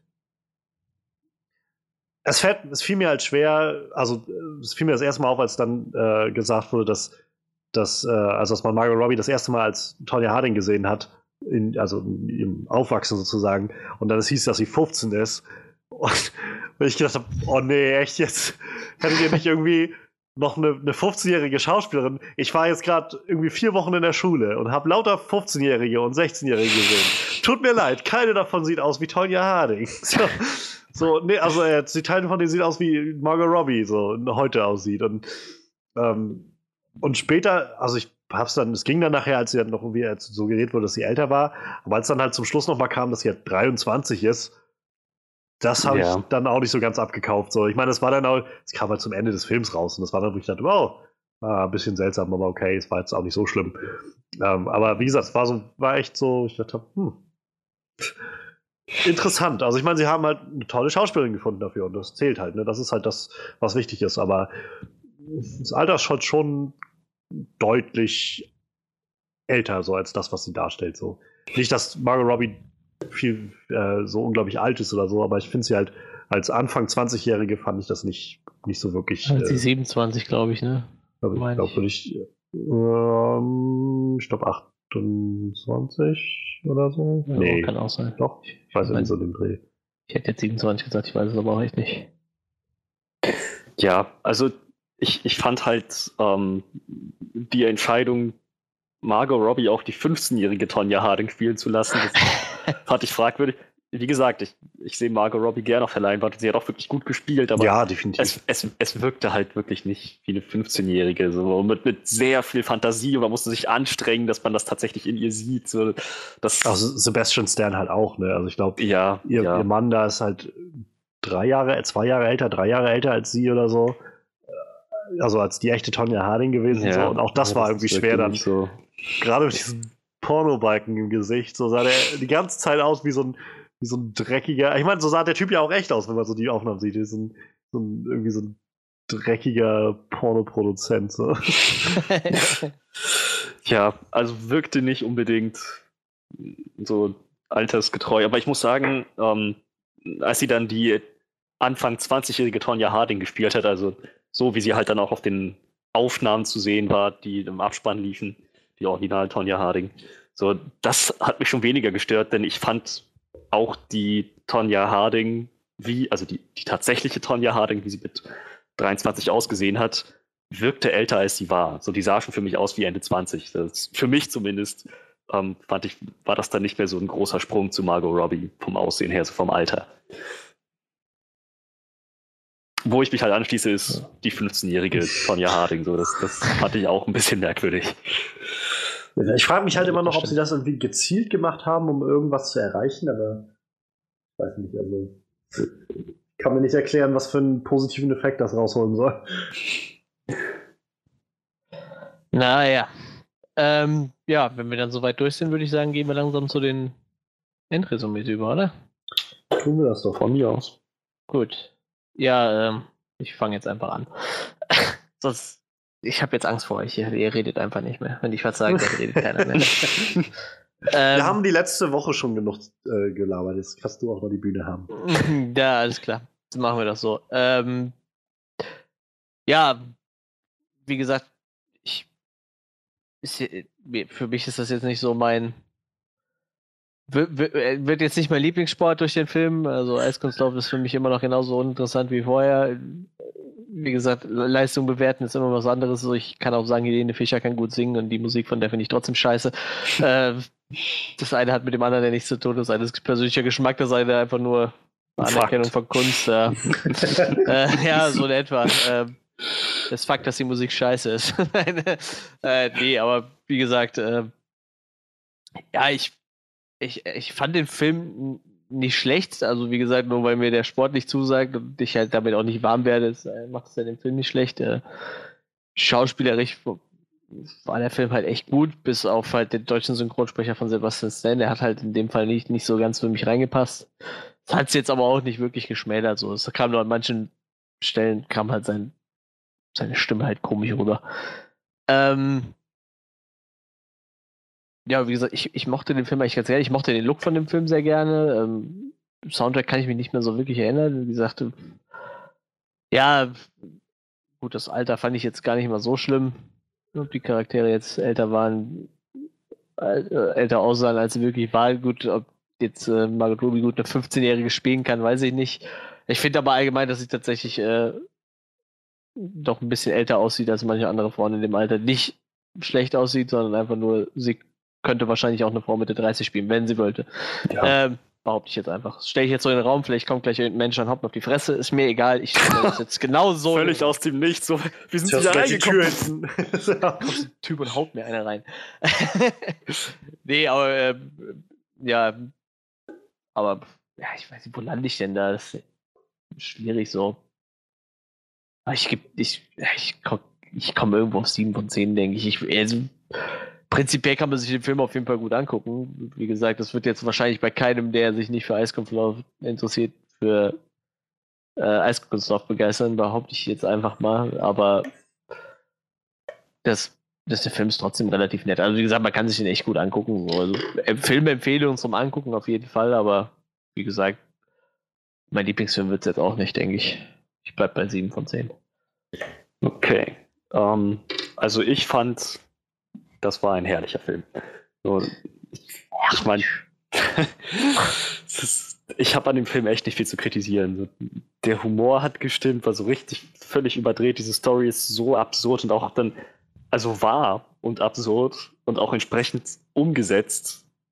es, fällt, es fiel mir halt schwer, also es fiel mir das erste Mal auf, als dann äh, gesagt wurde, dass dass, äh, also dass man Margot Robbie das erste Mal als Tonya Harding gesehen hat, in, also im Aufwachsen sozusagen, und dann es hieß, dass sie fünfzehn ist. Und ich gedacht habe, oh nee, echt jetzt? Hättet ihr nicht irgendwie noch eine, eine fünfzehnjährige Schauspielerin? Ich war jetzt gerade irgendwie vier Wochen in der Schule und habe lauter fünfzehnjährige und sechzehnjährige gesehen. Tut mir leid, keine davon sieht aus wie Tonya Harding. So, so nee, also äh, die Teile von denen sieht aus wie Margot Robbie so heute aussieht. Und ähm, Und später, also ich hab's dann, es ging dann nachher, als sie dann noch irgendwie so geredet wurde, dass sie älter war, aber als dann halt zum Schluss noch mal kam, dass sie halt dreiundzwanzig ist, das habe ja. ich dann auch nicht so ganz abgekauft. So, ich meine, das war dann auch, es kam halt zum Ende des Films raus und das war dann, wo ich dachte, wow, war ein bisschen seltsam, aber okay, es war jetzt auch nicht so schlimm. Ähm, aber wie gesagt, es war so, war echt so, ich dachte, hm, interessant. Also ich meine, sie haben halt eine tolle Schauspielerin gefunden dafür und das zählt halt, ne? Das ist halt das, was wichtig ist, aber das Alter ist schon, schon deutlich älter, so als das, was sie darstellt. So. Nicht, dass Margot Robbie viel äh, so unglaublich alt ist oder so, aber ich finde sie halt als Anfang zwanzigjährige fand ich das nicht, nicht so wirklich. Als sie äh, siebenundzwanzig, glaube ich, ne? Glaub ich glaube, ich, ähm, ich glaube achtundzwanzig oder so. Ja, nee, kann auch sein. Doch, ich, ich weiß ja nicht so den Dreh. Ich hätte jetzt siebenundzwanzig gesagt, ich weiß es aber auch echt nicht. Ja, also Ich, ich fand halt ähm, die Entscheidung, Margot Robbie auch die fünfzehnjährige Tonya Harding spielen zu lassen, das fand ich fragwürdig. wie gesagt, ich, ich sehe Margot Robbie gerne auf der Leinwand. Sie hat auch wirklich gut gespielt, aber Ja, definitiv. es, es, es wirkte halt wirklich nicht wie eine fünfzehnjährige. So mit, mit sehr viel Fantasie und man musste sich anstrengen, dass man das tatsächlich in ihr sieht. So, das, Also Sebastian Stan halt auch, ne? Also ich glaube, ja, ihr, ja. ihr Mann da ist halt drei Jahre, zwei Jahre älter, drei Jahre älter als sie oder so. Also als die echte Tonya Harding gewesen. Ja, so. Und auch das ja, war das irgendwie ist schwer dann. wirklich so. Gerade mit diesem Pornobalken im Gesicht. So sah der die ganze Zeit aus wie so ein, wie so ein dreckiger. Ich meine, so sah der Typ ja auch echt aus, wenn man so die Aufnahmen sieht. So ein, so ein, irgendwie so ein dreckiger Pornoproduzent. So. Ja, also wirkte nicht unbedingt so altersgetreu. Aber ich muss sagen, ähm, als sie dann die Anfang zwanzigjährige Tonya Harding gespielt hat, also so wie sie halt dann auch auf den Aufnahmen zu sehen war, die im Abspann liefen, die original Tonya Harding. So, das hat mich schon weniger gestört, denn ich fand auch die Tonya Harding, wie, also die, die tatsächliche Tonya Harding, wie sie mit dreiundzwanzig ausgesehen hat, wirkte älter als sie war. So, die sah schon für mich aus wie Ende zwanzig. Das, für mich zumindest ähm, fand ich, war das dann nicht mehr so ein großer Sprung zu Margot Robbie vom Aussehen her, so vom Alter. Wo ich mich halt anschließe, ist ja. die fünfzehnjährige Tonya Harding. So, das, das fand ich auch ein bisschen merkwürdig. Ich frage mich halt immer noch, ob sie das irgendwie gezielt gemacht haben, um irgendwas zu erreichen, aber ich weiß nicht, also ich kann mir nicht erklären, was für einen positiven Effekt das rausholen soll. Naja. Ähm, ja, wenn wir dann soweit durch sind, würde ich sagen, gehen wir langsam zu den Endresümees über, oder? Tun wir das doch. Von mir aus. Gut. Ja, ähm, ich fange jetzt einfach an. Sonst, ich habe jetzt Angst vor euch. Ihr, ihr redet einfach nicht mehr. Wenn ich was sage, dann redet keiner mehr. ähm, wir haben die letzte Woche schon genug äh, gelabert. Jetzt kannst du auch mal die Bühne haben. Ja, alles klar. Jetzt machen wir das so. Ähm, ja, wie gesagt, ich, ist, für mich ist das jetzt nicht so mein wird jetzt nicht mein Lieblingssport durch den Film. Also Eiskunstlauf ist für mich immer noch genauso uninteressant wie vorher. Wie gesagt, Leistung bewerten ist immer was anderes. Also ich kann auch sagen, Helene Fischer kann gut singen und die Musik von der finde ich trotzdem scheiße. äh, das eine hat mit dem anderen ja nichts zu tun. Das eine ist persönlicher Geschmack, das eine einfach nur Anerkennung von Kunst. Ja, äh, ja so in etwa. Äh, das Fakt, dass die Musik scheiße ist. äh, nee, aber wie gesagt, äh, ja, ich Ich, ich fand den Film nicht schlecht, also wie gesagt, nur weil mir der Sport nicht zusagt und ich halt damit auch nicht warm werde, das, äh, macht es ja den Film nicht schlecht. Äh, schauspielerisch war der Film halt echt gut, bis auf halt den deutschen Synchronsprecher von Sebastian Stan, der hat halt in dem Fall nicht, nicht so ganz für mich reingepasst. Das hat es jetzt aber auch nicht wirklich geschmälert, so. Es kam nur an manchen Stellen, kam halt sein, seine Stimme halt komisch rüber. Ähm, Ja, wie gesagt, ich, ich mochte den Film eigentlich ganz gerne. Ich mochte den Look von dem Film sehr gerne. Ähm, Soundtrack kann ich mich nicht mehr so wirklich erinnern. Wie gesagt, ja, gut, das Alter fand ich jetzt gar nicht mal so schlimm. Ob die Charaktere jetzt älter waren, äh, älter aussahen, als sie wirklich waren. Gut, ob jetzt äh, Margot Robbie gut eine fünfzehnjährige spielen kann, weiß ich nicht. Ich finde aber allgemein, dass sie tatsächlich äh, doch ein bisschen älter aussieht als manche andere Frauen in dem Alter. Nicht schlecht aussieht, sondern einfach nur, sie könnte wahrscheinlich auch eine Frau Mitte dreißig spielen, wenn sie wollte. Ja. Ähm, behaupte ich jetzt einfach. Stelle ich jetzt so in den Raum, vielleicht kommt gleich irgendein Mensch und haut mir auf die Fresse, ist mir egal, ich stelle das jetzt genau so. Völlig aus dem Nichts, so, wie sind sie da reingekommen? Da kommt ein Typ und haut mir einer rein. Nee, aber äh, ja, aber ja, ich weiß nicht, wo lande ich denn da? Das ist schwierig so. Aber ich gebe, ich, ich komme ich komm irgendwo auf sieben von zehn, denke ich. ich also, prinzipiell kann man sich den Film auf jeden Fall gut angucken. Wie gesagt, das wird jetzt wahrscheinlich bei keinem, der sich nicht für Eiskunstlauf interessiert, für äh, Eiskunstlauf begeistern, behaupte ich jetzt einfach mal. Aber das, das, der Film ist trotzdem relativ nett. Also wie gesagt, man kann sich den echt gut angucken. Also, Filmempfehlung zum Angucken auf jeden Fall, aber wie gesagt, mein Lieblingsfilm wird es jetzt auch nicht, denke ich. Ich bleibe bei sieben von zehn. Okay. Um, also ich fand, das war ein herrlicher Film. So, ich ich meine, ich habe an dem Film echt nicht viel zu kritisieren. Der Humor hat gestimmt, war so richtig völlig überdreht. Diese Story ist so absurd und auch dann, also wahr und absurd und auch entsprechend umgesetzt.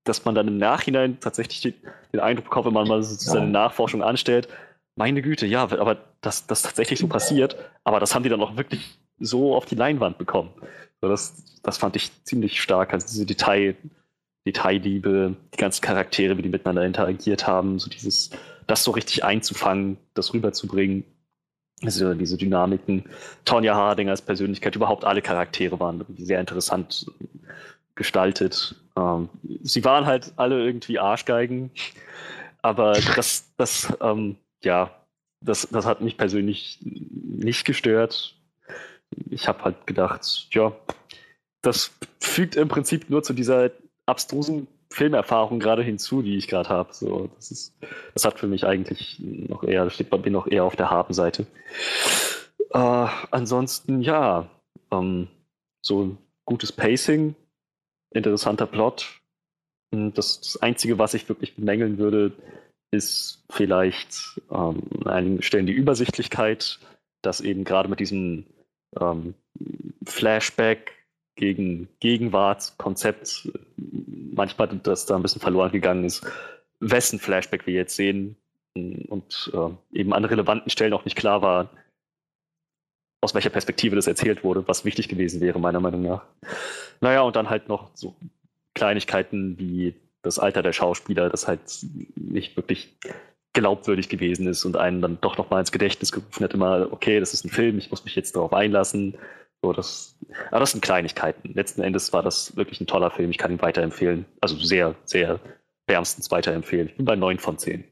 dass man dann im Nachhinein tatsächlich den, den Eindruck bekommt, wenn man mal so seine Nachforschung anstellt, meine Güte, ja, aber das, das tatsächlich so passiert, aber das haben die dann auch wirklich so auf die Leinwand bekommen. So, das, das fand ich ziemlich stark, also diese Detail, Detailliebe, die ganzen Charaktere, wie die miteinander interagiert haben, so dieses, das so richtig einzufangen, das rüberzubringen, also diese Dynamiken. Tonya Harding als Persönlichkeit, überhaupt alle Charaktere waren sehr interessant gestaltet. Ähm, sie waren halt alle irgendwie Arschgeigen, aber das, das, ähm, ja, das, das hat mich persönlich nicht gestört. Ich habe halt gedacht, ja, das fügt im Prinzip nur zu dieser abstrusen Filmerfahrung gerade hinzu, die ich gerade habe. So, das ist, das hat für mich eigentlich noch eher, das steht bei mir noch eher auf der Habenseite. Äh, ansonsten, ja, ähm, so ein gutes Pacing, interessanter Plot. Das, das Einzige, was ich wirklich bemängeln würde, ist vielleicht ähm, an einigen Stellen die Übersichtlichkeit, dass eben gerade mit diesem ähm, Flashback gegen Gegenwartskonzept manchmal das da ein bisschen verloren gegangen ist, wessen Flashback wir jetzt sehen und äh, eben an relevanten Stellen auch nicht klar war, aus welcher Perspektive das erzählt wurde, was wichtig gewesen wäre, meiner Meinung nach. Naja, und dann halt noch so Kleinigkeiten wie das Alter der Schauspieler, das halt nicht wirklich glaubwürdig gewesen ist und einen dann doch nochmal ins Gedächtnis gerufen hat, immer, okay, das ist ein Film, ich muss mich jetzt darauf einlassen. So, das, aber das sind Kleinigkeiten. Letzten Endes war das wirklich ein toller Film. Ich kann ihn weiterempfehlen. Also sehr, sehr wärmstens weiterempfehlen. Ich bin bei neun von zehn.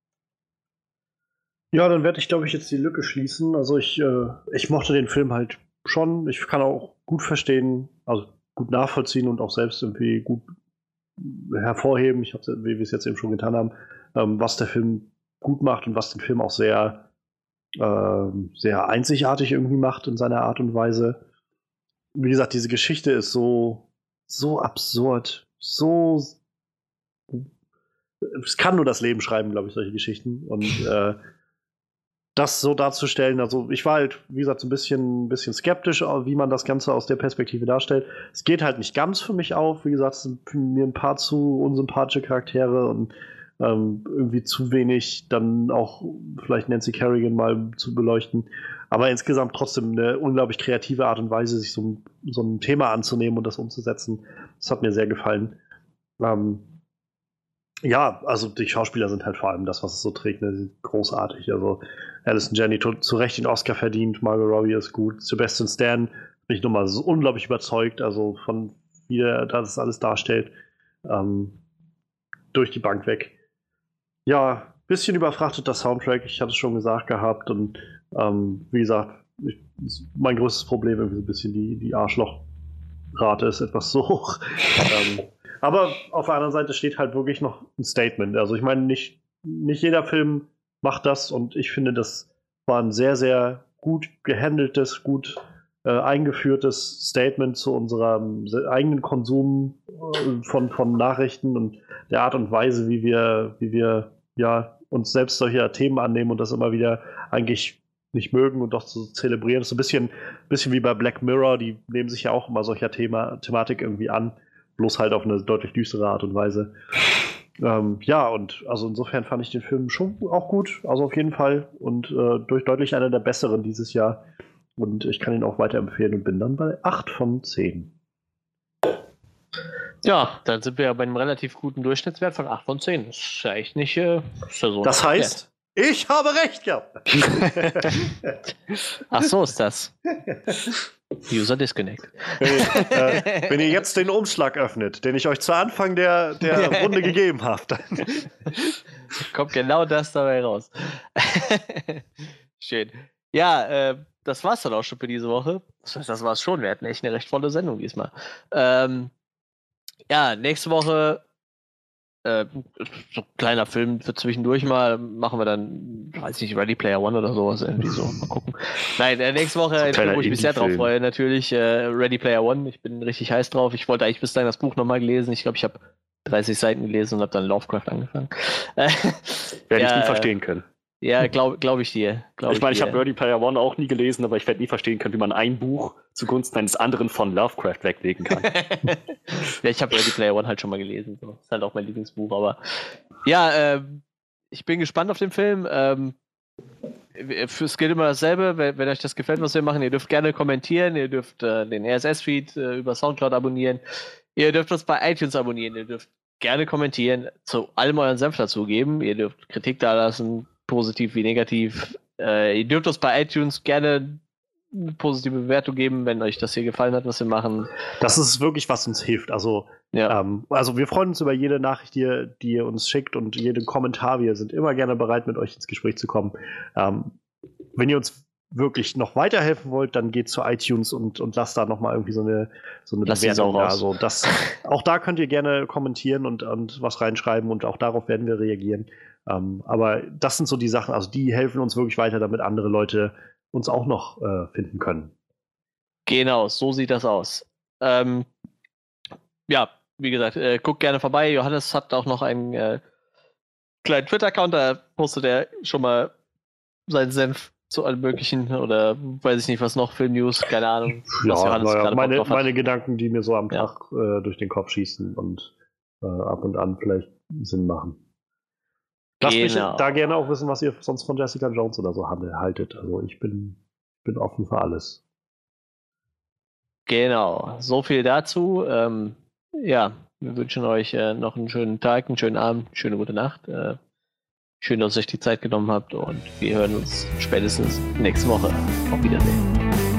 Ja, dann werde ich, glaube ich, jetzt die Lücke schließen. Also ich, äh, ich mochte den Film halt schon. Ich kann auch gut verstehen, also gut nachvollziehen und auch selbst irgendwie gut hervorheben, ich habe, wie wir es jetzt eben schon getan haben, ähm, was der Film gut macht und was den Film auch sehr ähm, sehr einzigartig irgendwie macht in seiner Art und Weise. Wie gesagt, diese Geschichte ist so so absurd, so es kann nur das Leben schreiben, glaube ich, solche Geschichten. Und äh, das so darzustellen, also ich war halt, wie gesagt, so ein bisschen, ein bisschen skeptisch, wie man das Ganze aus der Perspektive darstellt. Es geht halt nicht ganz für mich auf. Wie gesagt, es sind mir ein paar zu unsympathische Charaktere und ähm, irgendwie zu wenig dann auch vielleicht Nancy Kerrigan mal zu beleuchten. Aber insgesamt trotzdem eine unglaublich kreative Art und Weise, sich so ein, so ein Thema anzunehmen und das umzusetzen. Das hat mir sehr gefallen. Ähm, Ja, also die Schauspieler sind halt vor allem das, was es so trägt. Ne? Die sind großartig. Also Alison Janney zu Recht den Oscar verdient, Margot Robbie ist gut, Sebastian Stan hat mich nochmal so unglaublich überzeugt, also von wie er das alles darstellt, ähm, durch die Bank weg. Ja, bisschen überfrachtet das Soundtrack, ich hatte es schon gesagt gehabt und ähm, wie gesagt, ich, mein größtes Problem irgendwie so ein bisschen die, die Arschlochrate ist etwas so hoch. ähm, Aber auf der anderen Seite steht halt wirklich noch ein Statement. Also ich meine, nicht, nicht jeder Film macht das und ich finde, das war ein sehr, sehr gut gehandeltes, gut äh, eingeführtes Statement zu unserem eigenen Konsum äh, von, von Nachrichten und der Art und Weise, wie wir, wie wir ja, uns selbst solcher Themen annehmen und das immer wieder eigentlich nicht mögen und doch zu zelebrieren. Das ist so ein bisschen, bisschen wie bei Black Mirror, die nehmen sich ja auch immer solcher Thema, Thematik irgendwie an. Bloß halt auf eine deutlich düstere Art und Weise. Ähm, ja, und also insofern fand ich den Film schon auch gut, also auf jeden Fall. Und äh, durch deutlich einer der besseren dieses Jahr. Und ich kann ihn auch weiterempfehlen und bin dann bei acht von zehn. Ja, dann sind wir ja bei einem relativ guten Durchschnittswert von acht von zehn. Das ist ja echt nicht. Äh, ist ja so das heißt, ich habe recht gehabt. Ach so ist das. User Disconnect. Wenn ihr, äh, wenn ihr jetzt den Umschlag öffnet, den ich euch zu Anfang der, der Runde gegeben habe, dann kommt genau das dabei raus. Schön. Ja, äh, das war's dann auch schon für diese Woche. Das heißt, das war's schon. Wir hatten echt eine recht volle Sendung diesmal. Ähm, ja, nächste Woche Äh, so ein kleiner Film für zwischendurch mal, machen wir dann, weiß ich nicht, Ready Player One oder sowas, irgendwie so, mal gucken. Nein, äh, nächste Woche, so ein Film, wo ich mich sehr drauf freue, natürlich, äh, Ready Player One, ich bin richtig heiß drauf, ich wollte eigentlich bis dahin das Buch nochmal gelesen, ich glaube, ich habe dreißig Seiten gelesen und habe dann Lovecraft angefangen. Werde ja, ich nie verstehen können. Ja, glaube glaub ich dir. Glaub ich meine, ich, dir. habe Ready Player One auch nie gelesen, aber ich werde nie verstehen können, wie man ein Buch zugunsten eines anderen von Lovecraft weglegen kann. Ja, ich habe Ready Player One halt schon mal gelesen. So. Ist halt auch mein Lieblingsbuch, aber ja, ähm, ich bin gespannt auf den Film. Ähm, es gilt immer dasselbe, wenn, wenn euch das gefällt, was wir machen, ihr dürft gerne kommentieren, ihr dürft äh, den R S S-Feed äh, über Soundcloud abonnieren, ihr dürft uns bei iTunes abonnieren, ihr dürft gerne kommentieren, zu allem euren Senf dazugeben, ihr dürft Kritik da lassen, positiv wie negativ. Äh, ihr dürft uns bei iTunes gerne eine positive Bewertung geben, wenn euch das hier gefallen hat, was wir machen. Das ist wirklich, was uns hilft. Also, ja. ähm, also wir freuen uns über jede Nachricht, die ihr, die ihr uns schickt und jeden Kommentar. Wir sind immer gerne bereit, mit euch ins Gespräch zu kommen. Ähm, wenn ihr uns wirklich noch weiterhelfen wollt, dann geht zu iTunes und, und lasst da nochmal irgendwie so eine, so eine Lasst die Sau raus. Also das, auch da könnt ihr gerne kommentieren und, und was reinschreiben und auch darauf werden wir reagieren. Ähm, aber das sind so die Sachen, also die helfen uns wirklich weiter, damit andere Leute uns auch noch äh, finden können. Genau, so sieht das aus. Ähm, ja, wie gesagt, äh, guckt gerne vorbei. Johannes hat auch noch einen äh, kleinen Twitter-Account, da postet er schon mal seinen Senf zu allem Möglichen oder weiß ich nicht, was noch für News, keine Ahnung. Was Ja, Johannes naja, gerade meine, Bock drauf hat. meine Gedanken, die mir so am Ja. Tag äh, durch den Kopf schießen und äh, ab und an vielleicht Sinn machen. Lasst mich Genau. da gerne auch wissen, was ihr sonst von Jessica Jones oder so haltet. Also ich bin, bin offen für alles. Genau, so viel dazu. Ähm, ja, wir wünschen euch äh, noch einen schönen Tag, einen schönen Abend, eine schöne gute Nacht. Äh, schön, dass ihr euch die Zeit genommen habt und wir hören uns spätestens nächste Woche. Auf Wiedersehen.